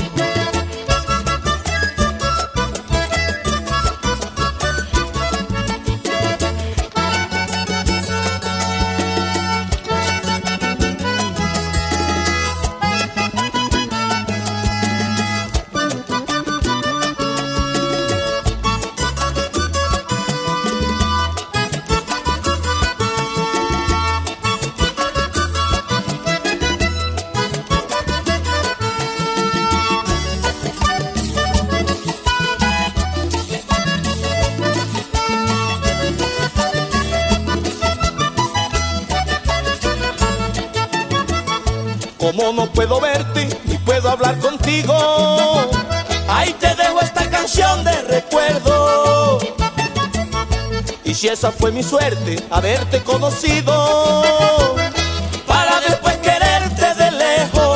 Como no puedo verte ni puedo hablar contigo, ahí te dejo esta canción de recuerdo. Y si esa fue mi suerte, haberte conocido, para después quererte de lejos,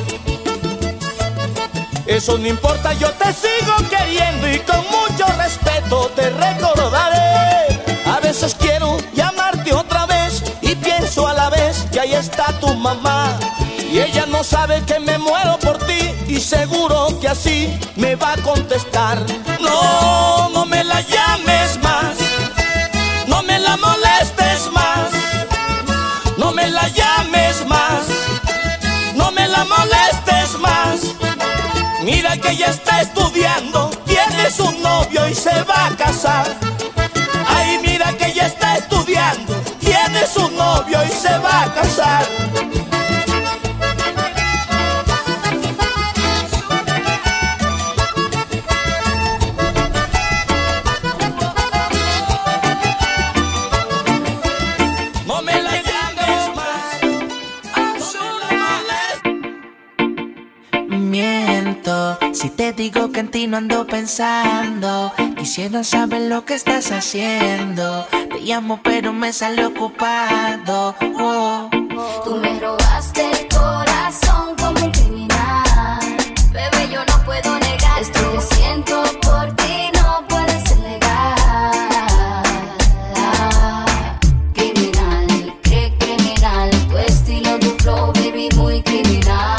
eso no importa, yo te sigo queriendo y con mucho respeto te recordaré. A veces quiero llamarte otra vez y pienso a la vez que ahí está tu mamá. Y ella no sabe que me muero por ti y seguro que así me va a contestar. No, no me la llames más, no me la molestes más, no me la llames más, no me la molestes más. Mira que ella está estudiando, tiene su novio y se va a casar. Ay, mira que ella está estudiando, tiene su novio y se va a casar. Si te digo que en ti no ando pensando, quisiera saber lo que estás haciendo. Te llamo pero me sale ocupado. Oh. Tú me robaste el corazón como un criminal. Bebé, yo no puedo negar esto que siento por ti, no puede ser legal. Criminal, qué criminal, tu estilo, tu flow, baby, muy criminal.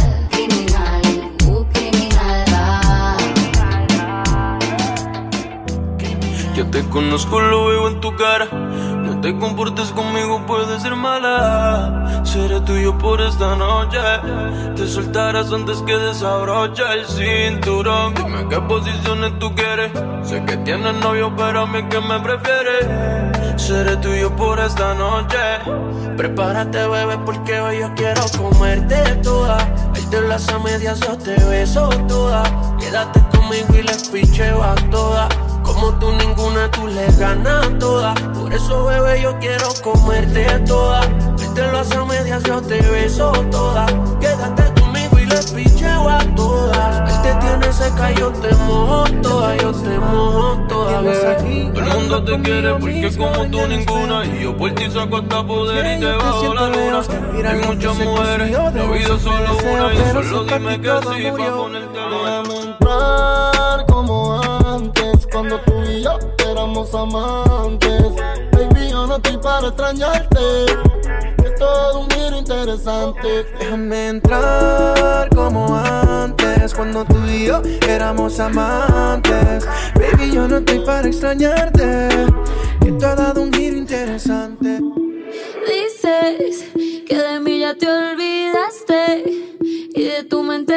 Yo te conozco, lo veo en tu cara. No te comportes conmigo, puedes ser mala. Seré tuyo por esta noche. Te soltarás antes que desabroche el cinturón. Dime qué posiciones tú quieres. Sé que tienes novio, pero a mí que me prefieres. Seré tuyo por esta noche. Prepárate, bebé, porque hoy yo quiero comerte toda. Verte las a medias, yo te beso toda. Quédate conmigo y les picheo a todas. Como tú ninguna, tú le ganas toda. Por eso, bebé, yo quiero comerte toda. Verte las a medias, yo te beso toda. Quédate conmigo y le picheo a todas. Él te tiene seca, yo te mojo toda. Yo te mojo toda, bebé. Todo el mundo te quiere porque como tú ninguna. Y yo por ti saco hasta poder y te bajo la luna. Hay muchas mujeres, la vida es solo una. Y solo dime que sí pa' ponerte a entrar como antes, cuando tú y yo éramos amantes. Baby, yo no estoy para extrañarte. Es todo un giro interesante. Déjame entrar como antes, cuando tú y yo éramos amantes. Baby, yo no estoy para extrañarte. Esto ha dado un giro interesante. Dices que de mí ya te olvidaste y de tu mente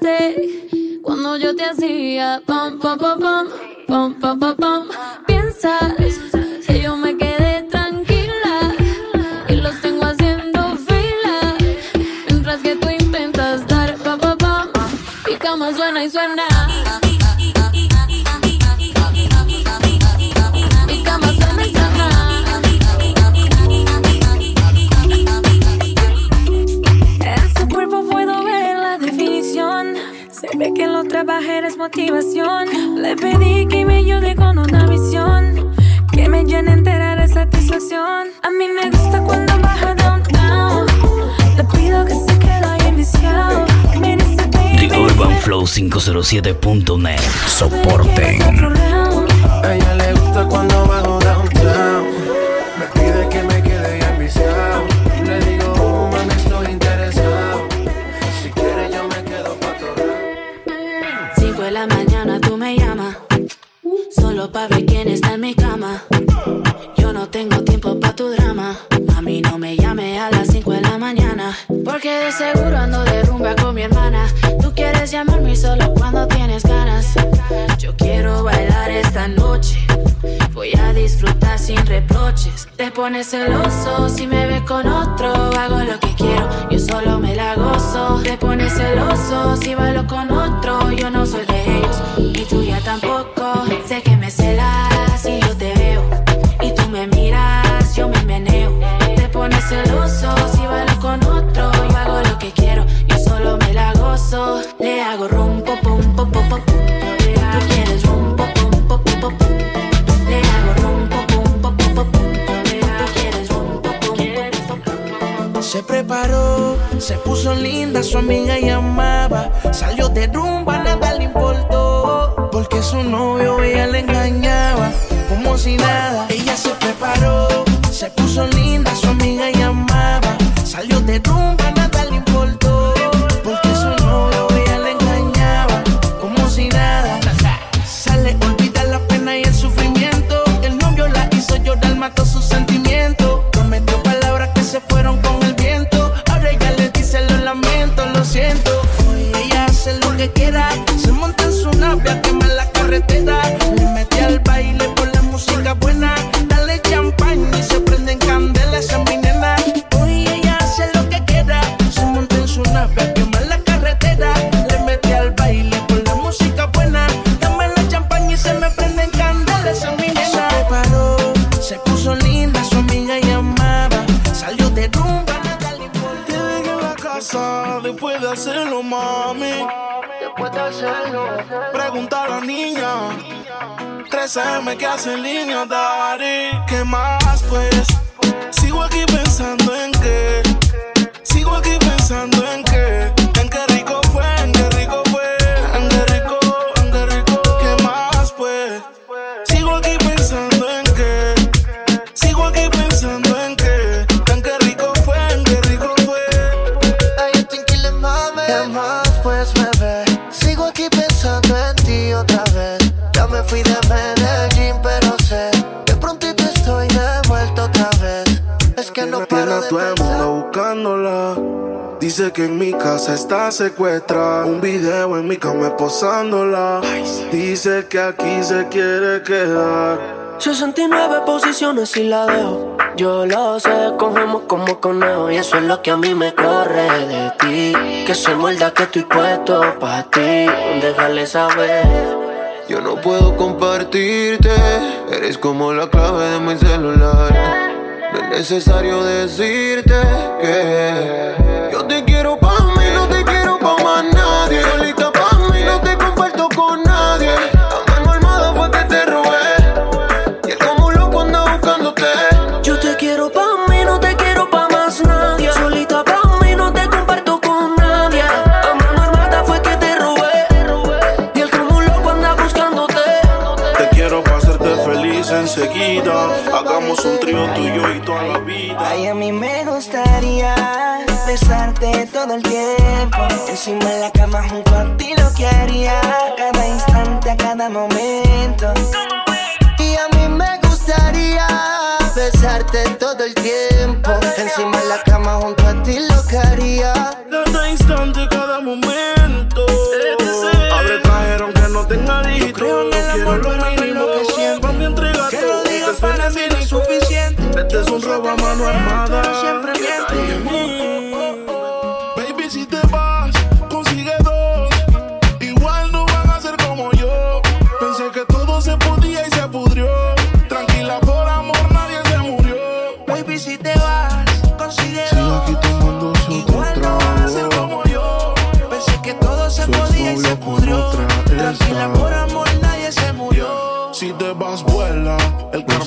borraste cuando yo te hacía pam pam pam pam pam pam pam pam. Piensas suena y suena. Mi cama suena y suena. En su cuerpo puedo ver la definición. Se ve que lo trabajé es motivación. Le pedí que me ayude con una misión que me llene entera de satisfacción. A mí me gusta cuando baja downtown. Le pido que se quede ahí enviciado. Me dice baby, The Urban Flow cinco cero siete punto net. Soporten. A ella le gusta cuando bajo downtown. Me pide que me quede ahí enviciado. Le digo, oh, mami, estoy interesado. Si quiere yo me quedo pa' tocar. Cinco de la mañana tú me llamas, solo pa' ver quién está en mi cama. Yo no tengo tiempo pa' tu drama. Mami, no me llame a las cinco de la mañana, porque de seguro ando de rumba con mi hermana. Tú quieres llamarme solo cuando tienes ganas. Yo quiero bailar esta noche. Voy a disfrutar sin reproches. Te pones celoso si me ves con otro. Hago lo que quiero, yo solo me la gozo. Te pones celoso si bailo con otro. Yo no soy de ellos, ni tuya tampoco. Sé que me celas si yo te veo y tú me miras, yo me meneo. Te pones celoso si bailo con otro. Yo hago lo que quiero, yo solo me la gozo. Le hago rum, pom, pom, pom, pom, pom. Tú quieres rum, pom, pom, pom, pom, pom. Le hago rum, pom, pom, pom, pom, pom. Tú quieres rum, pom, pom, pom, pom. Se preparó, se puso linda, su amiga llamaba. Salió de rumba, nada le importó, porque su novio ella le engañaba, como si nada. Ella se preparó, se puso linda, su amiga llamaba. Salió de rumba, nada le importó, porque su novio ella le engañaba, como si nada. Sale, olvida la pena y el sufrimiento. El novio la hizo llorar, mató sus sentimientos. Prometió palabras que se fueron con el viento. Ahora ella le dice lo lamento, lo siento. Hoy ella hace lo que quiera. Se monta en su nave a quemar la carretera. Le mete al baile por la música buena. Dale champaña y se prenden candelas, esa es mi nena. Hoy ella hace lo que quiera. Se monta en su nave a quemar la carretera. Le mete al baile por la música buena. Dame la champaña y se me prenden candelas, esa es mi nena. Se preparó, se puso linda, su amiga llamaba. Salió de rumba, nada le importa. Te dejé en la casa después de hacerlo, mami. Después de hacerlo, pregunta a la niña. tres eme que hace en línea, daddy. ¿Qué más pues? Sigo aquí pensando en qué. Sigo aquí pensando en qué. En qué rico fue, en qué rico fue. En qué rico, en qué rico. ¿Qué más pues? Sigo aquí pensando en qué. Sigo aquí pensando en qué. En qué rico fue, en qué rico fue. Ay, tranquila, mami. ¿Qué más pues, bebé? Sigo aquí pensando en ti otra vez. Ya me fui de Medellín, pero sé que prontito estoy de vuelta otra vez. Es que no paro de todo el mundo buscándola. Dice que en mi casa está secuestrada. Un video en mi cama posándola. Dice que aquí se quiere quedar. sesenta y nueve posiciones y la dejo. Yo lo sé, cogemos como conejo. Y eso es lo que a mí me corre de ti. Que soy muerda, que estoy puesto pa' ti. Déjale saber. Yo no puedo compartirte. Eres como la clave de mi celular. No es necesario decirte que yo te quiero pa' mí, no te quiero pa' más nadie. Solita pa' mí, no te comparto con nadie. A mano armada fue que te robé. Y él como un loco anda buscándote. Yo te quiero pa' mí, no te quiero pa' más nadie. Solita pa' mí, no te comparto con nadie. A mano armada fue que te robé. Y él como un loco anda buscándote. Te quiero pa' hacerte feliz enseguida. Hagamos un trío tuyo y toda la vida. Ay, a mí me gustaría besarte todo el tiempo. Encima de la cama junto a ti lo que haría. A cada instante, a cada momento. Y a mí me gustaría besarte todo el tiempo. Encima de la cama junto a ti lo que haría. Cada instante, cada momento. Abre el cajero aunque no tenga dígito. No quiero lo mínimo que siempre me entrega todo. Que suene bien y suficiente. Este es un robo a mano armada. Siempre miente. Baby, si te vas, consigue dos. Igual no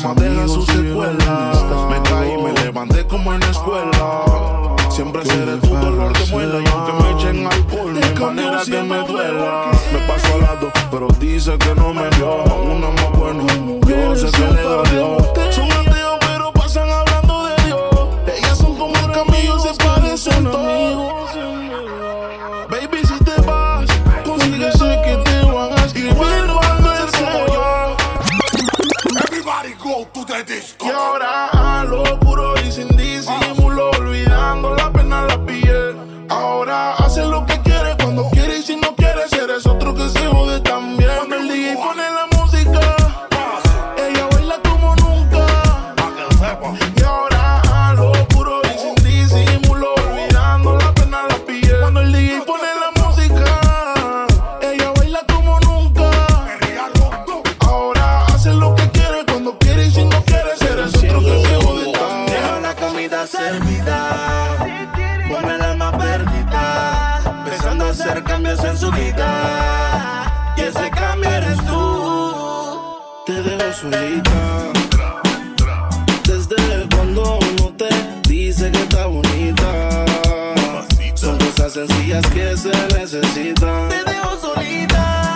cama deja su secuela. Me caí, me levanté como en la escuela. Siempre seré tu dolor de muela. Y aunque me echen alcohol, no hay manera que me duela. Me paso al lado, pero dice que no me vio. Una más buena, yo sé que le dolió. Son amigos, pero pasan hablando de Dios. Ellas son como el camino, se parecen todos. Baby, si te vas, consíguese que te van a escribir cuando sea yo. Everybody go to the disco. Y ahora a lo puro y sin disimulo, olvidando la pena la piel. Ahora hace lo que quiere cuando quiere y si no quiere, si eres otro que se jode también. Cuando el D J pone la música, ella baila como nunca. Y ahora a lo puro y sin disimulo, olvidando la pena la piel. Cuando el D J pone la música, ella baila como nunca. Ahora hace lo que quiere cuando quiere y si no quiere, si eres otro que se jode también. Deja la comida servida, come la alma perdida, empezando a hacer cambios en su vida. Y ese cambio eres tú. Te dejo solita. Desde cuando uno te dice que está bonita, son cosas sencillas que se necesitan. Te dejo solita.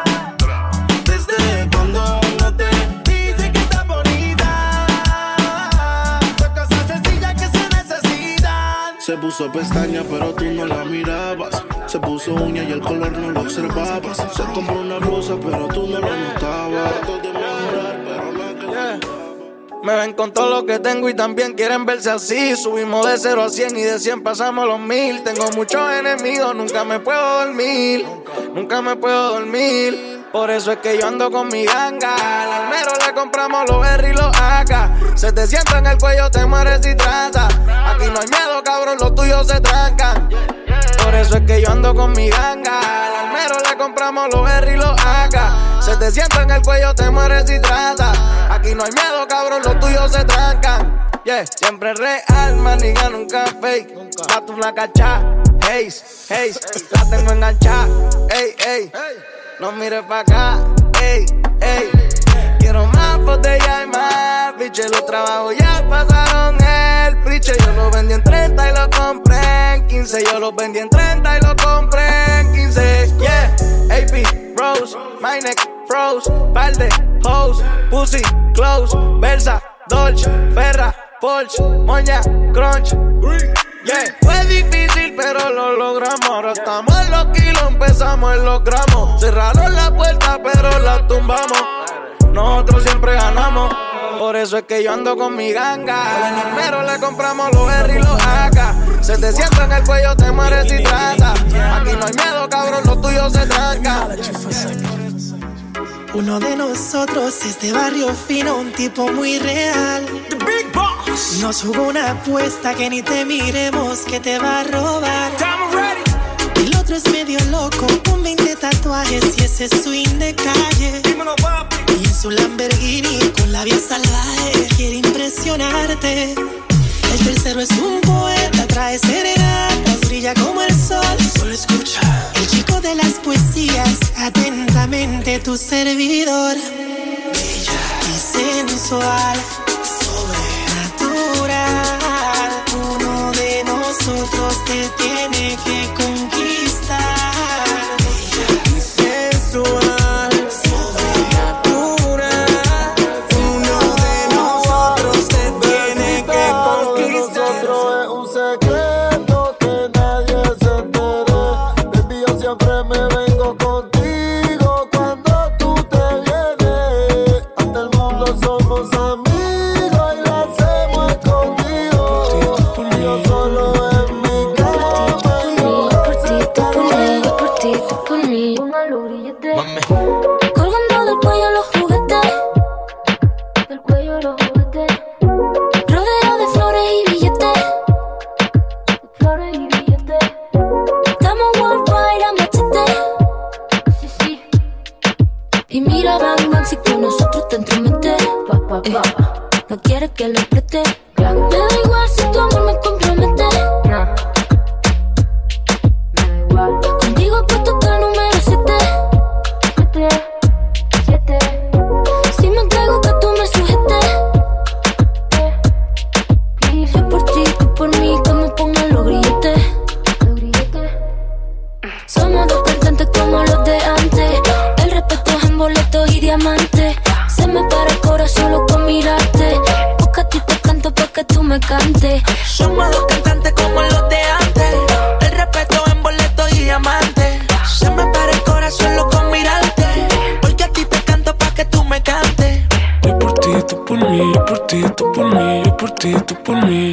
Desde cuando uno te dice que está bonita, son cosas sencillas que se necesitan. Se puso pestaña pero tú no la mirabas. Se puso uña y el color no lo observabas. Se compró una blusa pero tú no lo notabas. Trato de mejorar pero me quedé. Me ven con todo lo que tengo y también quieren verse así. Subimos de cero a cien y de cien pasamos los mil. Tengo muchos enemigos, nunca me puedo dormir. Nunca me puedo dormir. Por eso es que yo ando con mi ganga. Al almero le compramos los berry y los A K. Se te sienta en el cuello, te mueres y traza. Aquí no hay miedo, cabrón, los tuyos se trancan. Por eso es que yo ando con mi ganga. Al almero le compramos los berry y los A K. Se te sienta en el cuello, te mueres y traza. Aquí no hay miedo, cabrón, los tuyos se trancan. Yeah, siempre real, maniga, nunca fake. Gato una cacha, haze, haze. La tengo enganchada, ey, ey. No mires pa' acá, ey, ey. Quiero más botella y más biche. Los trabajos ya pasaron el priche. Yo lo vendí en treinta y lo compré en quince. Yo lo vendí en treinta y lo compré en quince. Yeah, A P, Rose, my neck, froze. Par de hoes, pussy, close. Versa, Dolce, Ferra, Porsche, Moña, Crunch. Yeah, fue difícil pero lo logramos. Ahora estamos en los kilos, empezamos en los gramos. Cerraron la puerta pero la tumbamos. Nosotros siempre ganamos. Por eso es que yo ando con mi ganga. Al almero le compramos los berry y los A K. Se te sienta en el cuello, te mueres y traza. Aquí no hay miedo, cabrón, los tuyos se trancan. Uno de nosotros es de barrio fino, un tipo muy real. The Big Boss. Nos jugó una apuesta que ni te miremos, que te va a robar. El otro es medio loco, con veinte tatuajes y ese swing de calle. Y en su Lamborghini con la vía salvaje quiere impresionarte. El tercero es un poeta, trae serenatas, brilla como el sol. Solo escucha. El chico de las poesías, atentamente tu servidor. Bella y sensual, sobrenatural. Uno de nosotros te tiene que conquistar. Bella y sensual, sobrenatural. Uno de nosotros te tiene que conquistar. Nosotros es un secreto que nadie se entere. Baby, yo siempre me vengo contigo cuando tú te vienes. Ante el mundo somos amigos y lo hacemos escondidos. Yo solo en mi cama y yo Por ti, por mí, póngalo grillete. Colgando del cuello los juguetes. Del cuello los juguetes. Rodeo de flores y billetes. Flores y billetes. Estamos worldwide a machete. Sí, sí. Y mira, bang, bang, si con nosotros te entrometes. Pa, pa, pa. Eh, no quieres que lo preste. Me da igual si tu amor me compromete. Contigo apuesto hasta el número siete. Siete, siete. Si me entrego que tú me sujetes. me cante. Somos dos cantantes como los de antes. El respeto en boleto y diamante. Se me para el corazón loco mirarte. Porque a ti te canto pa' que tú me cantes. Yo por ti, tú por mí, yo por ti, tú por mí, yo por ti, tú por mí.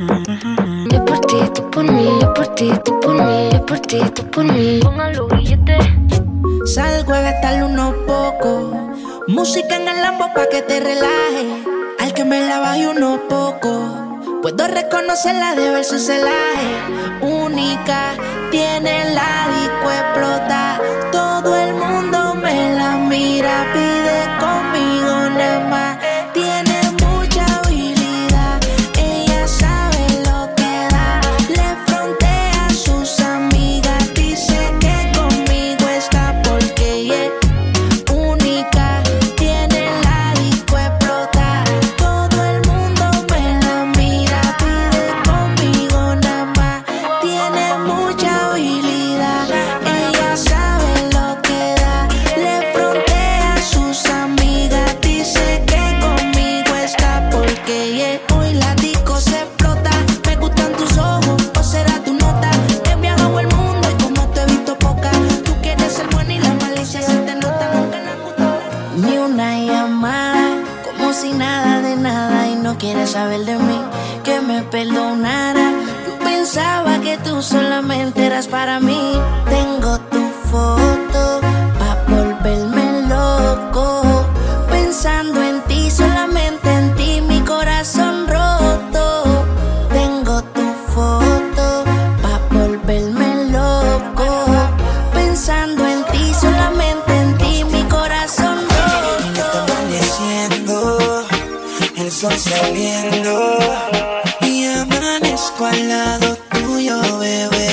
Yo por ti, tú por mí, yo por ti, tú por mí, yo por ti, tú por mí. Póngalo billete. Salgo a gastarle unos pocos. Música en el Lambo pa' que te relaje. Al que me la baje unos pocos. Puedo reconocerla de ver su celaje. Única, tiene la disco explota. Todo el mundo me la mira, pide conmigo nada más. Tiene mucha habilidad, ella sabe lo que da. Le frontea a sus amigas, dice que conmigo está porque ella es única. Tiene la disco explota. Todo el mundo me la mira, pide conmigo nada más. Tiene mucha habilidad, ella sabe lo que da. Le frontea a sus amigas, dice que conmigo está porque ella es. Hoy la disco se explota. Me gustan tus ojos, o será tu nota. He viajado el mundo y como te he visto poca. Tú quieres ser buena y la malicia se te nota. Nunca me gustó ni una llamada, como si nada de nada y no quieres saber de mí, que me perdonara. Yo pensaba que tú solamente eras para mí. Tengo tu foto pa' volverme loco, pensando en ti, solamente en ti, mi corazón roto. Tengo tu foto pa' volverme loco, pensando en ti, solamente en ti, mi corazón roto. Amaneciendo, el sol saliendo y amanezco al lado tuyo, bebé.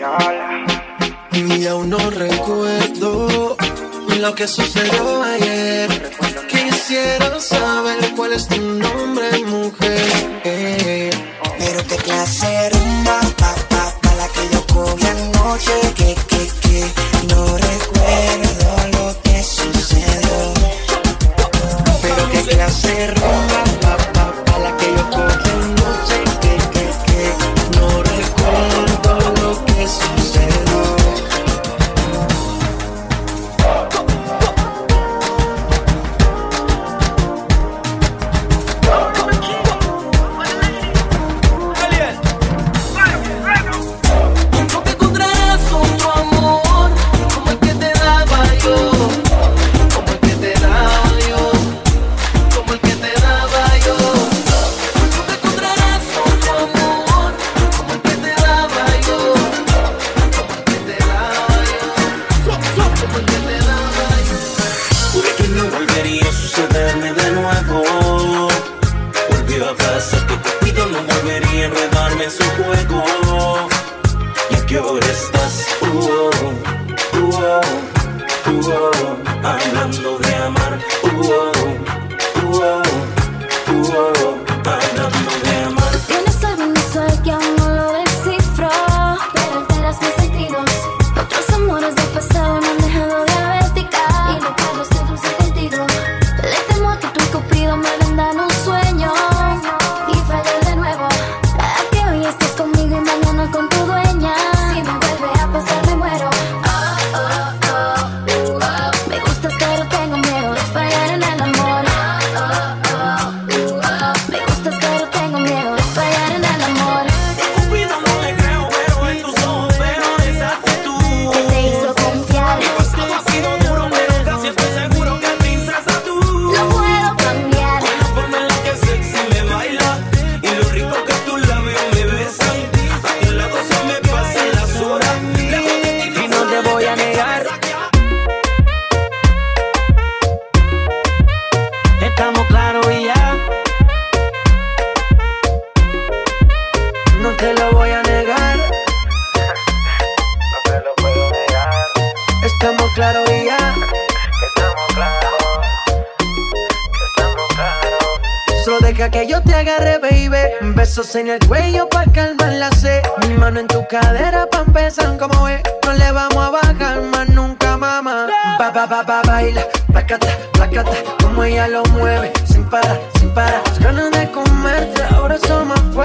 Y aún no recuerdo lo que sucedió ayer. Quisiera saber cuál es tu nombre, mujer. Eh. Pero qué clase de rumba, pa, pa, pa, la que yo cogí anoche. Que, que, que, no recuerdo lo que sucedió. Pero qué clase de rumba, pa, pa, pa, la que yo cogí anoche. Que, que, que, no recuerdo lo que sucedió. No te encontrarás otro amor como el que te daba yo, como el que te daba yo, como el que te daba yo. No te encontrarás otro amor como el que te daba yo, como el que te daba yo, como el que te daba yo. Juré que no volvería a sucederme de nuevo. Volvió a pasar que Cupido no volvería a enredarme en su juego. ¿Y a qué hora estás? Uh -oh, uh -oh, uh -oh, hablando de amar. Uh -oh, uh -oh, uh -oh, hablando de amar. Tienes algo inusual que aún no lo descifro, pero alteras mis sentidos. Otros amores del pasado me han dejado diabética y no puedo seducir contigo. Le temo a que tú y Cupido me vendan un sueño y fallar de nuevo. A que hoy estés conmigo y mañana con tu dueña. Si me vuelve a pasar me muero. Oh, oh, oh, uh, oh. Me gustas pero tengo miedo de fallar en el amor. Oh, oh, oh, uh, oh. Me gustas pero tengo miedo de fallar en el amor. Cupido no le creo, pero en tus ojos veo esa actitud Que te hizo confiar. Mi pasado ha sido duro, pero casi estoy seguro que piensas a tú. No puedo cambiar. Con la forma en la que sexy me baila y lo rico que tus labios me besan. A tu lado se me pasan las horas. Y no te voy a negar, estamos claros y ya. No te lo voy a negar, no te lo puedo negar. Estamos claros y ya. Estamos claros, estamos claros. Solo deja que yo te agarre, baby. Besos en el cuello pa' calmar la sed. Mi mano en tu cadera pa' empezar como es. No le vamos a bajar más nunca, mamá. Ba, ba, ba, ba, baila, placata, placata. Como ella lo mueve, sin parar, sin parar. Las ganas de comerte ahora son más fuertes.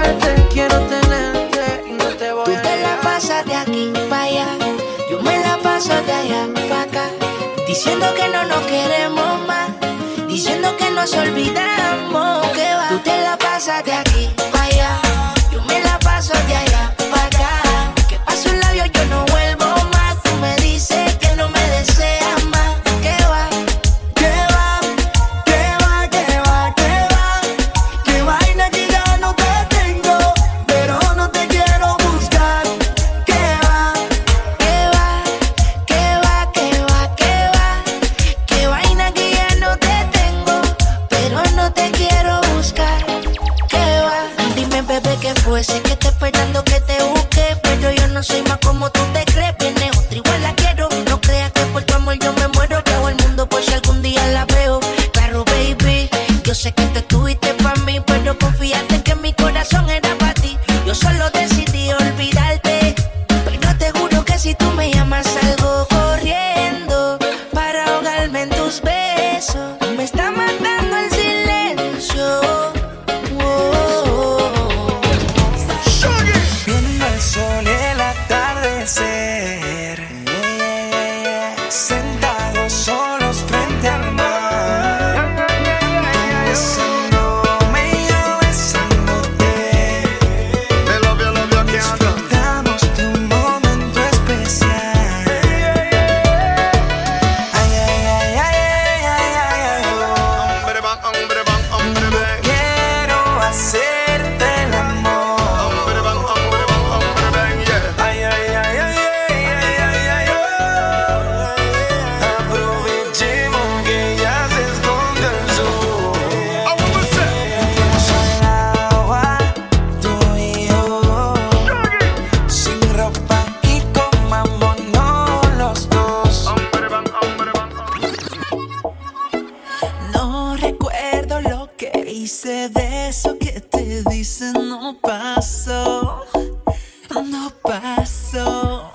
nos olvidamos. ¿Qué va? Tú te la pasas de aquí para allá, yo me la paso de allá para acá. Que paso un labio, yo no vuelvo más. Tú me dices que no me deseas más. ¿Qué va? ¿Qué va? ¿Qué va? ¿Qué va? ¿Qué va? ¿Qué vaina que ya no te tengo, pero no te quiero buscar? ¿Qué va? ¿Qué va? ¿Qué va? ¿Qué va? ¿Qué va? ¿Qué vaina que ya no te tengo, pero no te quiero buscar? ¿Qué va? Dime, bebé, ¿qué fue? Sé que estoy esperando que te busque, pero yo no soy más como tú te crees. Viene otra, igual la quiero. No creas que por tu amor yo me muero. Que hago el mundo por si algún día la veo. Claro, baby, yo sé que tú estuviste para mí, pero confiaste que mi corazón era para ti. Yo solo decidí olvidarte, pero te juro que si tú me llamas salgo corriendo para ahogarme en tus besos. Me está matando el silencio. Oh. Viendo el sol y el atardecer, sentados solos frente al mar, besándome y yo besándote. Disfrutamos de un momento especial. Ay, ay, ay, ay, ay, ay, ay, oh. Quiero hacerte el amor. Ay, ay, ay, ay, ay, ay, ay, ay, oh. Aprovechemos que ya se esconde el sol. Al agua, tú y yo, sin ropa y comámonos los dos. No recuerdo lo que hice, de eso que te dicen no pasó, no pasó.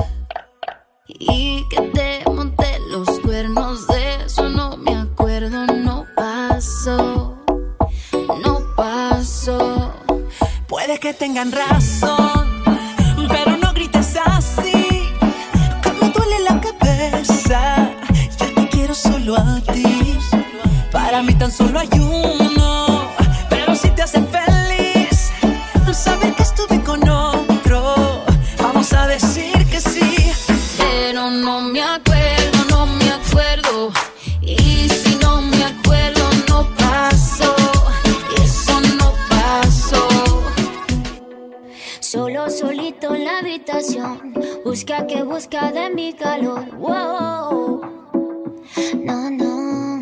Y que te monté los cuernos, de eso no me acuerdo. No pasó, no pasó. Puede que tengan razón, pero no grites así. Como duele la cabeza, yo te quiero solo a ti. Para mí tan solo hay uno, pero si te hace feliz saber que estuve con otro, vamos a decir que sí. Pero no me acuerdo, no me acuerdo. Y si no me acuerdo, no pasó. Eso no pasó. Solo solito en la habitación, busca que busca de mi calor. Wow. No, no.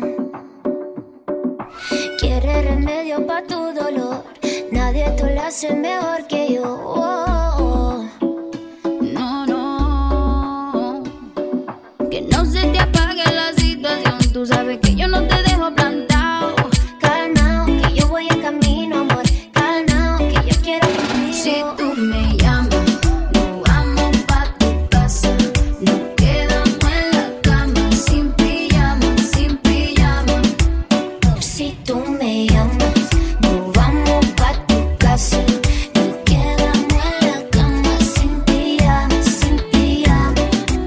Quiere remedio pa' tu dolor, nadie te lo hace mejor que yo. Wow. No, no. Que no se te apague la situación. Tú sabes que yo no te dejo plantado. Calmao, que yo voy en camino, amor. Calmao, que yo quiero contigo. Si tú me llamas, nos vamos pa' tu casa. Nos quedamos en la cama, sin pijama, sin pijama. Si tú me llamas, nos vamos pa' tu casa. Nos quedamos en la cama, sin pijama, sin pijama.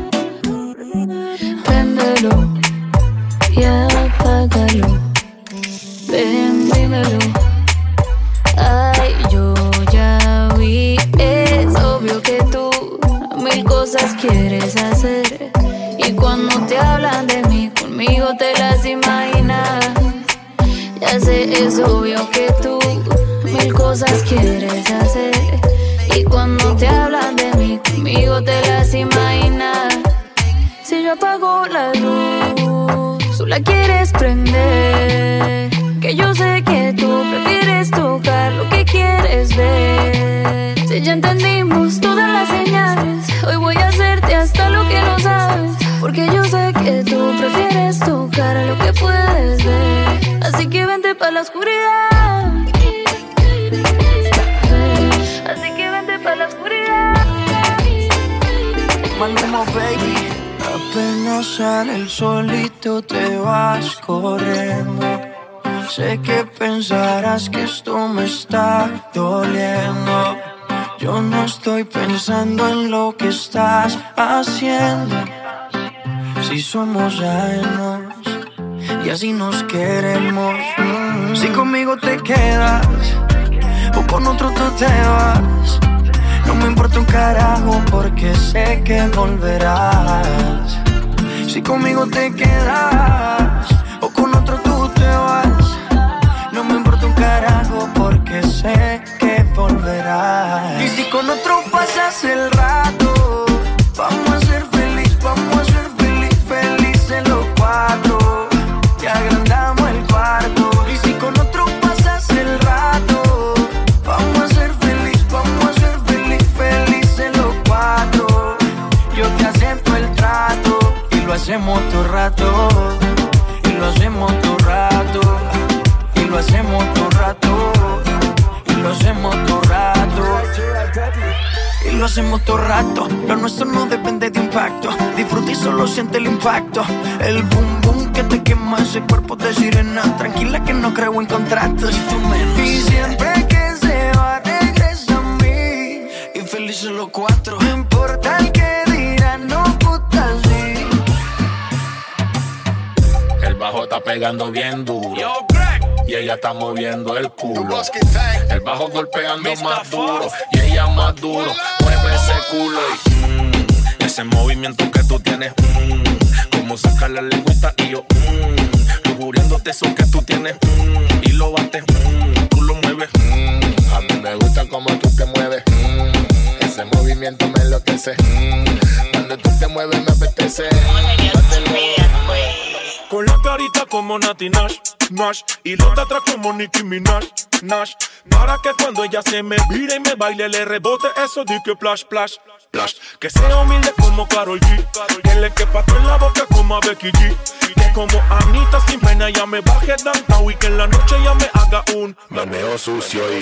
Préndelo y apágalo. Ven, dímelo. Ay, yo ya vi. Es obvio que tú mil cosas quieres hacer. Y cuando te hablan de mí, conmigo te las imaginas. Ya sé, es obvio que tú mil cosas quieres hacer. Y cuando te hablan de mí, conmigo te las imaginas. Si yo apago la luz, tú la quieres prender. Que yo sé que tú prefieres tocar lo que quieres ver. Si ya entendimos todas las señales, hoy voy a hacerte hasta lo que no sabes. Porque yo sé que tú prefieres tocar lo que puedes ver. Así que vente pa' la oscuridad. Así que vente pa' la oscuridad. Maluma, baby. Apenas sale el solito te vas corriendo. Sé que pensarás que esto me está doliendo. Yo no estoy pensando en lo que estás haciendo. Si somos ajenos y y así nos queremos. Mm. Si conmigo te quedas o con otro tú te vas, no me importa un carajo porque sé que volverás. Si conmigo te quedas o con otro tú te vas, no me importa un carajo porque sé que volverás. Y si con otro pasas el rato, vamos a ser feliz, vamos a ser feliz, felices los cuatro. Y agrandamos el cuarto. Y si con otro pasas el rato, vamos a ser feliz, vamos a ser feliz, felices los cuatro. Yo te acepto el trato y lo hacemos todo rato. Y lo hacemos todo rato. Y lo hacemos todo rato. Y lo hacemos todo rato. Y lo hacemos todo rato. Lo nuestro no depende de impacto. Disfruta y solo siente el impacto. El boom boom que te quema ese cuerpo de sirena. Tranquila que no creo en contratos. Y siempre que se va regresa a mí. Y felices los cuatro. No importa el que dirán, no puta sí. El bajo está pegando bien duro y ella está moviendo el culo. El bajo golpeando más duro y ella más duro. Mueve ese culo y mmm, ese movimiento que tú tienes, mmm, como sacar la lengüita y yo, mmm, lujuriándote eso que tú tienes, mmm, y lo bates, mmm, tú lo mueves, mmm, a mí me gusta como tú te mueves, mmm, ese movimiento me enloquece, mmm, cuando tú te mueves me apetece. Con la carita como Nati Nash, Nash, y los de atrás como Nicki Minaj, Nash. Para que cuando ella se me vire y me baile le rebote eso de que plash, plash, plash. Que sea humilde como Karol G, que le quepa en la boca como a Becky G. Que como Anita sin pena ya me baje downtown y que en la noche ya me haga un meneo sucio y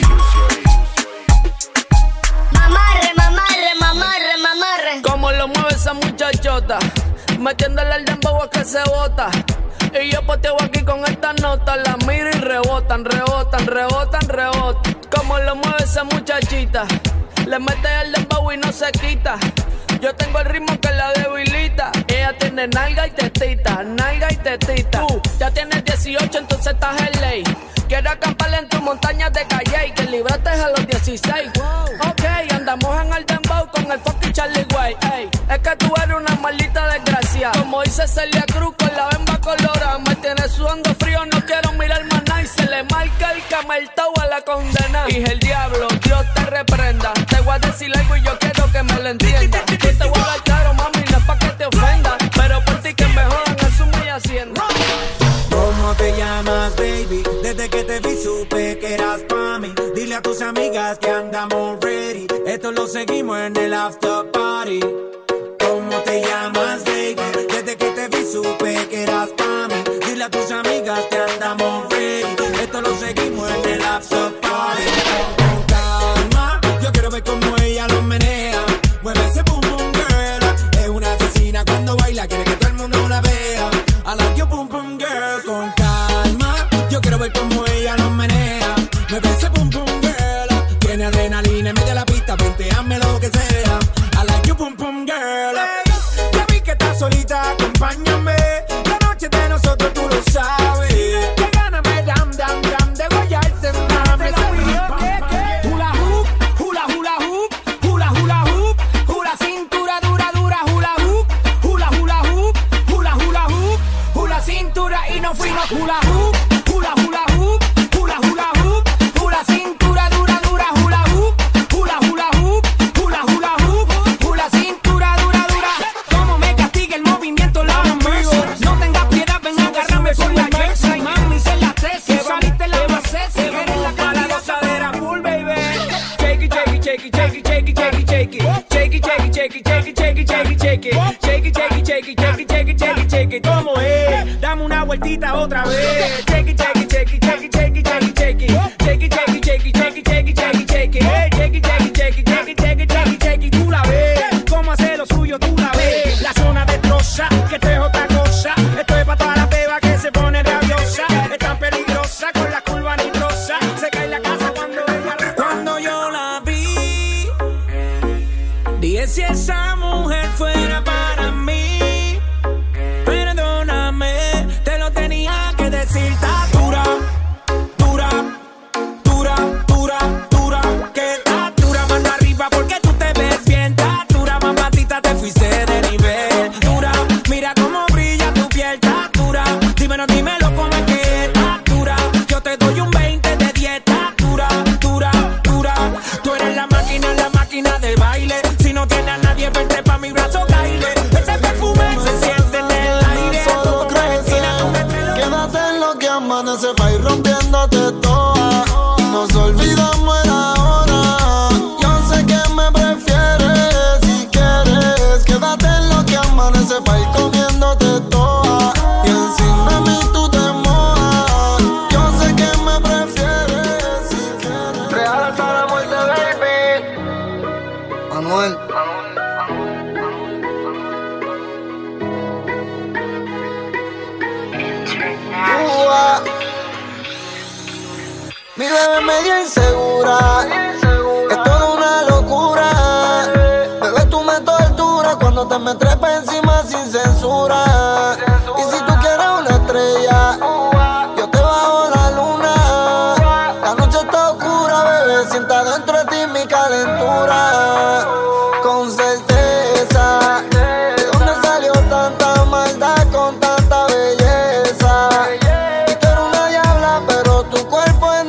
mamarre, mamarre, mamarre, mamarre. Como lo mueve esa muchachota, metiéndole al dembow a que se bota. Y yo poteo aquí con esta nota, la miro y rebotan, rebotan, rebotan, rebotan. Como lo mueve esa muchachita, le mete el dembow y no se quita. Yo tengo el ritmo que la debilita. Ella tiene nalga y tetita, nalga y tetita. Tú ya tienes dieciocho, entonces estás en ley. Quiero acampar en tus montañas de calle y que libraste a los dieciséis. Wow. Ok, andamos en el dembow con el fucking Charlie Way. Ey, es que tú eres una maldita desgracia. Como dice Celia Cruz con la bemba colorada. Me tienes sudando frío, no quiero mirar más nada. Y se le marca el cameltao a la condena. Y el diablo, Dios te reprenda. Te voy a decir algo y yo quiero que me lo entiendas. Yo te voy a dar claro, mami, no es pa' que te ofenda. Pero por ti que me jodan, eso muy hacienda. ¿Cómo te llamas, baby? Desde que te vi supe que eras pa' mí. Dile a tus amigas que andamos ready. Esto lo seguimos en el after party. ¿Cómo te llamas, baby? Desde que te vi supe que eras pa' mí. Dile a tus amigas que andamos ready. Esto lo seguimos en el after party. Con calma, yo quiero ver cómo ella lo menea. Mueve ese boom boom girl. Es una asesina cuando baila, quiere que todo el mundo la vea. I like your boom boom girl. Con calma, yo quiero ver cómo ella lo menea. Mueve ese boom boom girl. Tiene adrenalina en medio de la pista, venteame lo que sea. I like your boom boom girl. Hey, ya vi que estás solita, acompáñame. La noche de nosotros tú lo sabes. Que gana me dam dam dam de guayarse, mami. Hula hoop, hula hula hoop, hula hula hoop, hula cintura dura dura hula hoop, hula hula hoop, hula hula hoop, hula cintura y nos fuimos hula hoop, hula hula hoop, hula hula hoop, hula cintura dura dura hula hoop, hula hula hoop, hula hula hoop, hula cintura dura dura. Como me castiga el movimiento la amigo. No tengas piedad, ven a agarrarme por la jersey. Mami, se la tesis, saliste la base. Si eres la cara gozadera full, baby. Shake it, shake it, shake it, shake it, shake it, shake it, shake it. Shake it, shake it, shake it, shake it, shake it, shake it, shake it. Shake it, shake it, shake it, shake it, shake it, shake it, shake it. ¿Cómo es? Dame una vueltita otra vez. Shake it, shake it, shake it, shake it, shake it, shake it, shake it. Shake it, shake it, shake it, shake it, shake it, shake it, shake it. Shake it, shake it, shake it, shake it, shake it, shake it, shake it. Tú la ves. Cómo hace lo suyo, tú la ves. La zona destroza, que esto es otra cosa. Esto es pa' toda la beba que se pone rabiosa. Es tan peligrosa con la curva nitrosa. Se cae la casa cuando ella. Cuando yo la vi, dije si esa mujer fuera para mí. Perdóname, te lo tenía que Mi bebé medio insegura, es toda una locura. Bebé, tú me torturas cuando te me trepas encima sin censura. Y si tú quieres una estrella, yo te bajo la luna. La noche está oscura, bebé, sienta dentro de ti mi calentura. Con certeza, ¿de dónde salió tanta maldad con tanta belleza? Y tú eres una diabla, pero tu cuerpo es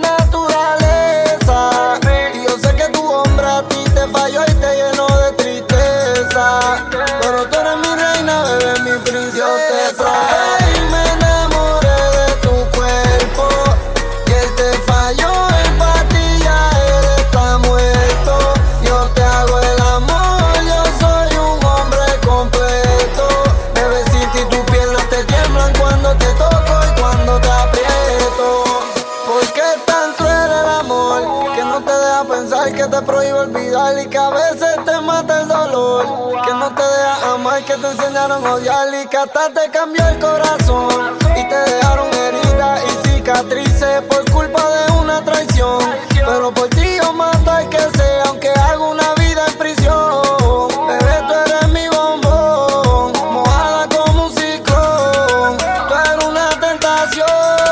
naturaleza. Y yo sé que tu hombre a ti te falló y te llenó de tristeza. Pero tú eres mi reina, bebé, mi princesa. Y me enamoré de tu cuerpo y él te falló en patilla, él está muerto. Yo te hago el amor, yo soy un hombre completo. Bebecita, y tus piernas te tiemblan cuando te toco y cuando te aprieto. ¿Por qué es tan cruel el amor que no te deja pensar, que te prohíbe olvidar y que a veces te mata el dolor? Que no te deja amar, que te enseñaron a odiar y que hasta te cambió el corazón. Y te dejaron heridas y cicatrices por culpa de una traición. Pero por ti yo mato al que sea, aunque haga una vida en prisión. Bebé, tú eres mi bombón, mojada como un ciclón. Tú eres una tentación.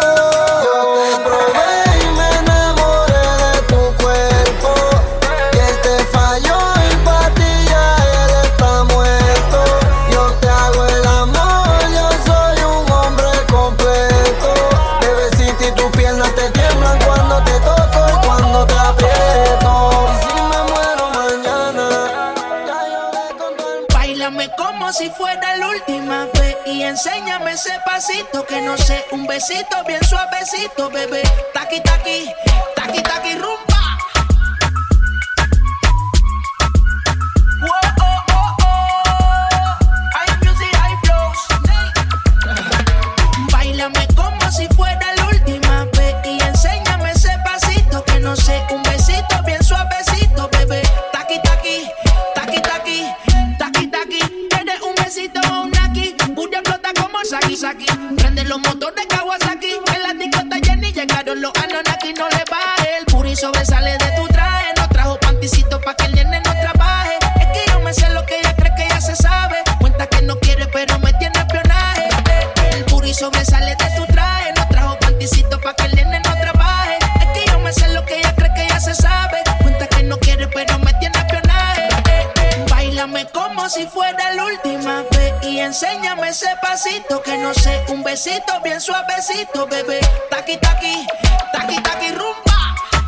Yo te probé y me enamoré de tu cuerpo y él te falló en patilla, él está muerto. Yo te hago el amor, yo soy un hombre completo. Bebecita, y tus piernas te tiemblan cuando te toco y cuando te aprieto. Y si me muero mañana, ya yo le conto el... Báilame como si fuera la última vez y enséñame ese pasito que no sé, un besito bien suavecito, bebé. Taqui, taqui, taqui, taqui, rumba. Whoa, oh, oh, oh. Hay music, hay flows. Báilame como si fuera la última vez y enséñame ese pasito que no sé, un besito bien suavecito, bebé. Taqui, taqui, taqui, taqui, taqui, taqui. ¿Quieres un besito o un aquí? Bulla flota como Saki Saki. Prende los motores Kawasaki. En la discota Jenny llegaron los Anunnaki. No le baje, el puri sobresale de tu traje. No trajo panticito pa' que el nene no trabaje. Es que yo me sé lo que ella cree que ya se sabe. Cuenta que no quiere pero me tiene espionaje. El puri sobresale de tu traje. No trajo panticito pa' que el nene no trabaje. Es que yo me sé lo que ella cree que ya se sabe. Cuenta que no quiere pero me tiene espionaje. Báilame como si fuera la última vez y enséñame ese pasito que no sé, un besito bien suavecito, bebé. Taqui, taqui, taqui, taqui, rumba.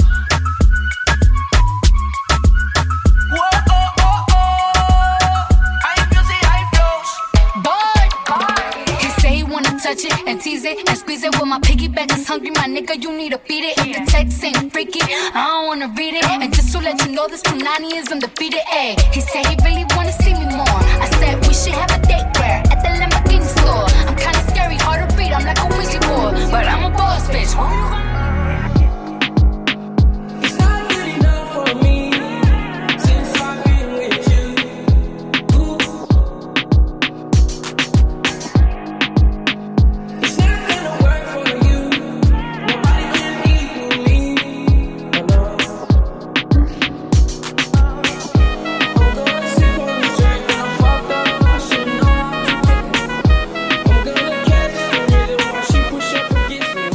Whoa, oh, oh, oh. Hay music, hay flows. Boy, he say he wanna touch it and tease it and squeeze it. With my piggyback is hungry, my nigga, you need to feed it. If the text ain't freaky, I don't wanna read it. And just to let you know, this Punani is undefeated. Ay, he said he really wanna see me more. I said we should have a date where at the Lamborghini store. I'm kinda scary, hard to read, I'm like a Ouija board, but I'm a boss bitch. It's not good enough for me since I've been with you. Ooh. It's not gonna work for you. Nobody can equal me. No, I'm gonna sip on this drink and I'm fucked up. I should know how to take it. I'm gonna catch the rhythm while she push up against me.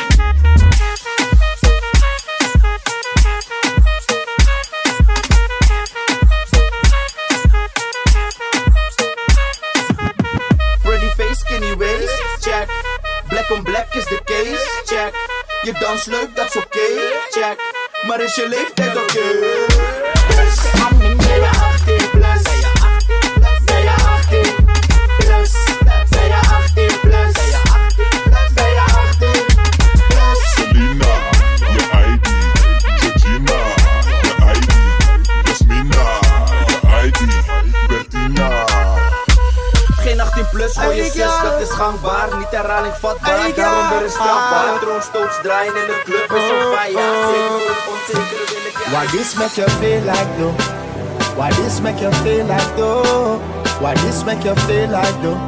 Pretty face, skinny waist, check. Black on black is the case, check. Je dans leuk, dat is oké, check. Maar is je leeftijd oké? Plus, ben je achttien plus? Ben je achttien plus? Ben je achttien plus? Ben je achttien plus? Selena, je I D. Georgina, je I D. Jasmina, je I D. Bertina. Geen achttien plus voor je zus, dat is gangbaar. Niet herhaling vatbaar, daarom weer een strafbaar. Droomstoots draaien in de club is een fire. Zeker voor het onzekere wil ik je. Why this make you feel like though? Why this make you feel like though? Why this make you feel like though?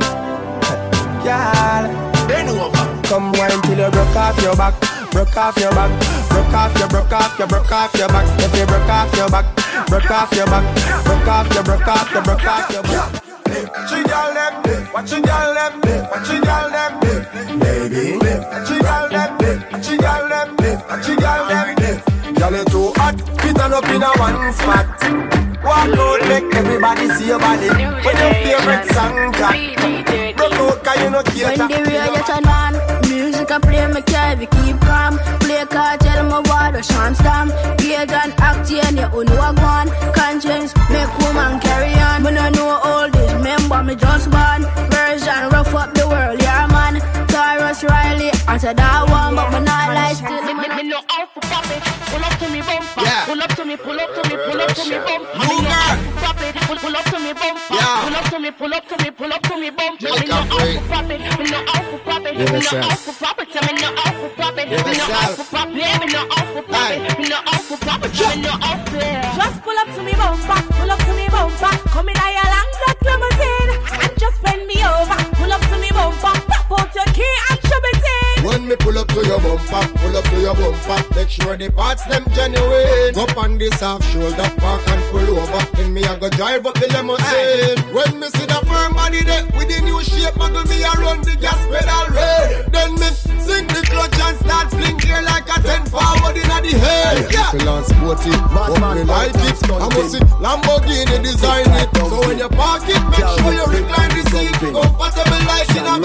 Girl, come wine till you broke off your back, broke off your back. broke off your, broke off your, broke off your back. If you broke off your back, broke off your back, broke off your, broke off your, broke off your back. Watch you girl them, watch you girl them, watch you girl them, baby. Watch you girl them, watch you girl them, watch you girl them. Girl you too hot, fit on up in a one spot. Walk out, make everybody see your body. When your favorite song drop, broke out 'cause you no care. When the radio turn on, music I play, me carry keep calm. Play card, tell me what the chance stamp. Pagan act, and you only walk one. Conscience, make woman carry on. When I know all this, remember me just born. Version, rough up the world, yeah man. Taurus Riley, answer that one, but me not like still. Me no out for pop it, pull up to me bumper. Pull up to me, pull up to me, pull up to me bumper. Me no out for pop it, pull up to me bumper. Pull up to me, pull up to me, pull up to me bumper. Me no out for pop it, me no out for pop it, me no out for pop it, me no out for pop it, me no out for pop it, me no out for pop it, me no out for pop it, me no out for. Just pull up to me bumper, pull up to me bumper. Come in a long black limousine and just bend me over. Pull up to me bumper, pop out your key and shove it in. When me pull up to your bumper, pull up to your bumper. Make sure the parts them genuine. Go on this half shoulder, park and pull over. Then me I go drive up the limousine. When me see the firm body there with the new shape, muggle me a run the gas pedal red. Then me sing the clutch and start fling gear like a ten forward in the head. Yeah, feel on sporty, but me like it. I must see Lamborghini design it. So when you park it, make sure you recline the seat. Comfortable like in a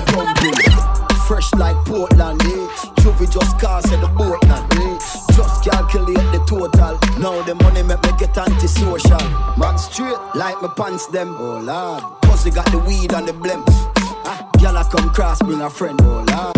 bed. Fresh like Portland, eh? Juvie just cars at the boat now, eh? Just calculate the total. Now the money make me get antisocial. Man straight like my pants them, oh lord. Pussy got the weed and the blem. Ah, gyal a come cross, bring a friend, oh lord.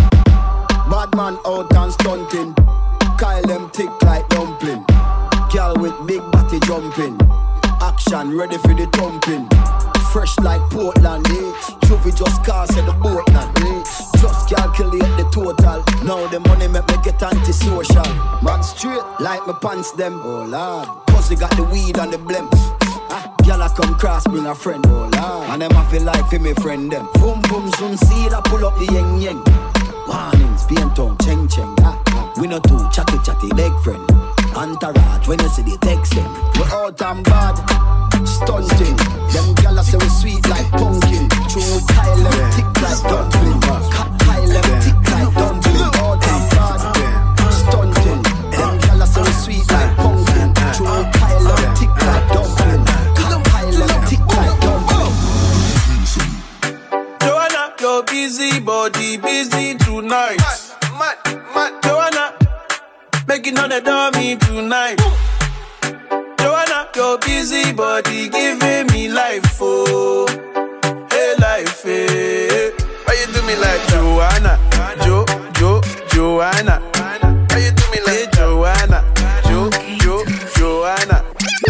Bad man out and stunting. Kyle them thick like dumpling. Gyal with big body jumping. Action ready for the thumping. Fresh like Portland, eh? Juvie just cars at the boat now, eh? Just calculate the total. Now the money make me get antisocial. Man straight like my pants them, oh lord. Pussy got the weed and the blem. Ah, gyal a come cross, bring a friend, oh lord. And them a feel like for me friend them. Boom boom soon see that pull up the yeng yeng. Warnings, paint on, cheng cheng. Ah, ah. We no too chatty chatty, big friend. Entourage, when you see the text them. We out and bad, stunting. Them gyal a say we sweet like pumpkin. True Kyle them thick like dumpling. Kyle them thick like dumpling. Out and bad, stunting. Them gyal a say we sweet like pumpkin. True Kyle them thick like dumpling. Kyle them thick like dumpling. Joanna, your busy body busy tonight. Mad, mad, Joanna, making on the dummy tonight. Joanna, your busy body giving me life, oh, hey life, hey. Why you do me like Joanna, Jo, Jo, Joanna? Why you do me like Joanna, Jo, Jo, Joanna?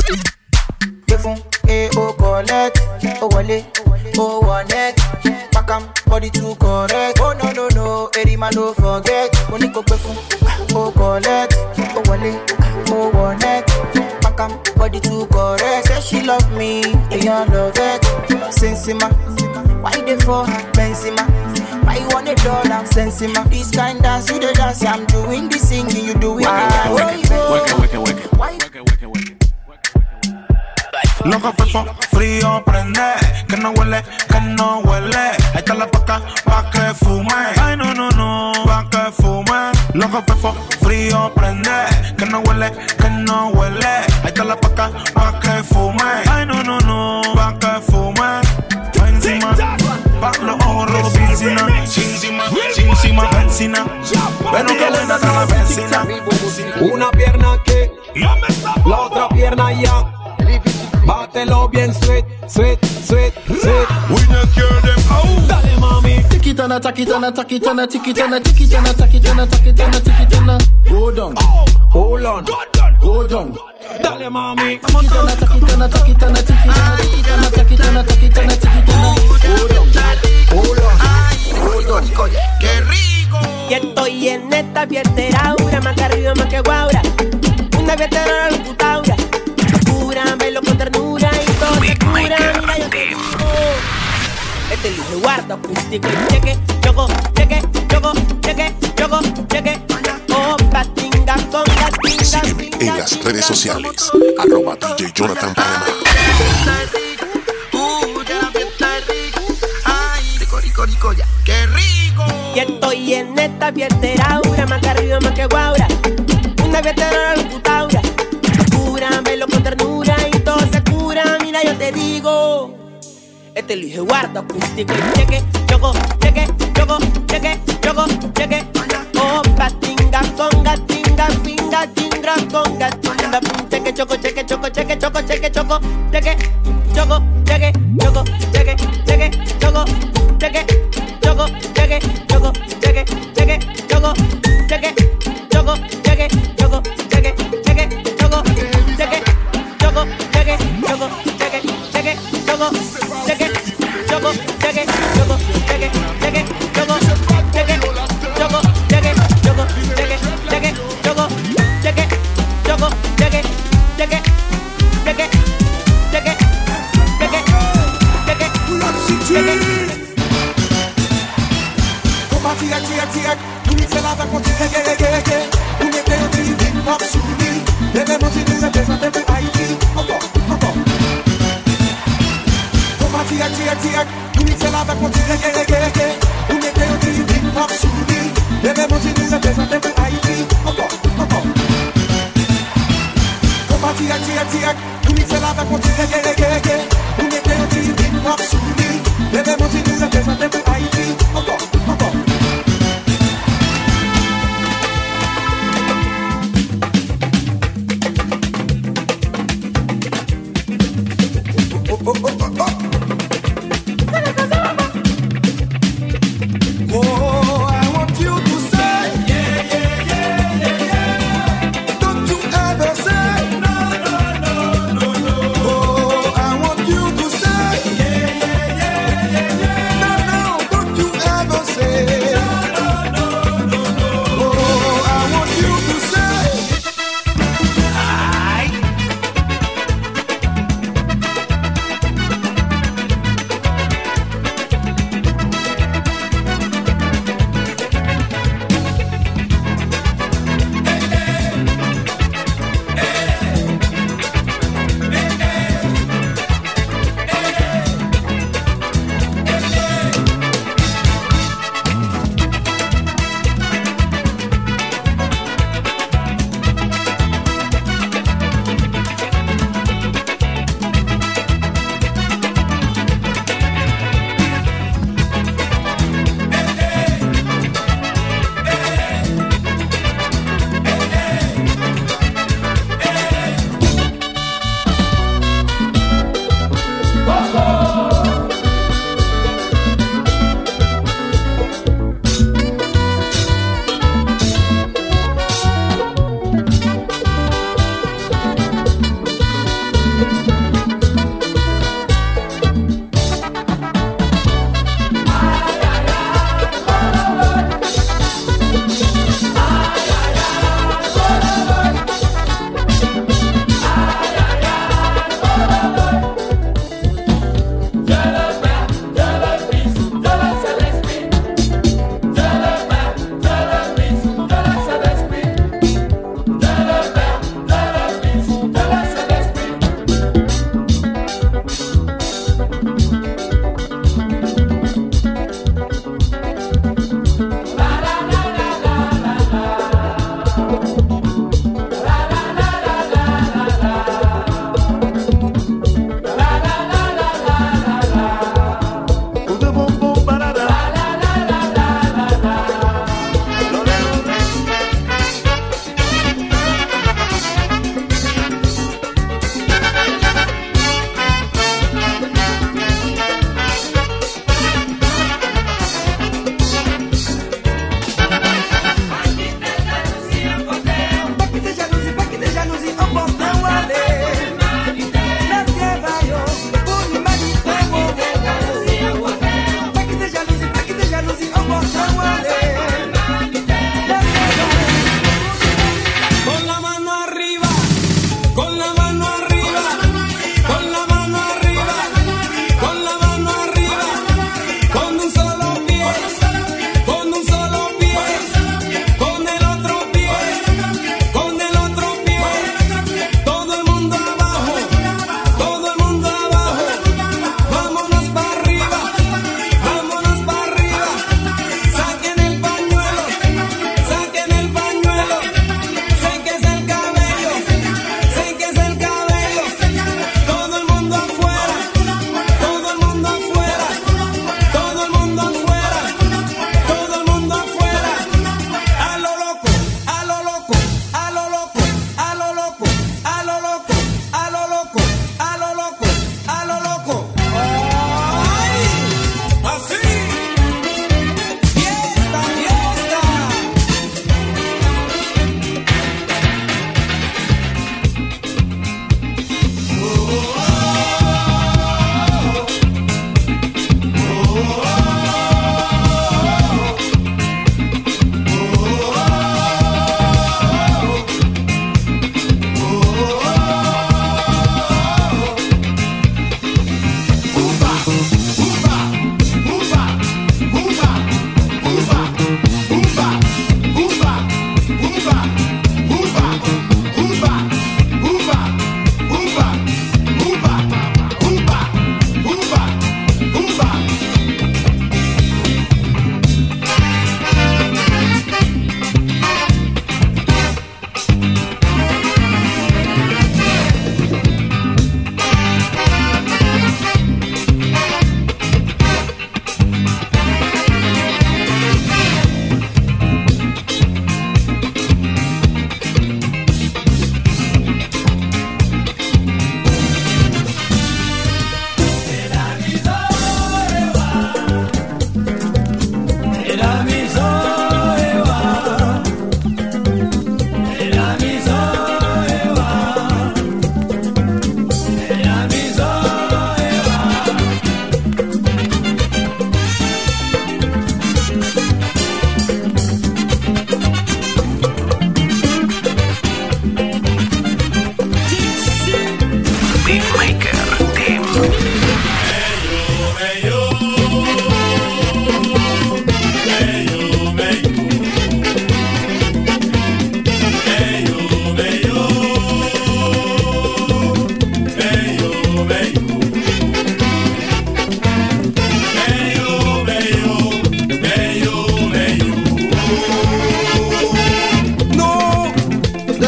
Eh, oh, collect, oh, wale, oh, one neck. Back am, body too correct. Oh, no, no, no, Eddie man, don't forget. Money go perfume, oh, collect, oh, wale, oh, one neck. Back am, body too correct. Say she love me, and I love it. Sensima, why they for Benzema? Why you want a dollar? Sensima, this kind dance, you the dance. I'm doing the singing, you doing the dance. Wake it, wake it, wake it. Why? Loco fefo, frío prende, que no huele, que no huele. Ahí está la paca, pa' que fume. Ay no, no, no, pa' que fume. Loco fefo, frío prende, que no huele, que no huele. Ahí está la paca, pa' que fume. Ay no, no, no, pa' que fume. Pa' encima, pa' los ojos rojos, benzina. Encima, encima, benzina. Bueno, que buena está la benzina. Una pierna que, la otra pierna ya. Bátelo bien, sweet, sweet, sweet, sweet. We not care them out. Dale mami. Tick it on a, tack it on a, tack it on a, tick it on a, tick it on a, tack it on a, tack it on a, tick it on a. Go down, hold on, go down. Dale mami. Tick it on a, tack it on a, tack it on a, tick it on a, tick it on a, tack it on a, tack it on a, tick it on a. Go down, hold on, hold on. ¡Qué rico! Y estoy en esta fiesteraura, más que arriba, más que guaura. Una fiestera la locutaura. Pura, velo con ternura y todo se cura. Mira yo te este lujo guarda acústico y cheque, choco, cheque, choco, cheque, choco, cheque. Oh, patinga, Sígueme en las redes sociales, arroba D J Jonathan Panamá. ¡Qué rico! Y estoy en esta fiestera, aura, más que arriba, más que guaura. Una fiestera locutaura, cura, velo con ternura y todo se cura. Mira, yo te digo, este lo dije guarda acústico y cheque, choco, cheque, choco, cheque, choco, cheque. Opa, tinga, conga, tinga, pinga, chingra, conga, tinga, cheque, choco, cheque, choco, cheque, choco, cheque, choco, cheque, choco, cheque, choco, cheque, cheque, choco, cheque, choco, cheque, choco, cheque, cheque, choco, cheque, choco, cheque, choco, cheque, cheque, choco, cheque, choco, cheque, choco, cheque, cheque, choco, cheque, choco, cheque, choco, cheque, cheque, choco, cheque, choco, cheque, choco, cheque, cheque, choco, cheque, choco, cheque, cheque, cheque, cheque, cheque, cheque, cheque. Tia, tia, tia, un'insalata con tia, che, che, che, un intero di hip hop su di, deve musica pesa, deve I T, oh, oh, oh. Come tia, tia, tia, un'insalata con tia, che, che, che, un intero di hip hop su di, deve musica pesa, deve I T, oh, oh, oh. Come tia, tia, tia, un'insalata con tia, che, che, che, un intero di hip hop su di, deve musica pesa, deve I T, oh, oh, oh. Yeah, yeah.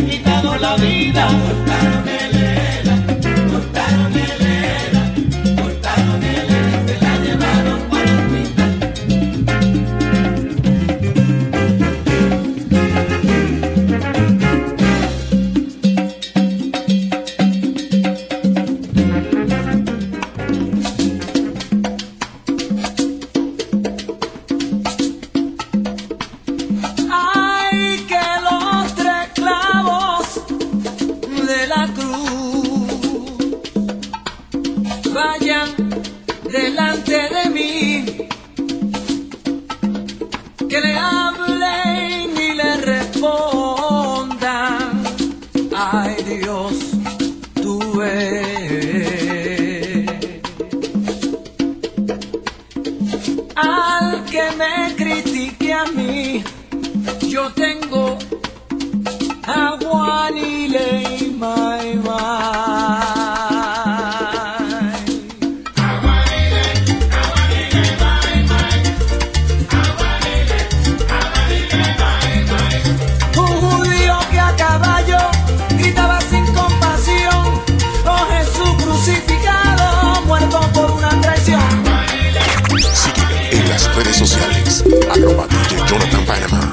ha quitado la vida. Cortaron Elena, cortaron Elena, cortaron Elena, se la llevaron por la pinta. Delante de mí, que le hablen y le respondan, ay Dios, tú ves. Al que me critique a mí, yo tengo a Juan y Leima y redes sociales, arroba D J Jonathan Panama.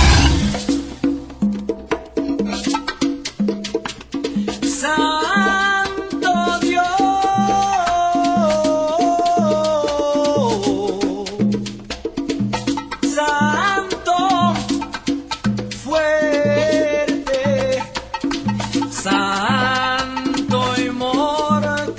Santo Dios, Santo fuerte, Santo inmortal.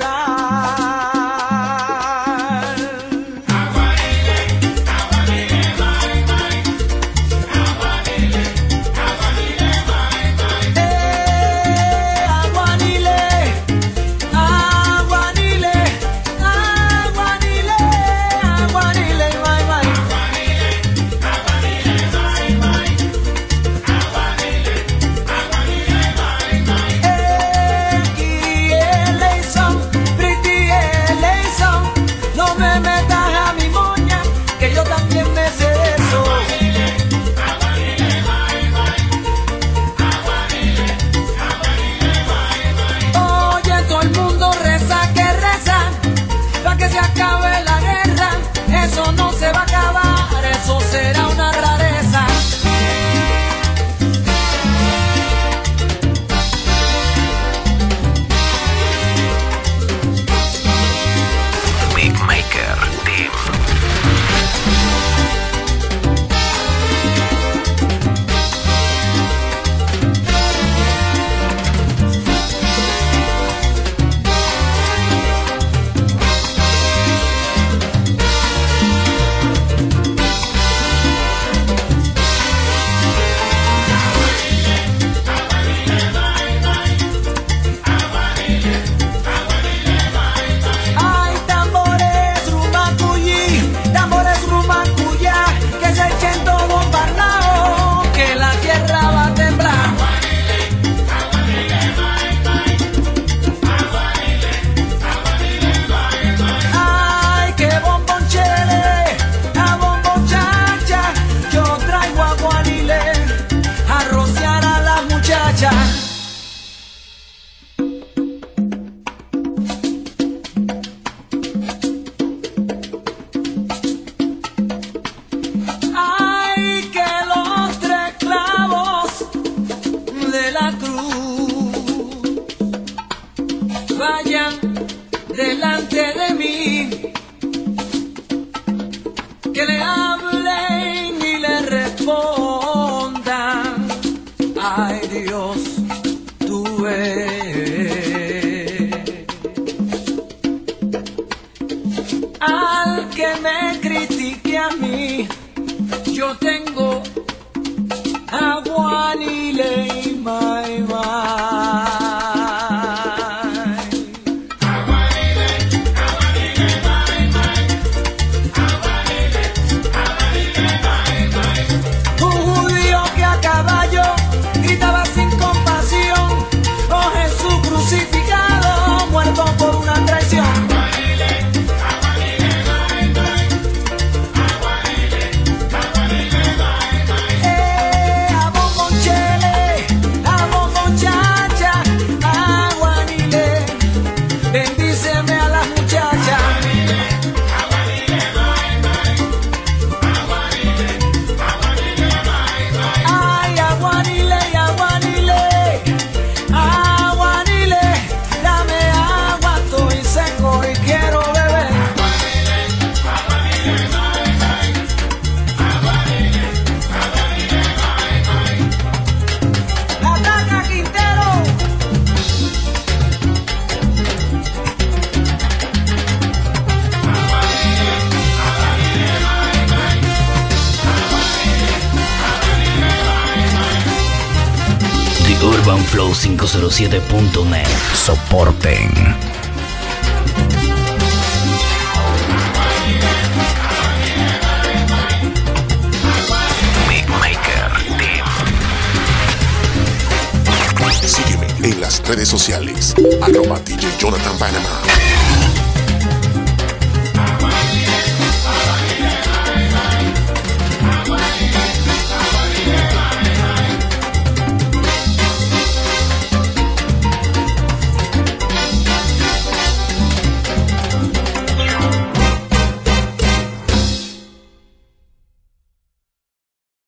y urban flow cinco cero siete punto net soporten. Sígueme en las redes sociales, arroba D J Jonathan Panamá.